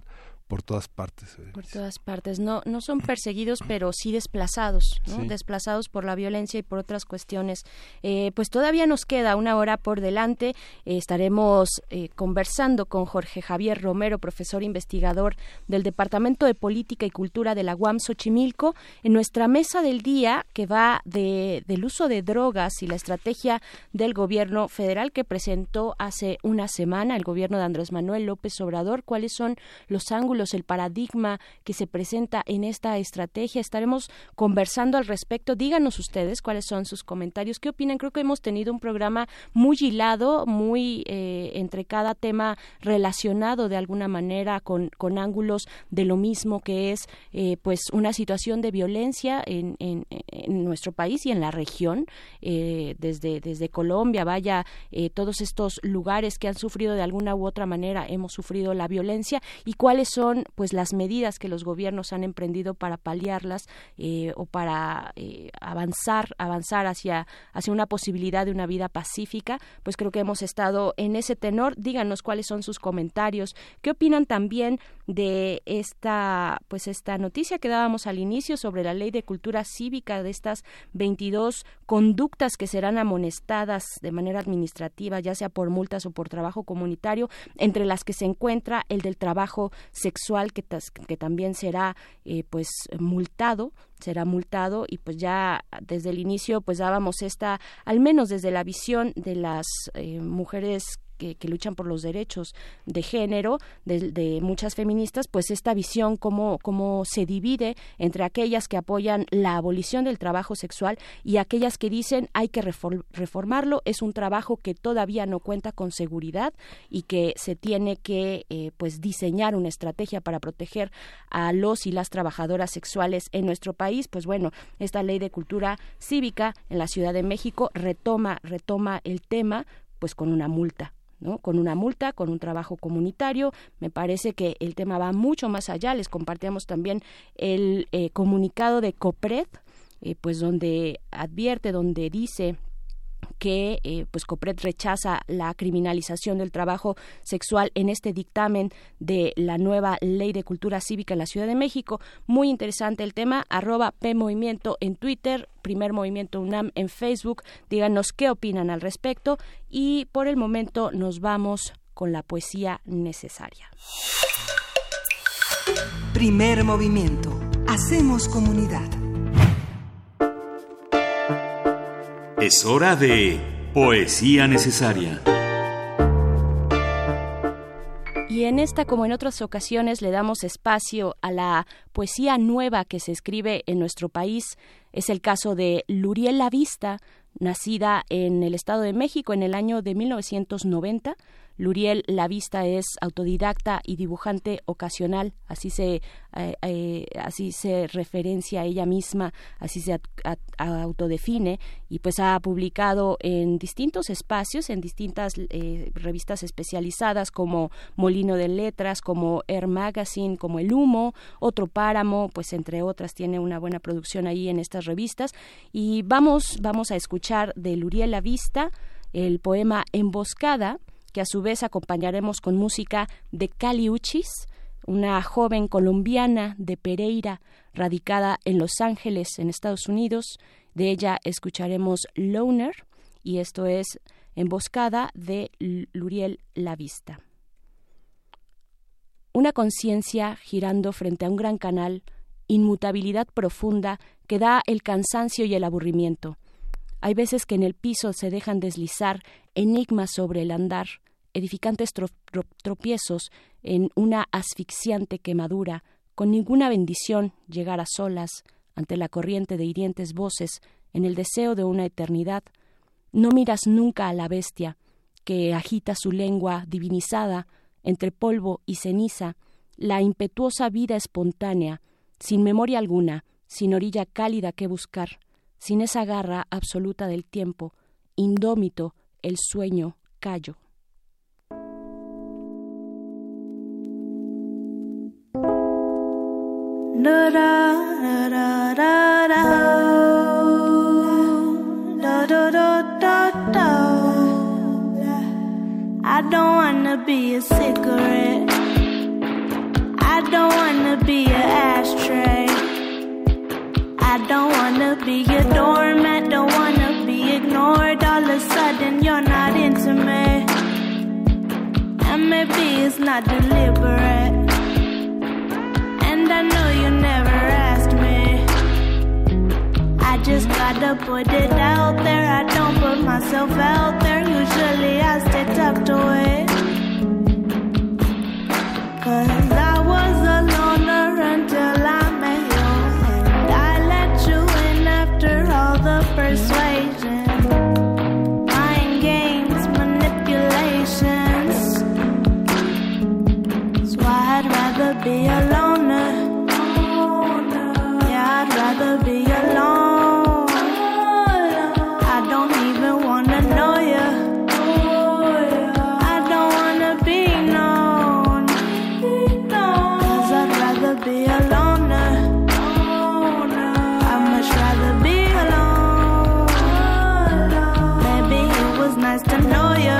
por todas partes. Por todas partes. No, no son perseguidos, pero sí desplazados, ¿no? Sí. Desplazados por la violencia y por otras cuestiones. Eh, pues todavía nos queda una hora por delante. Eh, estaremos eh, conversando con Jorge Javier Romero, profesor investigador del Departamento de Política y Cultura de la U A M Xochimilco, en nuestra mesa del día que va de, del uso de drogas y la estrategia del gobierno federal que presentó hace una semana el gobierno de Andrés Manuel López Obrador. ¿Cuáles son los ángulos, el paradigma que se presenta en esta estrategia? Estaremos conversando al respecto. Díganos ustedes cuáles son sus comentarios, qué opinan. Creo que hemos tenido un programa muy hilado, muy eh, entre cada tema relacionado de alguna manera con, con ángulos de lo mismo que es eh, pues una situación de violencia en, en, en nuestro país y en la región, eh, desde, desde Colombia, vaya, eh, todos estos lugares que han sufrido de alguna u otra manera, hemos sufrido la violencia, y cuáles son pues las medidas que los gobiernos han emprendido para paliarlas eh, o para eh, avanzar avanzar hacia hacia una posibilidad de una vida pacífica. Pues creo que hemos estado en ese tenor. Díganos cuáles son sus comentarios, qué opinan también de esta pues esta noticia que dábamos al inicio sobre la Ley de Cultura Cívica, de estas veintidós conductas que serán amonestadas de manera administrativa, ya sea por multas o por trabajo comunitario, entre las que se encuentra el del trabajo sexual, que, tas, que también será eh, pues multado, será multado y pues ya desde el inicio pues dábamos esta, al menos desde la visión de las eh, mujeres Que, que luchan por los derechos de género, de, de muchas feministas, pues esta visión cómo, cómo se divide entre aquellas que apoyan la abolición del trabajo sexual y aquellas que dicen hay que reform, reformarlo, es un trabajo que todavía no cuenta con seguridad y que se tiene que eh, pues diseñar una estrategia para proteger a los y las trabajadoras sexuales en nuestro país. Pues bueno, esta Ley de Cultura Cívica en la Ciudad de México retoma, retoma el tema pues con una multa. ¿no? Con una multa, con un trabajo comunitario. Me parece que el tema va mucho más allá. Les compartíamos también el eh, comunicado de COPRED, eh, pues donde advierte, donde dice que eh, pues COPRED rechaza la criminalización del trabajo sexual en este dictamen de la nueva Ley de Cultura Cívica en la Ciudad de México. Muy interesante el tema. Arroba P Movimiento en Twitter, Primer Movimiento UNAM en Facebook. Díganos qué opinan al respecto y por el momento nos vamos con la poesía necesaria. Primer Movimiento. Hacemos comunidad. Es hora de Poesía Necesaria. Y en esta, como en otras ocasiones, le damos espacio a la poesía nueva que se escribe en nuestro país. Es el caso de Luriel Lavista, nacida en el Estado de México en el año de mil novecientos noventa. Luriel Lavista es autodidacta y dibujante ocasional, así se eh, eh, así se referencia a ella misma, así se a, a, a autodefine, y pues ha publicado en distintos espacios, en distintas eh, revistas especializadas como Molino de Letras, como Air Magazine, como El Humo, Otro Páramo, pues entre otras tiene una buena producción ahí en estas revistas. Y vamos, vamos a escuchar de Luriel Lavista el poema Emboscada, que a su vez acompañaremos con música de Cali Uchis, una joven colombiana de Pereira, radicada en Los Ángeles, en Estados Unidos. De ella escucharemos Loner, y esto es Emboscada de Luriel Lavista. Una conciencia girando frente a un gran canal, inmutabilidad profunda que da el cansancio y el aburrimiento. Hay veces que en el piso se dejan deslizar enigmas sobre el andar, edificantes tro- tro- tropiezos en una asfixiante quemadura, con ninguna bendición llegar a solas ante la corriente de hirientes voces en el deseo de una eternidad. No miras nunca a la bestia que agita su lengua divinizada entre polvo y ceniza, la impetuosa vida espontánea, sin memoria alguna, sin orilla cálida que buscar, sin esa garra absoluta del tiempo, indómito el sueño callo. Da da da da da da da da da da. I don't wanna be a cigarette. I don't wanna be an ashtray. I don't wanna be a doormat, don't wanna be ignored. All of a sudden you're not into me, and maybe it's not deliberate, and I know you never asked me. I just gotta put it out there, I don't put myself out there. Usually I stay tucked away, cause I was a loner until I met you, and I let you in after all the persuasion, mind games, manipulations. So I'd rather be a loner. Yeah, I'd rather be alone. I don't even wanna know you. I don't wanna be known, cause I'd rather be a loner. I'd much rather be alone. Maybe it was nice to know you,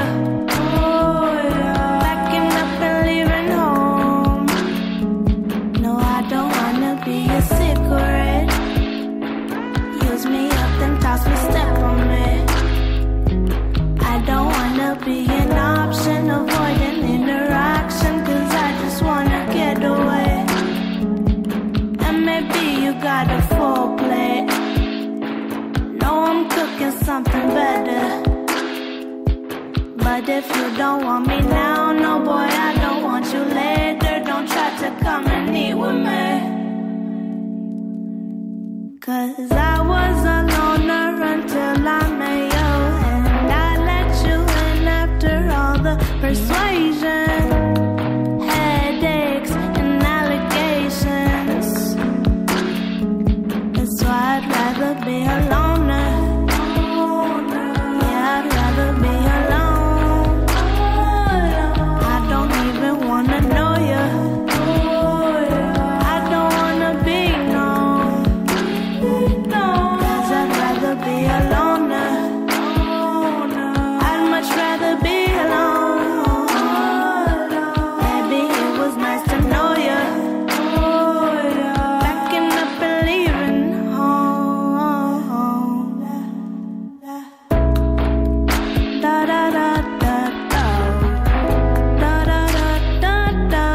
packing up and leaving home. No, I don't wanna be a cigarette. Use me up then toss me, step on me. I don't wanna be an option, avoiding interaction, cause I just wanna get away. And maybe you got a full plate. No, I'm cooking something better. But if you don't want me now, no boy, I don't want you later. Don't try to come and eat with me, cause I was a loner until I met you, and I let you in after all the persuasion, headaches and allegations. That's why I'd rather be a loner. Yeah, I'd rather be alone. I don't even wanna know you. I don't wanna be known, cause I'd rather be a loner. I'd much rather be alone. Maybe it was nice to know you, packing up and leaving home. Da da da da da. Da da da da da.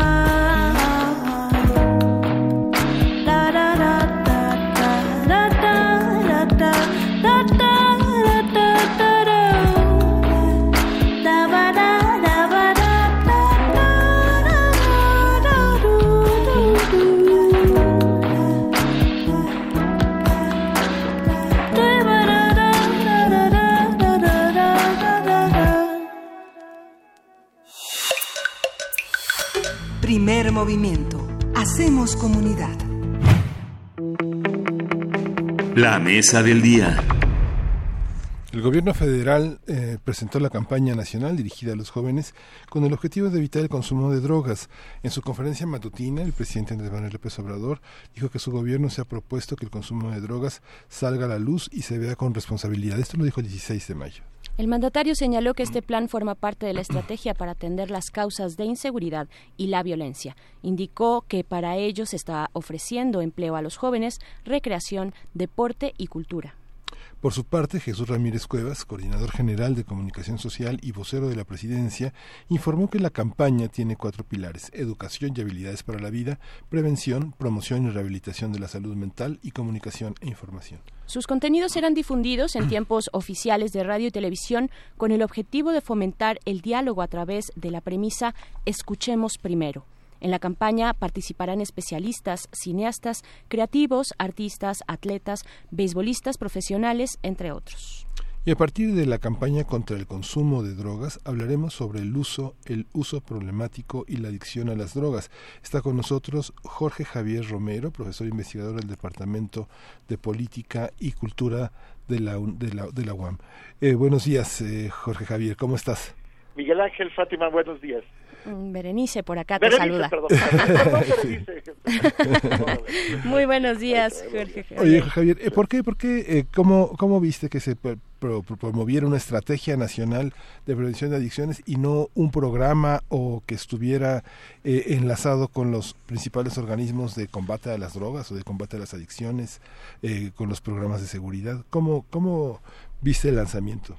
Da da da da da da da da da da da da da. Da ba da da ba da da da da do do do. Da ba da da da da da da da da da. Primer movimiento. Hacemos comunidad. La mesa del día. El gobierno federal eh, presentó la campaña nacional dirigida a los jóvenes con el objetivo de evitar el consumo de drogas. En su conferencia matutina, el presidente Andrés Manuel López Obrador dijo que su gobierno se ha propuesto que el consumo de drogas salga a la luz y se vea con responsabilidad. Esto lo dijo el dieciséis de mayo. El mandatario señaló que este plan forma parte de la estrategia para atender las causas de inseguridad y la violencia. Indicó que para ello se está ofreciendo empleo a los jóvenes, recreación, deporte y cultura. Por su parte, Jesús Ramírez Cuevas, coordinador general de Comunicación Social y vocero de la Presidencia, informó que la campaña tiene cuatro pilares: educación y habilidades para la vida, prevención, promoción y rehabilitación de la salud mental y comunicación e información. Sus contenidos serán difundidos en tiempos oficiales de radio y televisión con el objetivo de fomentar el diálogo a través de la premisa «Escuchemos primero». En la campaña participarán especialistas, cineastas, creativos, artistas, atletas, beisbolistas profesionales, entre otros. Y a partir de la campaña contra el consumo de drogas, hablaremos sobre el uso, el uso problemático y la adicción a las drogas. Está con nosotros Jorge Javier Romero, profesor investigador del Departamento de Política y Cultura de la, de la, de la U A M. Eh, buenos días, eh, Jorge Javier, ¿cómo estás? Miguel Ángel, Fátima, buenos días. Berenice por acá Berenice, te saluda. Perdón, perdón, Berenice. Muy buenos días, Jorge Javier. Oye, Javier, eh, ¿por qué, por qué, eh, cómo, cómo viste que se pro, pro, promoviera una estrategia nacional de prevención de adicciones y no un programa o que estuviera eh, enlazado con los principales organismos de combate a las drogas o de combate a las adicciones, eh, con los programas de seguridad? ¿Cómo, cómo viste el lanzamiento?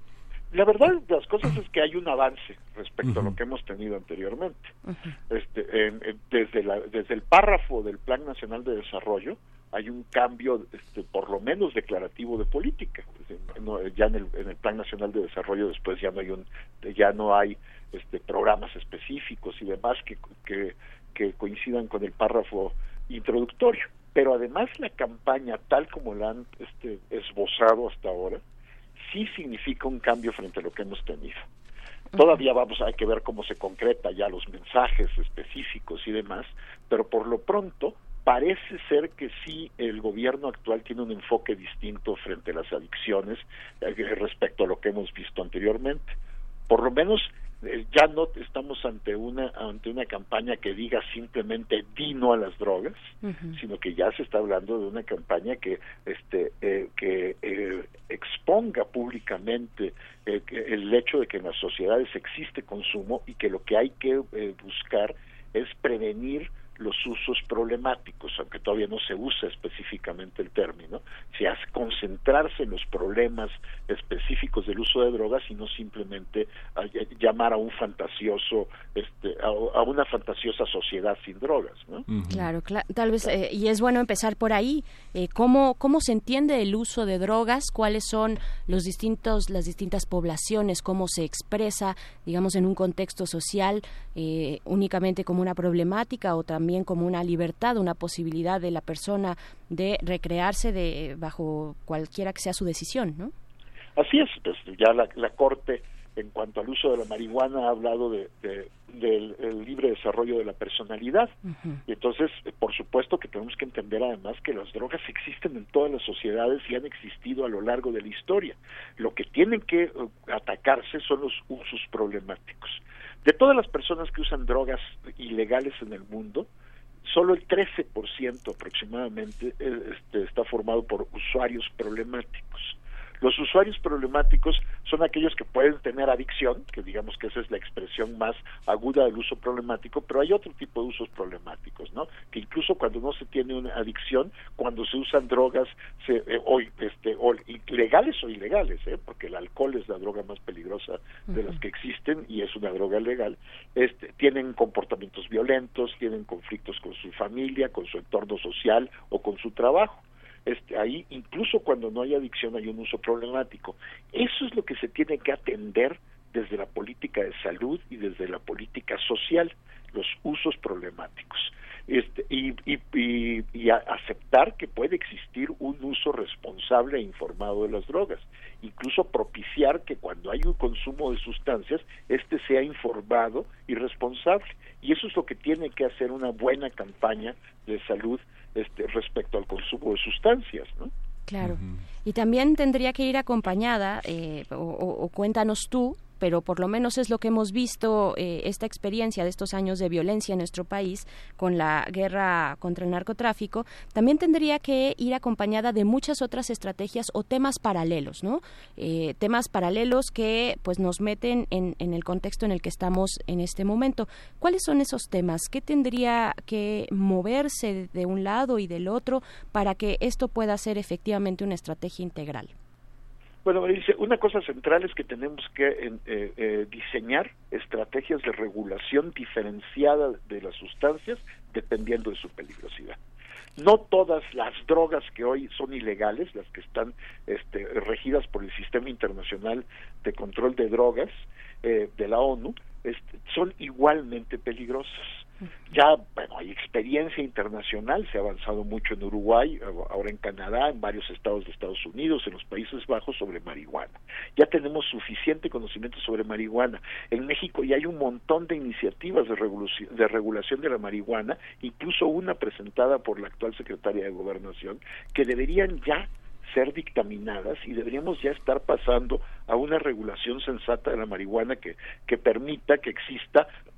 La verdad de las cosas es que hay un avance respecto Uh-huh. a lo que hemos tenido anteriormente. Uh-huh. Este, en, en, desde, la, desde el párrafo del Plan Nacional de Desarrollo hay un cambio, este, por lo menos declarativo de política. No, ya en el, en el Plan Nacional de Desarrollo después ya no hay un, ya no hay este, programas específicos y demás que, que, que coincidan con el párrafo introductorio. Pero además la campaña tal como la han este, esbozado hasta ahora sí significa un cambio frente a lo que hemos tenido. Todavía vamos, hay que ver cómo se concreta ya los mensajes específicos y demás, pero por lo pronto parece ser que sí el gobierno actual tiene un enfoque distinto frente a las adicciones eh, respecto a lo que hemos visto anteriormente. Por lo menos eh, ya no estamos ante una ante una campaña que diga simplemente di no a las drogas, uh-huh. sino que ya se está hablando de una campaña que este eh, que eh, exponga públicamente eh, que el hecho de que en las sociedades existe consumo y que lo que hay que eh, buscar es prevenir los usos problemáticos, aunque todavía no se usa específicamente el término, se hace concentrarse en los problemas específicos del uso de drogas y no simplemente a, a, llamar a un fantasioso, este, a, a una fantasiosa sociedad sin drogas, ¿no? Uh-huh. Claro, cl- tal vez, eh, y es bueno empezar por ahí, eh, ¿cómo, cómo se entiende el uso de drogas? ¿Cuáles son los distintos, las distintas poblaciones? ¿Cómo se expresa, digamos, en un contexto social, eh, únicamente como una problemática o también como una libertad, una posibilidad de la persona de recrearse de bajo cualquiera que sea su decisión, ¿no? Así es, pues ya la, la Corte en cuanto al uso de la marihuana ha hablado de, de, del el libre desarrollo de la personalidad. Uh-huh. Y entonces, por supuesto que tenemos que entender además que las drogas existen en todas las sociedades y han existido a lo largo de la historia. Lo que tienen que uh, atacarse son los usos problemáticos. De todas las personas que usan drogas ilegales en el mundo, solo el trece por ciento aproximadamente este, está formado por usuarios problemáticos. Los usuarios problemáticos son aquellos que pueden tener adicción, que digamos que esa es la expresión más aguda del uso problemático, pero hay otro tipo de usos problemáticos, ¿no? Que incluso cuando no se tiene una adicción, cuando se usan drogas, se, eh, o, este, o legales o ilegales, ¿eh? Porque el alcohol es la droga más peligrosa de uh-huh. las que existen y es una droga legal, este, tienen comportamientos violentos, tienen conflictos con su familia, con su entorno social o con su trabajo. Este, ahí incluso cuando no hay adicción hay un uso problemático. Eso es lo que se tiene que atender desde la política de salud y desde la política social, los usos problemáticos. Este, y, y, y, y a aceptar que puede existir un uso responsable e informado de las drogas, incluso propiciar que cuando hay un consumo de sustancias, este sea informado y responsable, y eso es lo que tiene que hacer una buena campaña de salud este, respecto al consumo de sustancias, ¿no? Claro, uh-huh. Y también tendría que ir acompañada, eh, o, o, o cuéntanos tú, pero por lo menos es lo que hemos visto, eh, esta experiencia de estos años de violencia en nuestro país con la guerra contra el narcotráfico, también tendría que ir acompañada de muchas otras estrategias o temas paralelos, ¿no? Eh, temas paralelos que pues nos meten en, en el contexto en el que estamos en este momento. ¿Cuáles son esos temas? ¿Qué tendría que moverse de un lado y del otro para que esto pueda ser efectivamente una estrategia integral? Bueno, dice, una cosa central es que tenemos que eh, eh, diseñar estrategias de regulación diferenciada de las sustancias dependiendo de su peligrosidad. No todas las drogas que hoy son ilegales, las que están este, regidas por el Sistema Internacional de Control de Drogas eh, de la ONU, este, son igualmente peligrosas. Ya, bueno, hay experiencia internacional, se ha avanzado mucho en Uruguay, ahora en Canadá, en varios estados de Estados Unidos, en los Países Bajos sobre marihuana. Ya tenemos suficiente conocimiento sobre marihuana. En México ya hay un montón de iniciativas de regulación, de regulación de la marihuana, incluso una presentada por la actual secretaria de Gobernación, que deberían ya ser dictaminadas y deberíamos ya estar pasando a una regulación sensata de la marihuana que, que permita que exista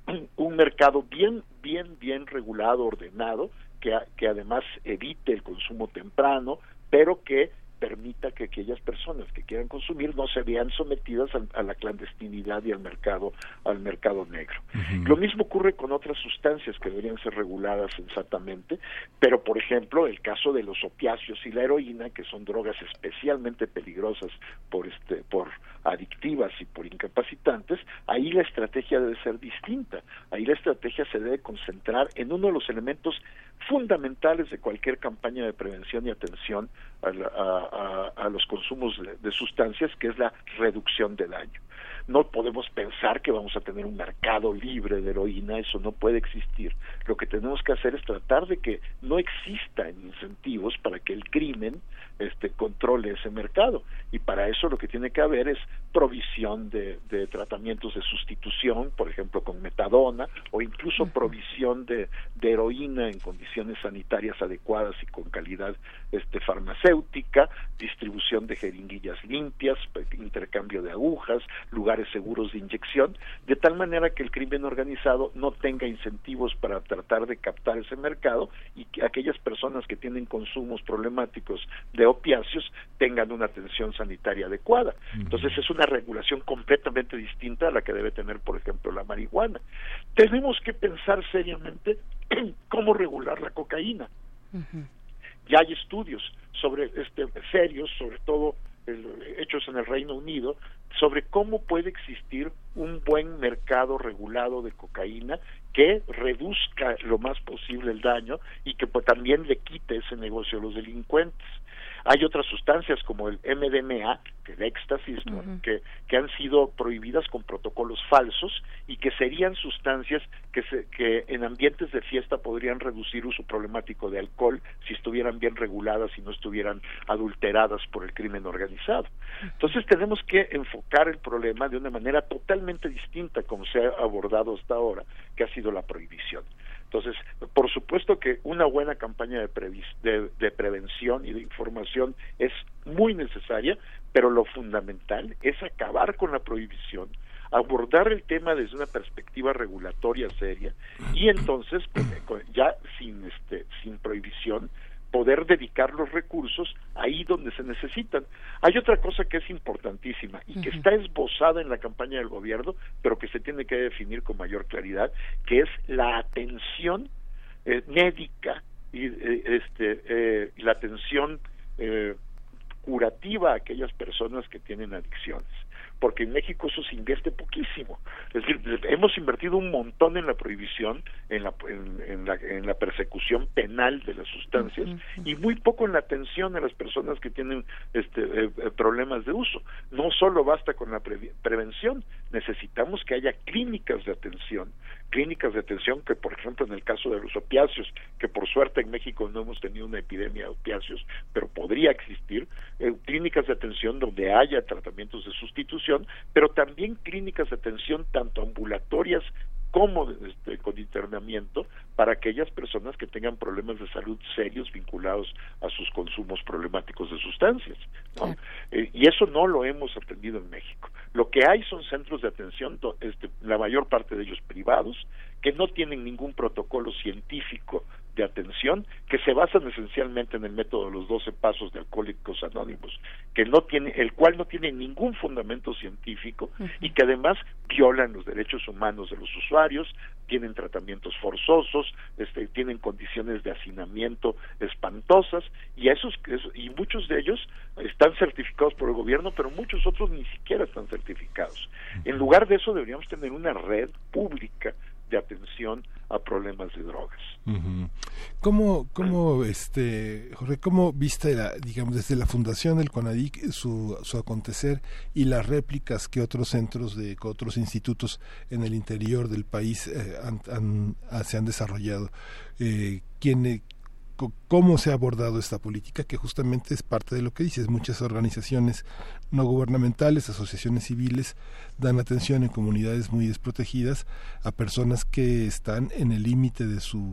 un mercado bien, bien, bien regulado, ordenado, que, que además evite el consumo temprano, pero que permita que aquellas personas que quieran consumir no se vean sometidas a, a la clandestinidad y al mercado al mercado negro. Uh-huh. Lo mismo ocurre con otras sustancias que deberían ser reguladas sensatamente, pero por ejemplo el caso de los opiáceos y la heroína, que son drogas especialmente peligrosas por este por adictivas y por incapacitantes, ahí la estrategia debe ser distinta. Ahí la estrategia se debe concentrar en uno de los elementos fundamentales de cualquier campaña de prevención y atención a, la, a, a, a los consumos de, de sustancias, que es la reducción de daño. No podemos pensar que vamos a tener un mercado libre de heroína, eso no puede existir. Lo que tenemos que hacer es tratar de que no existan incentivos para que el crimen este, controle ese mercado, y para eso lo que tiene que haber es provisión de, de tratamientos de sustitución, por ejemplo con metadona, o incluso provisión de, de heroína en condiciones sanitarias adecuadas y con calidad este, farmacéutica, distribución de jeringuillas limpias, intercambio de agujas, lugares seguros de inyección, de tal manera que el crimen organizado no tenga incentivos para tratar de captar ese mercado, y que aquellas personas que tienen consumos problemáticos de opiáceos tengan una atención sanitaria adecuada. Entonces es una regulación completamente distinta a la que debe tener, por ejemplo, la marihuana. Tenemos que pensar seriamente cómo regular la cocaína. Uh-huh. Ya hay estudios sobre este serios, sobre todo el, hechos en el Reino Unido, sobre cómo puede existir un buen mercado regulado de cocaína que reduzca lo más posible el daño y que pues, también le quite ese negocio a los delincuentes. Hay otras sustancias como el M D M A, que el éxtasis, ¿no? uh-huh. que, que han sido prohibidas con protocolos falsos y que serían sustancias que, se, que en ambientes de fiesta podrían reducir uso problemático de alcohol si estuvieran bien reguladas y no estuvieran adulteradas por el crimen organizado. Entonces tenemos que enfocar el problema de una manera totalmente distinta como se ha abordado hasta ahora, que ha sido la prohibición. Entonces, por supuesto que una buena campaña de, previs- de, de prevención y de información es muy necesaria, pero lo fundamental es acabar con la prohibición, abordar el tema desde una perspectiva regulatoria seria y entonces, pues, ya sin este sin prohibición, poder dedicar los recursos ahí donde se necesitan. Hay otra cosa que es importantísima y que uh-huh. está esbozada en la campaña del gobierno, pero que se tiene que definir con mayor claridad, que es la atención eh, médica y eh, este eh, la atención eh, curativa a aquellas personas que tienen adicciones, porque en México eso se invierte poquísimo. Es decir, hemos invertido un montón en la prohibición, en la, en, en la, en la persecución penal de las sustancias, uh-huh. y muy poco en la atención a las personas que tienen este eh, problemas de uso. No solo basta con la pre- prevención, necesitamos que haya clínicas de atención, clínicas de atención que, por ejemplo, en el caso de los opiáceos, que por suerte en México no hemos tenido una epidemia de opiáceos, pero podría existir, eh, clínicas de atención donde haya tratamientos de sustitución, pero también clínicas de atención tanto ambulatorias como este, con internamiento para aquellas personas que tengan problemas de salud serios vinculados a sus consumos problemáticos de sustancias, ¿no? Sí. Eh, y eso no lo hemos atendido en México. Lo que hay son centros de atención, este, la mayor parte de ellos privados, que no tienen ningún protocolo científico de atención, que se basan esencialmente en el método de los doce pasos de Alcohólicos Anónimos, que no tiene, el cual no tiene ningún fundamento científico uh-huh. y que además violan los derechos humanos de los usuarios, tienen tratamientos forzosos, este, tienen condiciones de hacinamiento espantosas, y esos y muchos de ellos están certificados por el gobierno, pero muchos otros ni siquiera están certificados. En lugar de eso deberíamos tener una red pública de atención a problemas de drogas. Uh-huh. ¿Cómo, cómo, este, Jorge, cómo viste, la, digamos, desde la fundación del CONADIC su, su acontecer y las réplicas que otros centros de que otros institutos en el interior del país eh, han, han, se han desarrollado? Eh, ¿quién, ¿Cómo se ha abordado esta política? Que justamente es parte de lo que dices. Muchas organizaciones no gubernamentales, asociaciones civiles, dan atención en comunidades muy desprotegidas a personas que están en el límite de su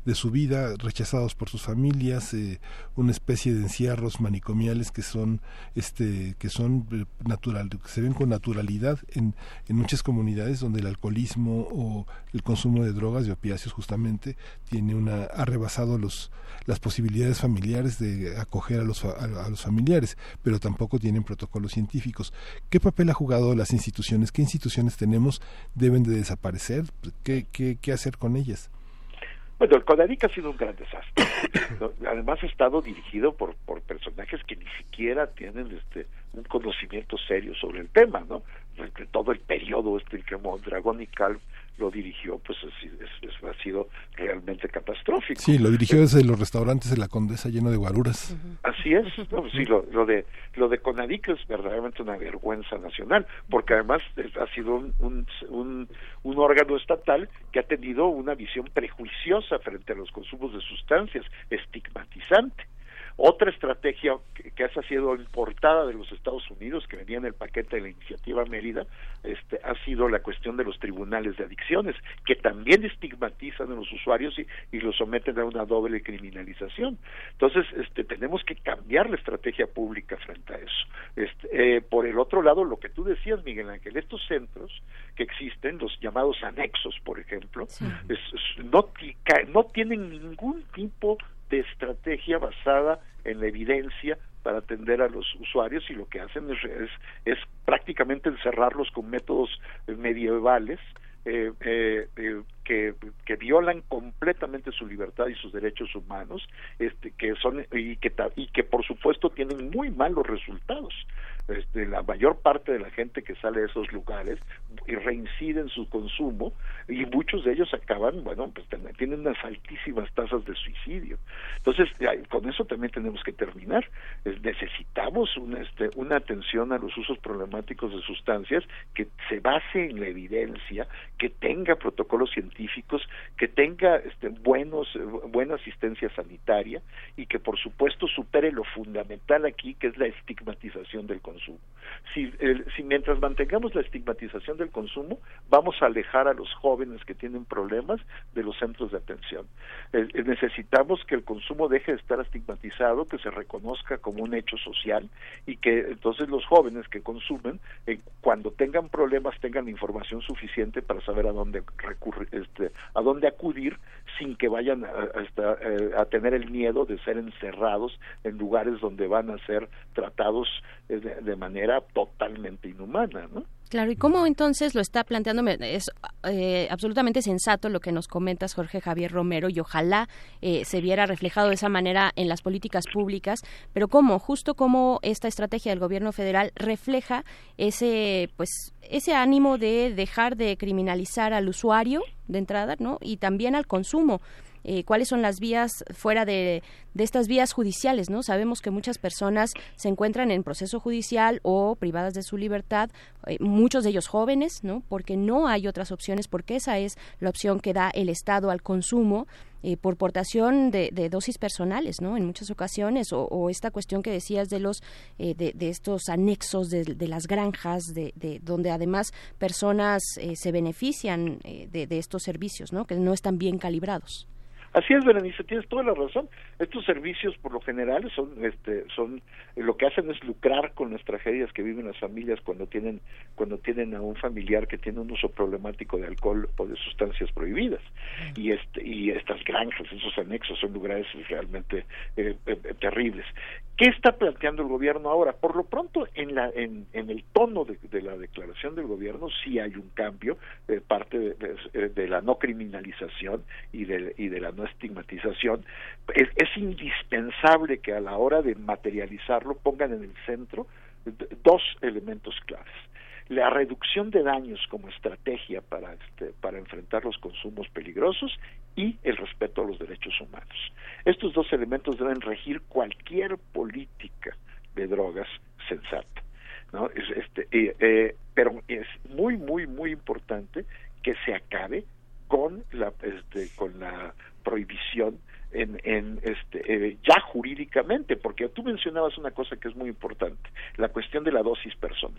de su vida, rechazados por sus familias, eh, una especie de encierros manicomiales que son este que son eh, natural, que se ven con naturalidad en, en muchas comunidades donde el alcoholismo o el consumo de drogas, de opiáceos justamente, tiene una ha rebasado los las posibilidades familiares de acoger a los a, a los familiares, pero tampoco tienen protocolos científicos. ¿Qué papel ha jugado las instituciones? ¿Qué instituciones tenemos? ¿Deben de desaparecer? ¿Qué, qué, qué hacer con ellas? Bueno, el CONADIC ha sido un gran desastre. Además ha estado dirigido por por personajes que ni siquiera tienen este un conocimiento serio sobre el tema, ¿no? Todo el periodo este que Mondragón y Calv lo dirigió, pues es, es, es, ha sido realmente catastrófico. Sí, lo dirigió desde los restaurantes de la Condesa lleno de guaruras. Uh-huh. Así es, ¿no? Sí, lo, lo de lo de CONADIC es verdaderamente una vergüenza nacional, porque además es, ha sido un, un, un, un órgano estatal que ha tenido una visión prejuiciosa frente a los consumos de sustancias, estigmatizante. Otra estrategia que, que ha sido importada de los Estados Unidos, que venía en el paquete de la iniciativa Mérida, este, ha sido la cuestión de los tribunales de adicciones, que también estigmatizan a los usuarios y, y los someten a una doble criminalización. Entonces, este, tenemos que cambiar la estrategia pública frente a eso. Este, eh, por el otro lado, lo que tú decías, Miguel Ángel, estos centros que existen, los llamados anexos, por ejemplo, sí. es, es, no, no tienen ningún tipo de estrategia basada en la evidencia para atender a los usuarios, y lo que hacen es, es, es prácticamente encerrarlos con métodos medievales eh, eh, eh, que, que violan completamente su libertad y sus derechos humanos, este, que son y que y que por supuesto tienen muy malos resultados. Este, la mayor parte de la gente que sale de esos lugares y reincide en su consumo, y muchos de ellos acaban, bueno, pues tienen unas altísimas tasas de suicidio. Entonces, con eso también tenemos que terminar. Necesitamos una, este, una atención a los usos problemáticos de sustancias que se base en la evidencia, que tenga protocolos científicos, que tenga este, buenos buena asistencia sanitaria, y que por supuesto supere lo fundamental aquí, que es la estigmatización del consumo. Si, el, si mientras mantengamos la estigmatización del consumo, vamos a alejar a los jóvenes que tienen problemas de los centros de atención. Eh, necesitamos que el consumo deje de estar estigmatizado, que se reconozca como un hecho social, y que entonces los jóvenes que consumen, eh, cuando tengan problemas, tengan información suficiente para saber a dónde recurrir, este, a dónde acudir, sin que vayan a, hasta, eh, a tener el miedo de ser encerrados en lugares donde van a ser tratados eh, de, de manera totalmente inhumana, ¿no? Claro, ¿y cómo entonces lo está planteando? Es eh, absolutamente sensato lo que nos comentas, Jorge Javier Romero, y ojalá eh, se viera reflejado de esa manera en las políticas públicas, pero ¿cómo? Justo cómo esta estrategia del gobierno federal refleja ese, pues, ese ánimo de dejar de criminalizar al usuario de entrada, ¿no? Y también al consumo. Eh, cuáles son las vías fuera de, de estas vías judiciales, ¿no? Sabemos que muchas personas se encuentran en proceso judicial o privadas de su libertad, eh, muchos de ellos jóvenes, ¿no? Porque no hay otras opciones, porque esa es la opción que da el Estado al consumo, eh, por portación de, de dosis personales, ¿no? En muchas ocasiones, o, o esta cuestión que decías de los eh, de, de estos anexos de, de las granjas, de, de donde además personas eh, se benefician eh, de, de estos servicios, ¿no? Que no están bien calibrados. Así es, Berenice, tienes toda la razón. Estos servicios, por lo general, son, este, son, lo que hacen es lucrar con las tragedias que viven las familias cuando tienen, cuando tienen a un familiar que tiene un uso problemático de alcohol o de sustancias prohibidas. Y este, y estas granjas, esos anexos, son lugares realmente eh, eh, terribles. ¿Qué está planteando el gobierno ahora? Por lo pronto, en la, en, en el tono de, de la declaración del gobierno sí hay un cambio, eh, parte de, de, de la no criminalización y de, y de la no estigmatización. Es, es indispensable que a la hora de materializarlo pongan en el centro dos elementos claves: la reducción de daños como estrategia para este, para enfrentar los consumos peligrosos, y el respeto a los derechos humanos. Estos dos elementos deben regir cualquier política de drogas sensata, ¿no? Es, este, eh, eh, pero es muy muy muy importante que se acabe con la este, con la prohibición en, en este eh, ya jurídicamente, porque tú mencionabas una cosa que es muy importante, la cuestión de la dosis personal.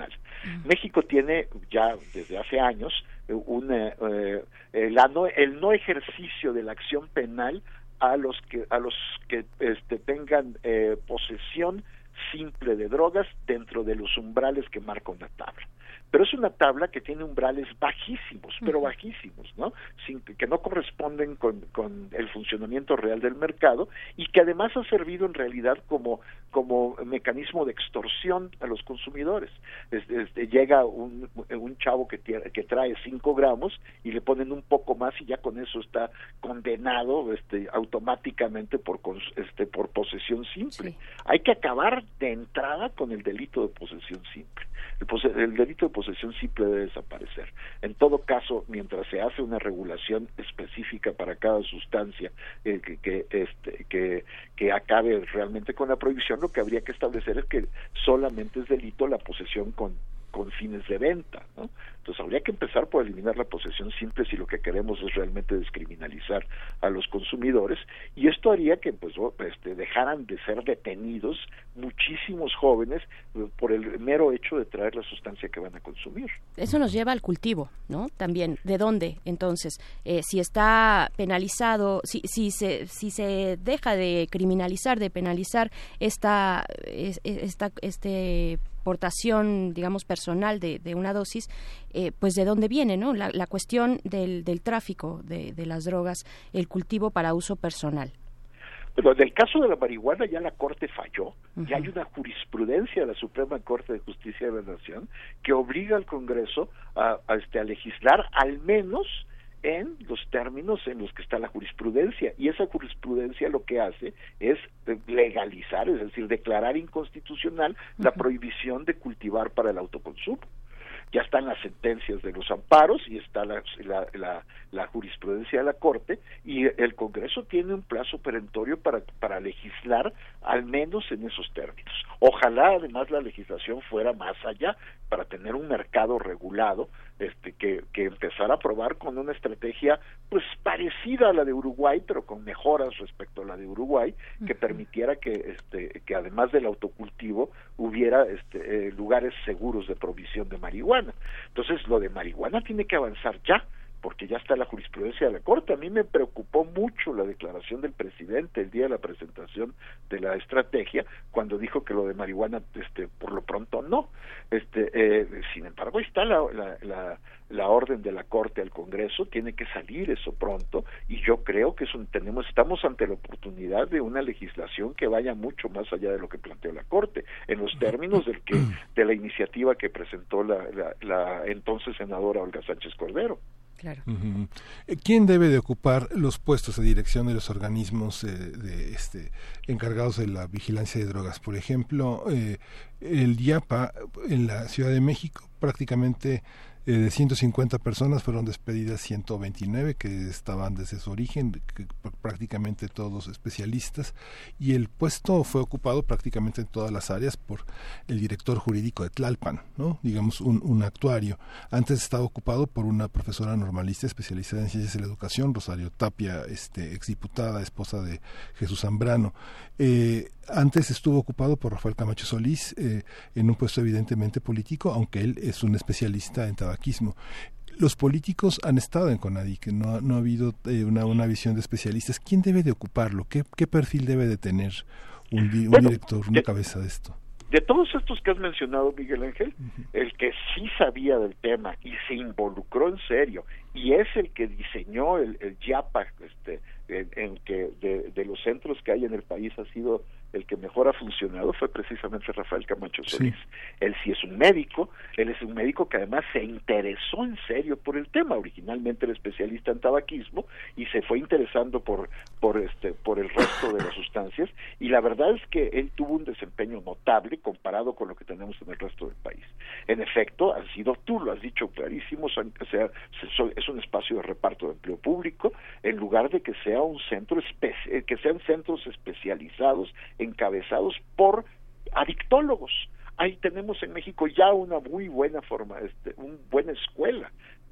Uh-huh. México tiene ya desde hace años un, eh, el, no, el no ejercicio de la acción penal a los que a los que este, tengan eh, posesión simple de drogas dentro de los umbrales que marca una tabla. Pero es una tabla que tiene umbrales bajísimos, pero bajísimos, ¿no? Sin, que no corresponden con, con el funcionamiento real del mercado y que además ha servido en realidad como, como mecanismo de extorsión a los consumidores. Este, este, llega un, un chavo que, tiene, que trae cinco gramos y le ponen un poco más y ya con eso está condenado este, automáticamente por, este, por posesión simple. Sí. Hay que acabar de entrada con el delito de posesión simple. El, pose el delito de posesión simple debe desaparecer. En todo caso, mientras se hace una regulación específica para cada sustancia eh, que, que, este, que, que acabe realmente con la prohibición, lo que habría que establecer es que solamente es delito la posesión con con fines de venta, ¿no? Entonces habría que empezar por eliminar la posesión simple si lo que queremos es realmente descriminalizar a los consumidores, y esto haría que pues este, dejaran de ser detenidos muchísimos jóvenes por el mero hecho de traer la sustancia que van a consumir. Eso nos lleva al cultivo, ¿no? También, ¿de dónde? Entonces, eh, si está penalizado, si, si se si se deja de criminalizar, de penalizar esta esta este portación, digamos, personal de, de una dosis, eh, pues de dónde viene, ¿no? La, la cuestión del, del tráfico de, de las drogas, el cultivo para uso personal. Pero en el caso de la marihuana ya la Corte falló, uh-huh. Ya hay una jurisprudencia de la Suprema Corte de Justicia de la Nación que obliga al Congreso a, a, este, a legislar al menos en los términos en los que está la jurisprudencia, y esa jurisprudencia lo que hace es legalizar, es decir, declarar inconstitucional uh-huh. la prohibición de cultivar para el autoconsumo. Ya están las sentencias de los amparos y está la, la, la, la jurisprudencia de la Corte, y el Congreso tiene un plazo perentorio para, para legislar al menos en esos términos. Ojalá además la legislación fuera más allá, para tener un mercado regulado este, que, que empezara a probar con una estrategia pues parecida a la de Uruguay, pero con mejoras respecto a la de Uruguay, que uh-huh. permitiera que este, que además del autocultivo hubiera este, eh, lugares seguros de provisión de marihuana. Entonces lo de marihuana tiene que avanzar ya, porque ya está la jurisprudencia de la Corte. A mí me preocupó mucho la declaración del presidente el día de la presentación de la estrategia, cuando dijo que lo de marihuana, este, por lo pronto no. Este, eh, sin embargo, está la, la, la, la orden de la Corte al Congreso, tiene que salir eso pronto, y yo creo que eso tenemos, estamos ante la oportunidad de una legislación que vaya mucho más allá de lo que planteó la Corte, en los términos del que, de la iniciativa que presentó la, la, la entonces senadora Olga Sánchez Cordero. Claro. Uh-huh. ¿Quién debe de ocupar los puestos de dirección de los organismos eh, de, este, encargados de la vigilancia de drogas? Por ejemplo, eh, el IAPA en la Ciudad de México prácticamente eh, de ciento cincuenta personas fueron despedidas ciento veintinueve que estaban desde su origen, que, prácticamente todos especialistas, y el puesto fue ocupado prácticamente en todas las áreas por el director jurídico de Tlalpan, ¿no? Digamos un, un actuario. Antes estaba ocupado por una profesora normalista especializada en ciencias de la educación, Rosario Tapia, este, exdiputada, esposa de Jesús Zambrano. Eh, antes estuvo ocupado por Rafael Camacho Solís eh, en un puesto evidentemente político, aunque él es un especialista en tabaquismo. Los políticos han estado en CONADIC, no, no ha habido eh, una, una visión de especialistas. ¿Quién debe de ocuparlo? ¿Qué, qué perfil debe de tener un, un bueno, director, una de, cabeza de esto? De todos estos que has mencionado, Miguel Ángel, uh-huh. el que sí sabía del tema y se involucró en serio, y es el que diseñó el, el YAPA, este, en, en que de, de los centros que hay en el país ha sido el que mejor ha funcionado, fue precisamente Rafael Camacho Solís. Sí. Él sí es un médico, él es un médico que además se interesó en serio por el tema. Originalmente era especialista en tabaquismo y se fue interesando por por este por el resto de las sustancias, y la verdad es que él tuvo un desempeño notable comparado con lo que tenemos en el resto del país. En efecto, han sido, tú lo has dicho clarísimo, o sea, es un espacio de reparto de empleo público, en lugar de que sea un centro espe- que sean centros especializados encabezados por adictólogos. Ahí tenemos en México ya una muy buena forma, este, una buena escuela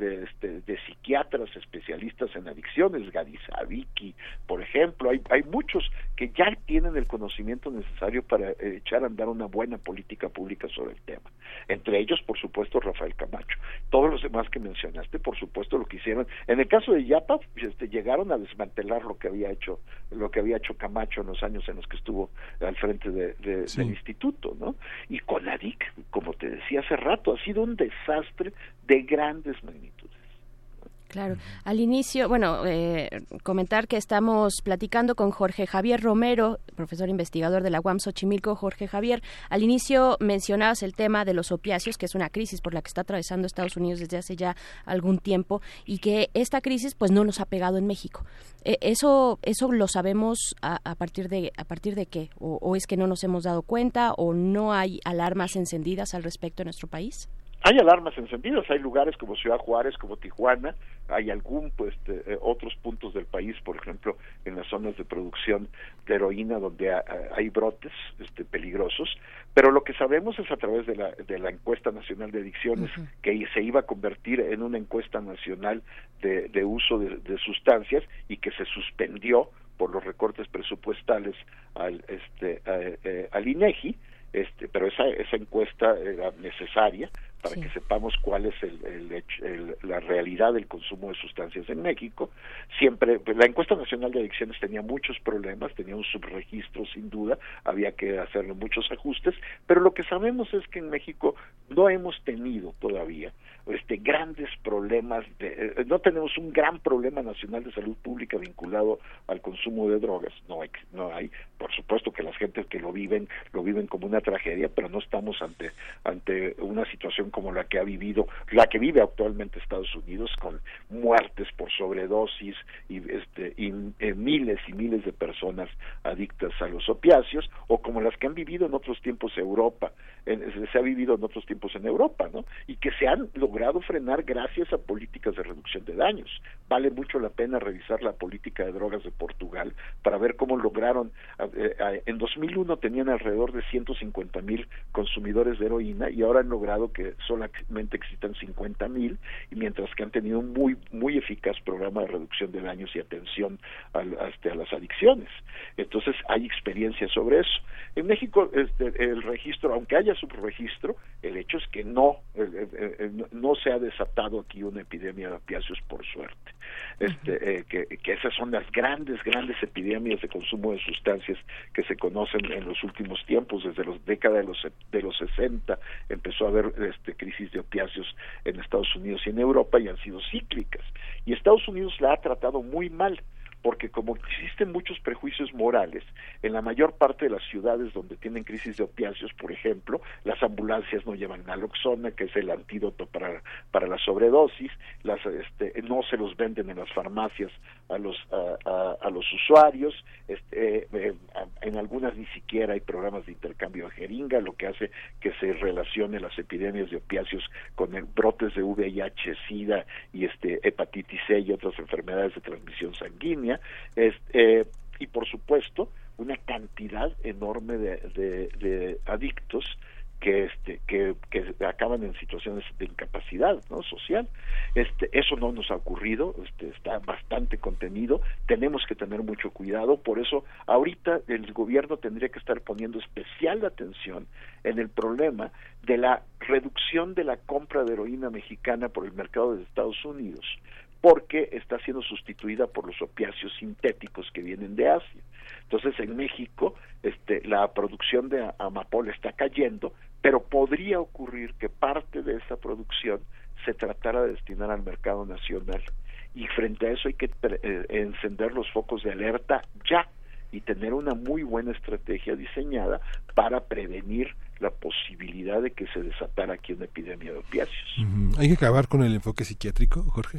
de, este, de psiquiatras especialistas en adicciones, Gadi Savicki, por ejemplo. Hay, hay muchos que ya tienen el conocimiento necesario para eh, echar a andar una buena política pública sobre el tema. Entre ellos, por supuesto, Rafael Camacho. Todos los demás que mencionaste, por supuesto, lo que hicieron. En el caso de Yapa, este, llegaron a desmantelar lo que había hecho, lo que había hecho Camacho en los años en los que estuvo al frente de, de, sí. del instituto, ¿no? Y CONADIC, como te decía hace rato, ha sido un desastre de grandes magnitudes. Claro. Al inicio, bueno, eh, comentar que estamos platicando con Jorge Javier Romero, profesor investigador de la U A M Xochimilco. Jorge Javier, al inicio mencionabas el tema de los opiáceos, que es una crisis por la que está atravesando Estados Unidos desde hace ya algún tiempo y que esta crisis pues no nos ha pegado en México. Eh, eso eso lo sabemos a, a partir de a partir de qué, o, o es que no nos hemos dado cuenta o no hay alarmas encendidas al respecto en nuestro país. Hay alarmas encendidas, hay lugares como Ciudad Juárez, como Tijuana, hay algún pues eh, otros puntos del país, por ejemplo, en las zonas de producción de heroína donde ha, hay brotes este, peligrosos, pero lo que sabemos es a través de la, de la encuesta nacional de adicciones, uh-huh. que se iba a convertir en una encuesta nacional de, de uso de, de sustancias y que se suspendió por los recortes presupuestales al, este, a, a, al INEGI, este, pero esa, esa encuesta era necesaria para sí. que sepamos cuál es el, el, el, la realidad del consumo de sustancias en México. Siempre, la encuesta nacional de adicciones tenía muchos problemas, tenía un subregistro sin duda, había que hacerle muchos ajustes, pero lo que sabemos es que en México no hemos tenido todavía este grandes problemas, de, eh, no tenemos un gran problema nacional de salud pública vinculado al consumo de drogas, no hay, no hay, por supuesto que las gentes que lo viven, lo viven como una tragedia, pero no estamos ante, ante una situación como la que ha vivido, la que vive actualmente Estados Unidos, con muertes por sobredosis y, este, y eh, miles y miles de personas adictas a los opiáceos, o como las que han vivido en otros tiempos Europa, en, se ha vivido en otros tiempos en Europa, ¿no? Y que se han logrado frenar gracias a políticas de reducción de daños. Vale mucho la pena revisar la política de drogas de Portugal para ver cómo lograron, eh, eh, en dos mil uno tenían alrededor de ciento cincuenta mil consumidores de heroína y ahora han logrado que solamente existan cincuenta mil, y mientras que han tenido un muy muy eficaz programa de reducción de daños y atención al, hasta a las adicciones. Entonces hay experiencia sobre eso. En México este, el registro, aunque haya subregistro, el hecho es que no el, el, el, no se ha desatado aquí una epidemia de opiáceos, por suerte. Este, eh, que, que esas son las grandes, grandes epidemias de consumo de sustancias que se conocen en los últimos tiempos. Desde la década de los de los sesenta empezó a haber este, crisis de opiáceos en Estados Unidos y en Europa, y han sido cíclicas. Y Estados Unidos la ha tratado muy mal, porque como existen muchos prejuicios morales, en la mayor parte de las ciudades donde tienen crisis de opiáceos, por ejemplo, las ambulancias no llevan naloxona, que es el antídoto para para la sobredosis, las este, no se los venden en las farmacias a los a, a, a los usuarios, este, eh, en algunas ni siquiera hay programas de intercambio de jeringa, lo que hace que se relacione las epidemias de opiáceos con el brotes de V I H, SIDA y este hepatitis C y otras enfermedades de transmisión sanguínea. Es, eh, y por supuesto una cantidad enorme de, de, de adictos que este que, que acaban en situaciones de incapacidad, ¿no?, social. Este eso no nos ha ocurrido, este está bastante contenido, tenemos que tener mucho cuidado, por eso ahorita el gobierno tendría que estar poniendo especial atención en el problema de la reducción de la compra de heroína mexicana por el mercado de Estados Unidos, porque está siendo sustituida por los opiáceos sintéticos que vienen de Asia. Entonces, en México, este, la producción de amapola está cayendo, pero podría ocurrir que parte de esa producción se tratara de destinar al mercado nacional. Y frente a eso hay que eh, encender los focos de alerta ya y tener una muy buena estrategia diseñada para prevenir la posibilidad de que se desatara aquí una epidemia de opiáceos. Uh-huh. ¿Hay que acabar con el enfoque psiquiátrico, Jorge?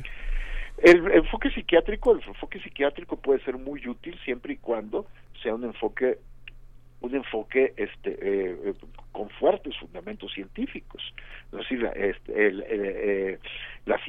El enfoque psiquiátrico, el enfoque psiquiátrico puede ser muy útil siempre y cuando sea un enfoque, un enfoque este eh, con fuertes fundamentos científicos. Es decir, este, el, el, eh, la psiquiatría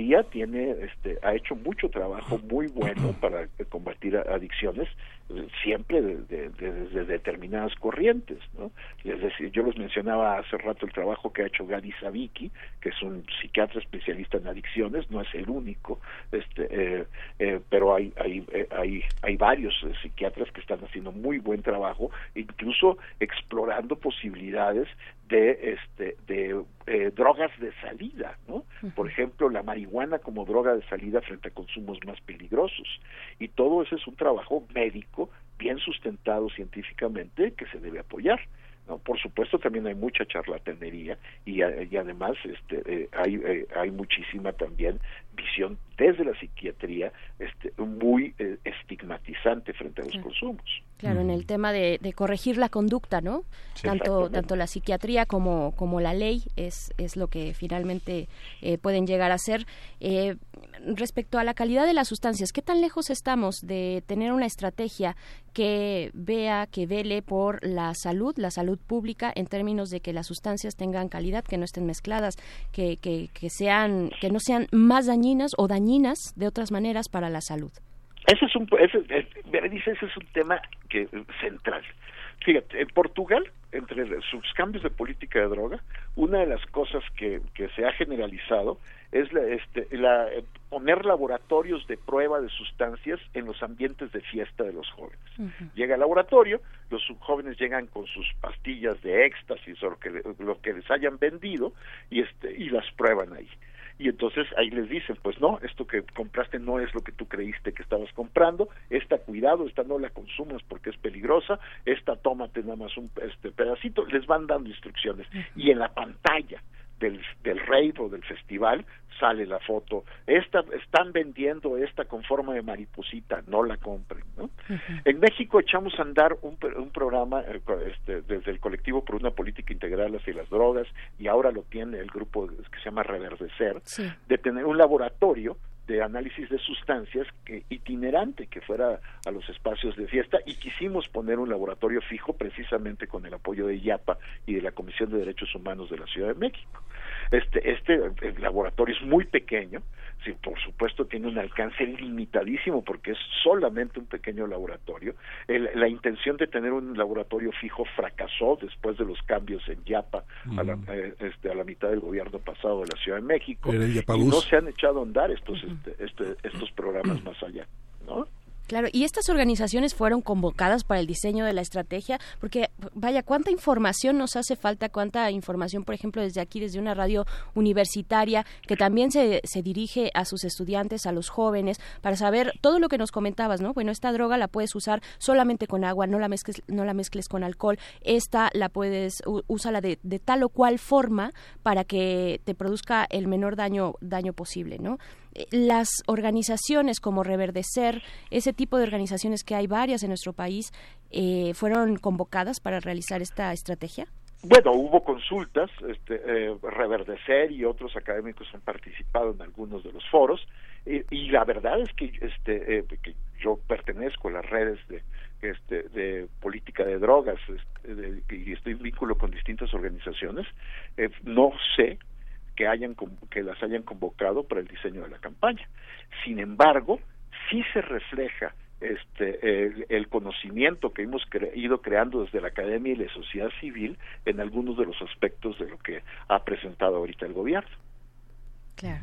psiquiatría tiene, este, ha hecho mucho trabajo muy bueno para combatir adicciones, siempre de, de, de, desde determinadas corrientes, ¿no? Es decir, yo les mencionaba hace rato el trabajo que ha hecho Gadi Savicki, que es un psiquiatra especialista en adicciones, no es el único, este, eh, eh, pero hay hay eh, hay hay varios eh, psiquiatras que están haciendo muy buen trabajo, incluso explorando posibilidades de este de eh, drogas de salida, ¿no? Uh-huh. Por ejemplo, la marihuana como droga de salida frente a consumos más peligrosos, y todo ese es un trabajo médico bien sustentado científicamente que se debe apoyar, ¿no? Por supuesto también hay mucha charlatanería y, y además este eh, hay eh, hay muchísima también visión desde la psiquiatría este muy eh, estigmatizante frente a los claro. consumos. Claro, en el tema de, de corregir la conducta, ¿no? Sí, tanto tanto la psiquiatría como como la ley es es lo que finalmente eh, pueden llegar a ser. Eh, respecto a la calidad de las sustancias, ¿qué tan lejos estamos de tener una estrategia que vea, que vele por la salud, la salud pública, en términos de que las sustancias tengan calidad, que no estén mezcladas, que que que sean que no sean más dañinas o dañinas de otras maneras para la salud? Ese es un, ese, Berenice, ese es un tema que central. Fíjate, en Portugal, entre sus cambios de política de droga, una de las cosas que, que se ha generalizado es la, este, la, poner laboratorios de prueba de sustancias en los ambientes de fiesta de los jóvenes. Uh-huh. Llega al laboratorio, los jóvenes llegan con sus pastillas de éxtasis o lo que, lo que les hayan vendido y, este, y las prueban ahí. Y entonces ahí les dicen, pues no, esto que compraste no es lo que tú creíste que estabas comprando, esta cuidado, esta no la consumas porque es peligrosa, esta tómate nada más un este pedacito, les van dando instrucciones. Uh-huh. Y en la pantalla del, del rave o del festival sale la foto, esta están vendiendo esta con forma de mariposita, no la compren, ¿no? Uh-huh. En México echamos a andar un, un programa este, desde el colectivo por una política integral hacia las drogas, y ahora lo tiene el grupo que se llama Reverdecer, sí. de tener un laboratorio de análisis de sustancias que, itinerante que fuera a los espacios de fiesta, y quisimos poner un laboratorio fijo precisamente con el apoyo de IAPA y de la Comisión de Derechos Humanos de la Ciudad de México. Este, este el laboratorio es muy pequeño, sí, por supuesto tiene un alcance limitadísimo porque es solamente un pequeño laboratorio. El, la intención de tener un laboratorio fijo fracasó después de los cambios en IAPA uh-huh. a, la, eh, este, a la mitad del gobierno pasado de la Ciudad de México, y no se han echado a andar estos uh-huh. este, este, estos programas más allá, ¿no? Claro, y estas organizaciones fueron convocadas para el diseño de la estrategia, porque vaya, cuánta información nos hace falta, cuánta información, por ejemplo, desde aquí, desde una radio universitaria, que también se, se dirige a sus estudiantes, a los jóvenes, para saber todo lo que nos comentabas, ¿no? Bueno, esta droga la puedes usar solamente con agua, no la mezcles, no la mezcles con alcohol, esta la puedes, úsala de, de tal o cual forma para que te produzca el menor daño, daño posible, ¿no? Las organizaciones como Reverdecer, ese tipo de organizaciones que hay varias en nuestro país, eh, ¿fueron convocadas para realizar esta estrategia? Bueno, hubo consultas, este, eh, Reverdecer y otros académicos han participado en algunos de los foros, eh, y la verdad es que, este, eh, que yo pertenezco a las redes de, este, de política de drogas, este, de, y estoy en vínculo con distintas organizaciones, eh, no sé que hayan que las hayan convocado para el diseño de la campaña. Sin embargo, sí se refleja este el, el conocimiento que hemos cre- ido creando desde la academia y la sociedad civil en algunos de los aspectos de lo que ha presentado ahorita el gobierno. Claro.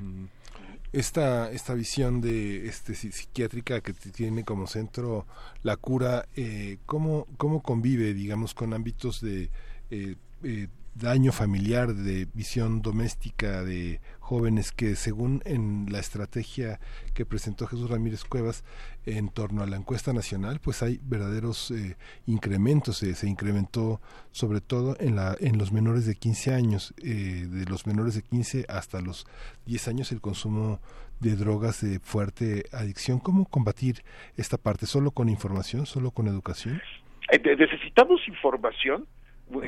Esta esta visión de este psiquiátrica que tiene como centro la cura, eh, cómo cómo convive, digamos, con ámbitos de eh, eh, daño familiar, de visión doméstica de jóvenes que, según en la estrategia que presentó Jesús Ramírez Cuevas en torno a la encuesta nacional, pues hay verdaderos eh, incrementos. Eh, se incrementó sobre todo en la en los menores de quince años, eh, de los menores de quince hasta los diez años, el consumo de drogas de fuerte adicción. ¿Cómo combatir esta parte? ¿Solo con información? ¿Solo con educación? Eh, necesitamos información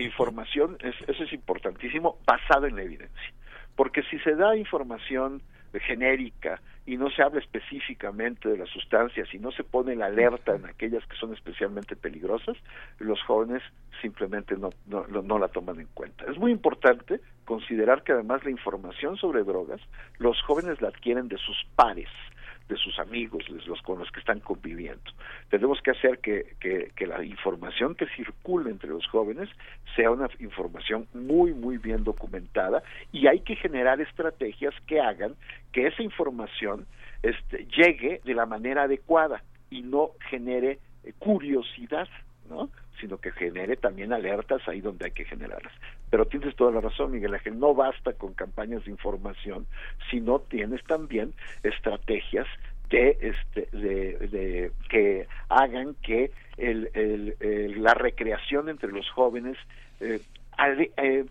información, es, eso es importantísimo, basada en la evidencia, porque si se da información genérica y no se habla específicamente de las sustancias y no se pone la alerta en aquellas que son especialmente peligrosas, los jóvenes simplemente no, no, no la toman en cuenta. Es muy importante considerar que además la información sobre drogas, los jóvenes la adquieren de sus pares, de sus amigos, de los con los que están conviviendo. Tenemos que hacer que, que, que la información que circule entre los jóvenes sea una información muy, muy bien documentada, y hay que generar estrategias que hagan que esa información este, llegue de la manera adecuada y no genere eh, curiosidad, ¿no?, sino que genere también alertas ahí donde hay que generarlas. Pero tienes toda la razón, Miguel Ángel, no basta con campañas de información, sino tienes también estrategias de este de, de que hagan que el, el, el, la recreación entre los jóvenes eh, ale, eh,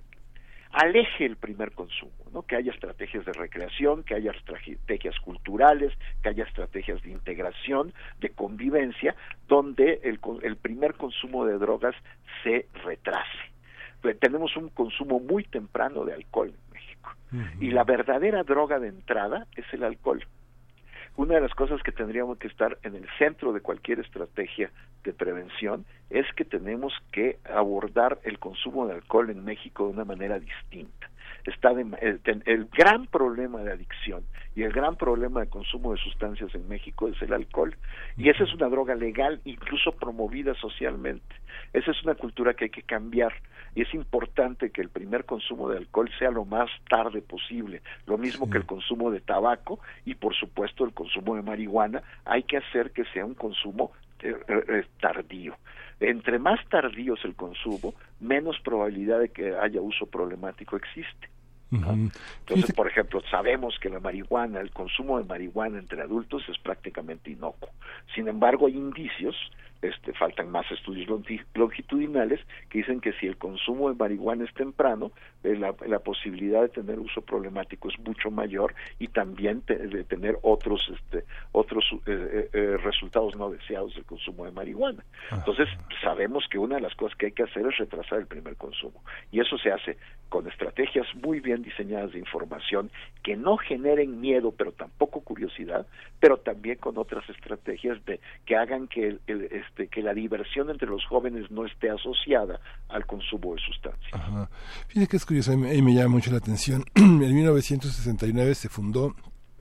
aleje el primer consumo, ¿no? Que haya estrategias de recreación, que haya estrategias culturales, que haya estrategias de integración, de convivencia, donde el, el primer consumo de drogas se retrase. Tenemos un consumo muy temprano de alcohol en México, uh-huh. y la verdadera droga de entrada es el alcohol. Una de las cosas que tendríamos que estar en el centro de cualquier estrategia de prevención es que tenemos que abordar el consumo de alcohol en México de una manera distinta. Está de, el, el gran problema de adicción y el gran problema de consumo de sustancias en México es el alcohol, y esa es una droga legal, incluso promovida socialmente. Esa es una cultura que hay que cambiar, y es importante que el primer consumo de alcohol sea lo más tarde posible, lo mismo sí. que el consumo de tabaco y por supuesto el consumo de marihuana. Hay que hacer que sea un consumo eh, eh, tardío. Entre más tardío es el consumo, menos probabilidad de que haya uso problemático existe. ¿no? Uh-huh. Entonces, por ejemplo, sabemos que la marihuana, el consumo de marihuana entre adultos es prácticamente inocuo. Sin embargo, hay indicios, este, faltan más estudios longitudinales que dicen que si el consumo de marihuana es temprano, eh, la, la posibilidad de tener uso problemático es mucho mayor, y también te, de tener otros este, otros eh, eh, resultados no deseados del consumo de marihuana. Entonces, sabemos que una de las cosas que hay que hacer es retrasar el primer consumo, y eso se hace con estrategias muy bien diseñadas de información que no generen miedo, pero tampoco curiosidad, pero también con otras estrategias de que hagan que el, el, este, que la diversión entre los jóvenes no esté asociada al consumo de sustancias. Ajá. Fíjate que es curioso, a mí, a mí me llama mucho la atención. En mil novecientos sesenta y nueve se fundó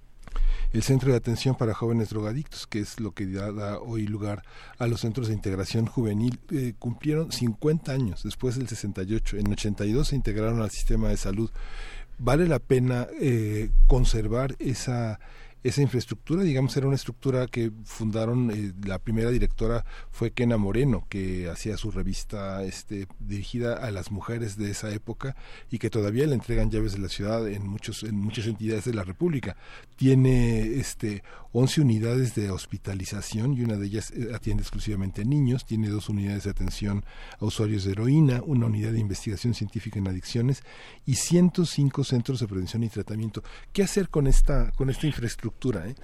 el Centro de Atención para Jóvenes Drogadictos, que es lo que da, da hoy lugar a los centros de integración juvenil. Eh, cumplieron cincuenta años después del sesenta y ocho. En ochenta y dos se integraron al sistema de salud. ¿Vale la pena eh, conservar esa esa infraestructura? Digamos, era una estructura que fundaron, eh, la primera directora fue Kena Moreno, que hacía su revista este, dirigida a las mujeres de esa época, y que todavía le entregan llaves de la ciudad en muchos en muchas entidades de la República. Tiene este once unidades de hospitalización, y una de ellas atiende exclusivamente a niños. Tiene dos unidades de atención a usuarios de heroína, una unidad de investigación científica en adicciones y ciento cinco centros de prevención y tratamiento. ¿Qué hacer con esta con esta infraestructura? ¿Eh?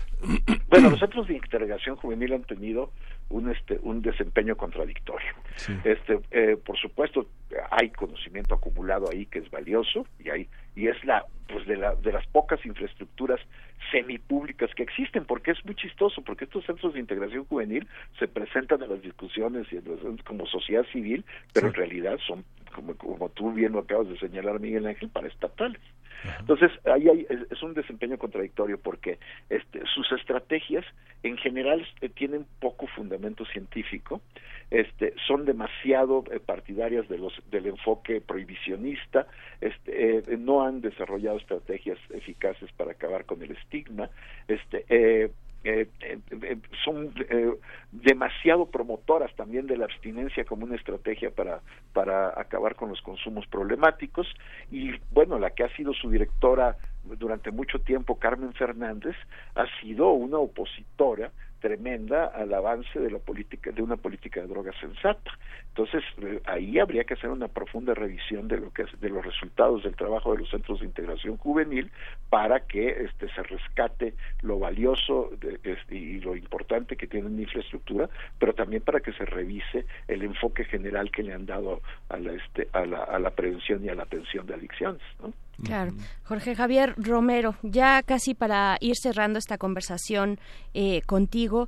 Bueno, los centros de integración juvenil han tenido un este un desempeño contradictorio. Sí. Este, eh, por supuesto, hay conocimiento acumulado ahí que es valioso, y hay y es la pues de la de las pocas infraestructuras semipúblicas que existen, porque es muy chistoso, porque estos centros de integración juvenil se presentan en las discusiones y en los, como sociedad civil, pero sí. en realidad son, como, como tú bien lo acabas de señalar, Miguel Ángel, paraestatales. Entonces, ahí hay, es un desempeño contradictorio, porque este, sus estrategias en general eh, tienen poco fundamento científico, este, son demasiado eh, partidarias de los del enfoque prohibicionista, este, eh, no han desarrollado estrategias eficaces para acabar con el estigma, este, eh, Eh, eh, eh, son eh, demasiado promotoras también de la abstinencia como una estrategia para para acabar con los consumos problemáticos. Y bueno, la que ha sido su directora durante mucho tiempo, Carmen Fernández, ha sido una opositora tremenda al avance de la política de una política de drogas sensata. Entonces, eh, ahí habría que hacer una profunda revisión de lo que es, de los resultados del trabajo de los centros de integración juvenil, para que este se rescate lo valioso de, este, y lo importante que tienen en infraestructura, pero también para que se revise el enfoque general que le han dado a la este a la, a la prevención y a la atención de adicciones, ¿no? Claro. Jorge Javier Romero, ya casi para ir cerrando esta conversación eh, contigo,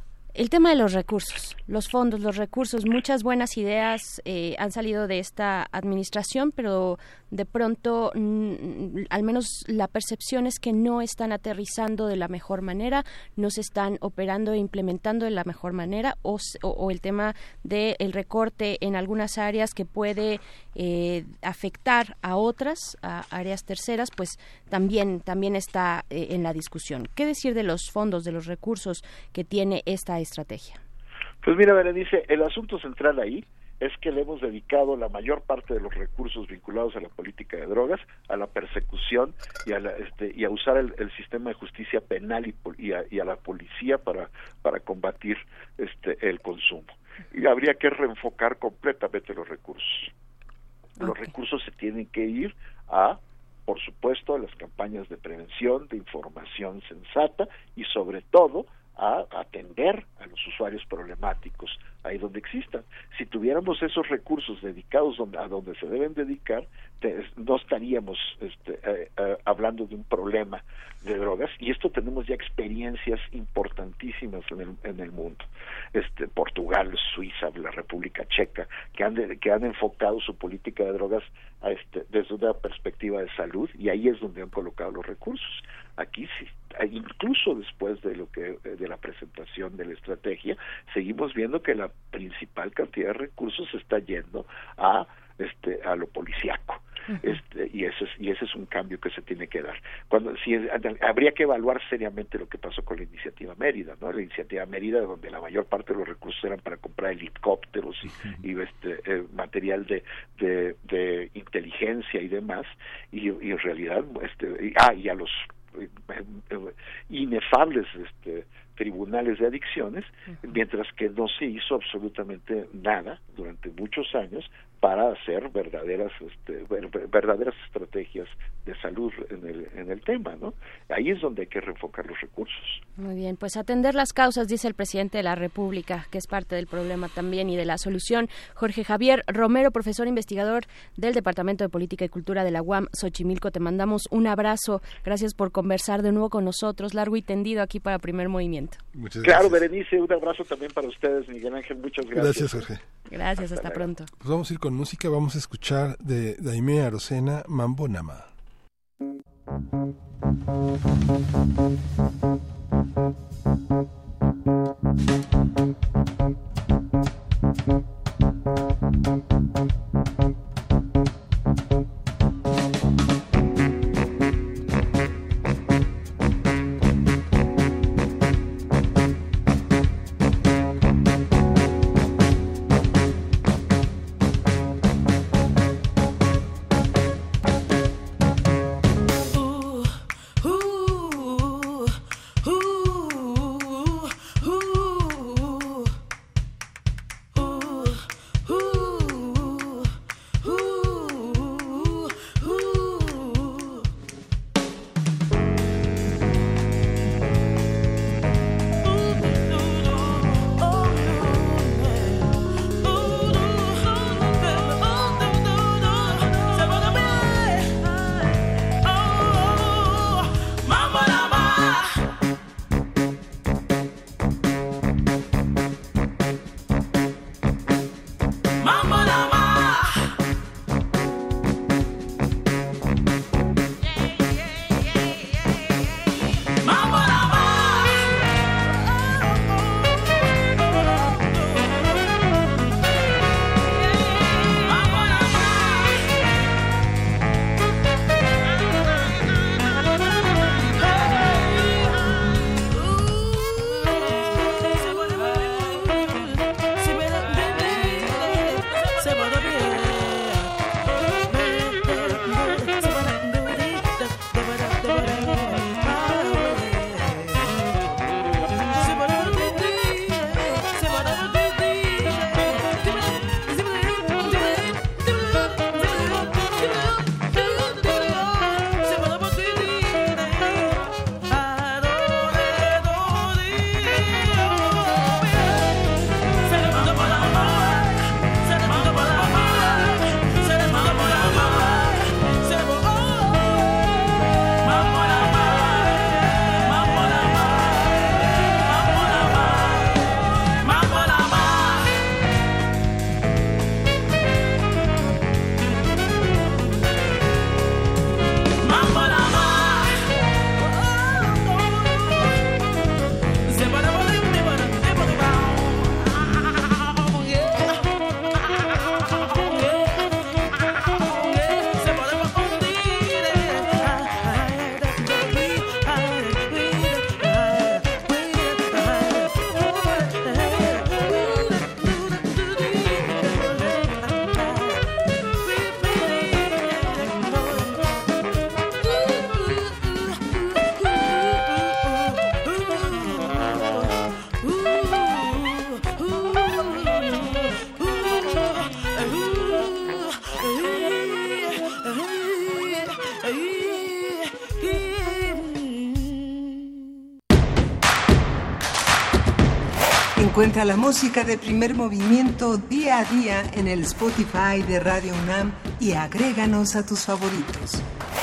el tema de los recursos, los fondos, los recursos, muchas buenas ideas eh, han salido de esta administración, pero de pronto, mm, al menos la percepción es que no están aterrizando de la mejor manera, no se están operando e implementando de la mejor manera, o, o, o el tema del recorte en algunas áreas que puede eh, afectar a otras, a áreas terceras, pues también, también está eh, en la discusión. ¿Qué decir de los fondos, de los recursos que tiene esta estrategia? Pues mira, Berenice, el asunto central ahí es que le hemos dedicado la mayor parte de los recursos vinculados a la política de drogas, a la persecución y a, la, este, y a usar el, el sistema de justicia penal y, y, a, y a la policía para, para combatir este, el consumo. Y habría que reenfocar completamente los recursos. Los okay. recursos se tienen que ir a, por supuesto, a las campañas de prevención, de información sensata y sobre todo a atender a los usuarios problemáticos ahí donde existan. Si tuviéramos esos recursos dedicados donde, a donde se deben dedicar, te, no estaríamos este, eh, eh, hablando de un problema de drogas, y esto tenemos ya experiencias importantísimas en el, en el mundo. Este, Portugal, Suiza, la República Checa, que han, de, que han enfocado su política de drogas a este, desde una perspectiva de salud, y ahí es donde han colocado los recursos. Aquí sí, incluso después de lo que de la presentación de la estrategia, seguimos viendo que la principal cantidad de recursos se está yendo a este a lo policiaco. Uh-huh. Este, y ese es y ese es un cambio que se tiene que dar. Cuando si habría que evaluar seriamente lo que pasó con la iniciativa Mérida, ¿no? La iniciativa Mérida, donde la mayor parte de los recursos eran para comprar helicópteros y, uh-huh. y este eh, material de, de de inteligencia y demás, y, y en realidad este y, ah y a los inefables este tribunales de adicciones, uh-huh. mientras que no se hizo absolutamente nada durante muchos años para hacer verdaderas este, ver, verdaderas estrategias de salud en el en el tema, ¿no? Ahí es donde hay que reenfocar los recursos. Muy bien, pues atender las causas, dice el presidente de la República, que es parte del problema también y de la solución. Jorge Javier Romero, profesor investigador del Departamento de Política y Cultura de la U A M Xochimilco, te mandamos un abrazo. Gracias por conversar de nuevo con nosotros, largo y tendido aquí para Primer Movimiento. Muchas claro, gracias. Berenice, un abrazo también para ustedes, Miguel Ángel, muchas gracias. Gracias, Jorge. Gracias, hasta, hasta pronto. Pues vamos a ir con música, vamos a escuchar de Daimé Arocena, Mambo Nama. Ooh, ooh, Encuentra la música de Primer Movimiento día a día en el Spotify de Radio UNAM y agréganos a tus favoritos.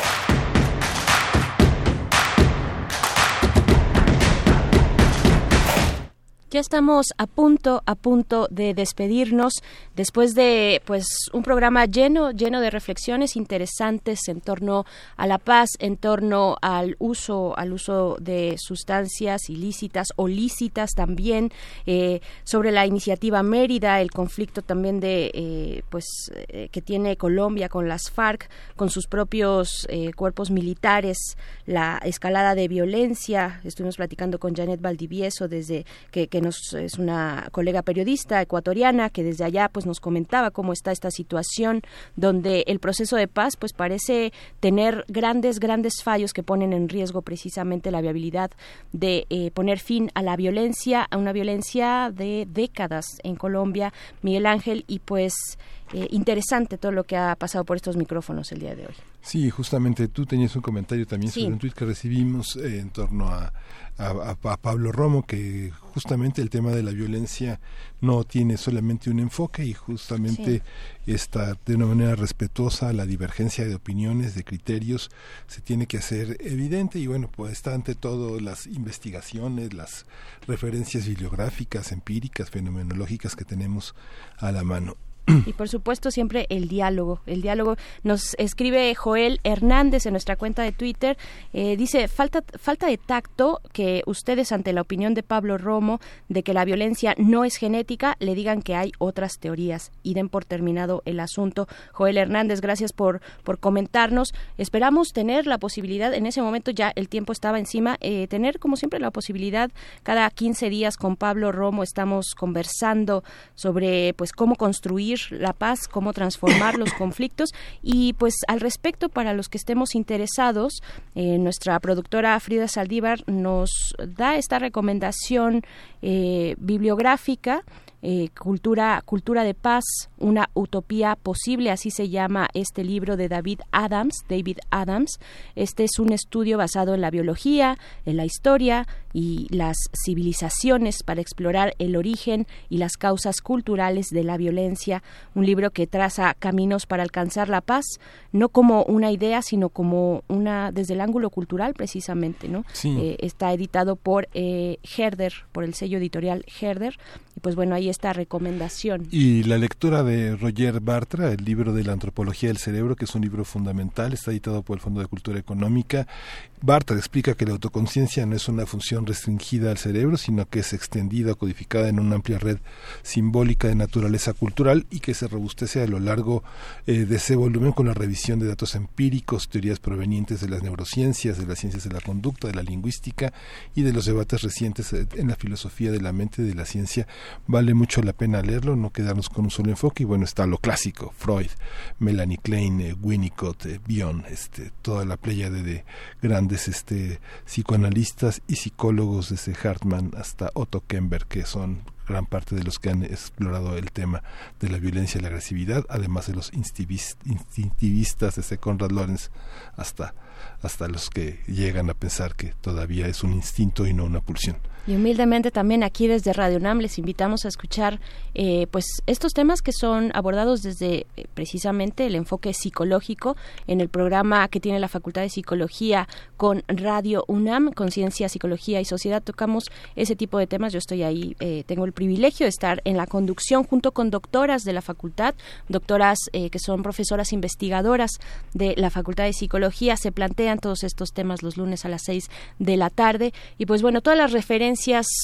Ya estamos a punto, a punto de despedirnos después de pues un programa lleno, lleno de reflexiones interesantes en torno a la paz, en torno al uso, al uso de sustancias ilícitas o lícitas también, eh, sobre la iniciativa Mérida, el conflicto también de eh, pues eh, que tiene Colombia con las FARC, con sus propios eh, cuerpos militares, la escalada de violencia. Estuvimos platicando con Janet Valdivieso desde que, que nos es una colega periodista ecuatoriana que desde allá pues nos comentaba cómo está esta situación donde el proceso de paz pues parece tener grandes grandes fallos que ponen en riesgo precisamente la viabilidad de eh, poner fin a la violencia, a una violencia de décadas en Colombia, Miguel Ángel, y pues eh, interesante todo lo que ha pasado por estos micrófonos el día de hoy. Sí, justamente tú tenías un comentario también sí. sobre un tuit que recibimos eh, en torno a, a, a Pablo Romo, que justamente el tema de la violencia no tiene solamente un enfoque y justamente sí. está de una manera respetuosa la divergencia de opiniones, de criterios, se tiene que hacer evidente y bueno, pues está ante todo las investigaciones, las referencias bibliográficas, empíricas, fenomenológicas que tenemos a la mano. Y por supuesto siempre el diálogo, el diálogo. Nos escribe Joel Hernández en nuestra cuenta de Twitter, eh, dice, falta, falta de tacto que ustedes ante la opinión de Pablo Romo de que la violencia no es genética, le digan que hay otras teorías y den por terminado el asunto. Joel Hernández, gracias por, por comentarnos. Esperamos tener la posibilidad, en ese momento ya el tiempo estaba encima, eh, tener como siempre la posibilidad, cada quince días con Pablo Romo estamos conversando sobre pues cómo construir la paz, cómo transformar los conflictos y pues al respecto para los que estemos interesados, eh, nuestra productora Frida Saldívar nos da esta recomendación eh, bibliográfica, eh, cultura, cultura de paz, una utopía posible, así se llama este libro de David Adams, David Adams. Este es un estudio basado en la biología, en la historia y las civilizaciones para explorar el origen y las causas culturales de la violencia, un libro que traza caminos para alcanzar la paz, no como una idea, sino como una, desde el ángulo cultural precisamente, ¿no? Sí. Eh, está editado por eh, Herder, por el sello editorial Herder, y pues bueno, ahí está recomendación. Y la lectura de Roger Bartra, el libro de la antropología del cerebro, que es un libro fundamental, está editado por el Fondo de Cultura Económica. Bartra explica que la autoconciencia no es una función restringida al cerebro, sino que es extendida o codificada en una amplia red simbólica de naturaleza cultural y que se robustece a lo largo eh, de ese volumen con la revisión de datos empíricos, teorías provenientes de las neurociencias, de las ciencias de la conducta, de la lingüística y de los debates recientes en la filosofía de la mente y de la ciencia. Vale mucho la pena leerlo, no quedarnos con un solo enfoque y bueno, está lo clásico, Freud, Melanie Klein, eh, Winnicott, eh, Bion, este, toda la pléyade de grandes este, psicoanalistas y psicólogos desde Hartmann hasta Otto Kemper, que son gran parte de los que han explorado el tema de la violencia y la agresividad, además de los instintivistas desde Konrad Lorenz hasta, hasta los que llegan a pensar que todavía es un instinto y no una pulsión. Y humildemente también aquí desde Radio UNAM les invitamos a escuchar eh, pues estos temas que son abordados desde eh, precisamente el enfoque psicológico en el programa que tiene la Facultad de Psicología con Radio UNAM, Conciencia, Psicología y Sociedad. Tocamos ese tipo de temas. Yo estoy ahí, eh, tengo el privilegio de estar en la conducción junto con doctoras de la facultad, doctoras eh, que son profesoras investigadoras de la Facultad de Psicología. Se plantean todos estos temas los lunes a las seis de la tarde y pues bueno, todas las referencias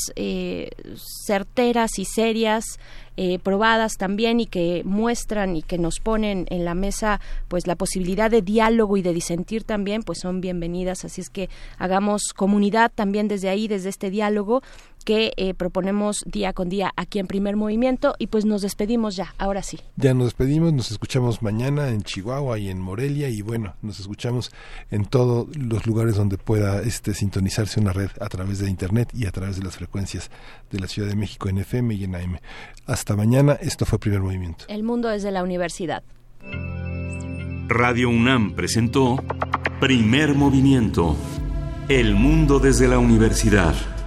Eh, certeras y serias, eh, probadas también y que muestran y que nos ponen en la mesa pues la posibilidad de diálogo y de disentir también, pues son bienvenidas, así es que hagamos comunidad también desde ahí, desde este diálogo que eh, proponemos día con día aquí en Primer Movimiento y pues nos despedimos ya, ahora sí. Ya nos despedimos, nos escuchamos mañana en Chihuahua y en Morelia y bueno, nos escuchamos en todos los lugares donde pueda este sintonizarse una red a través de internet y a través de las frecuencias de la Ciudad de México en F M y en A M. Hasta mañana, esto fue Primer Movimiento. El mundo desde la universidad. Radio UNAM presentó Primer Movimiento, el mundo desde la universidad.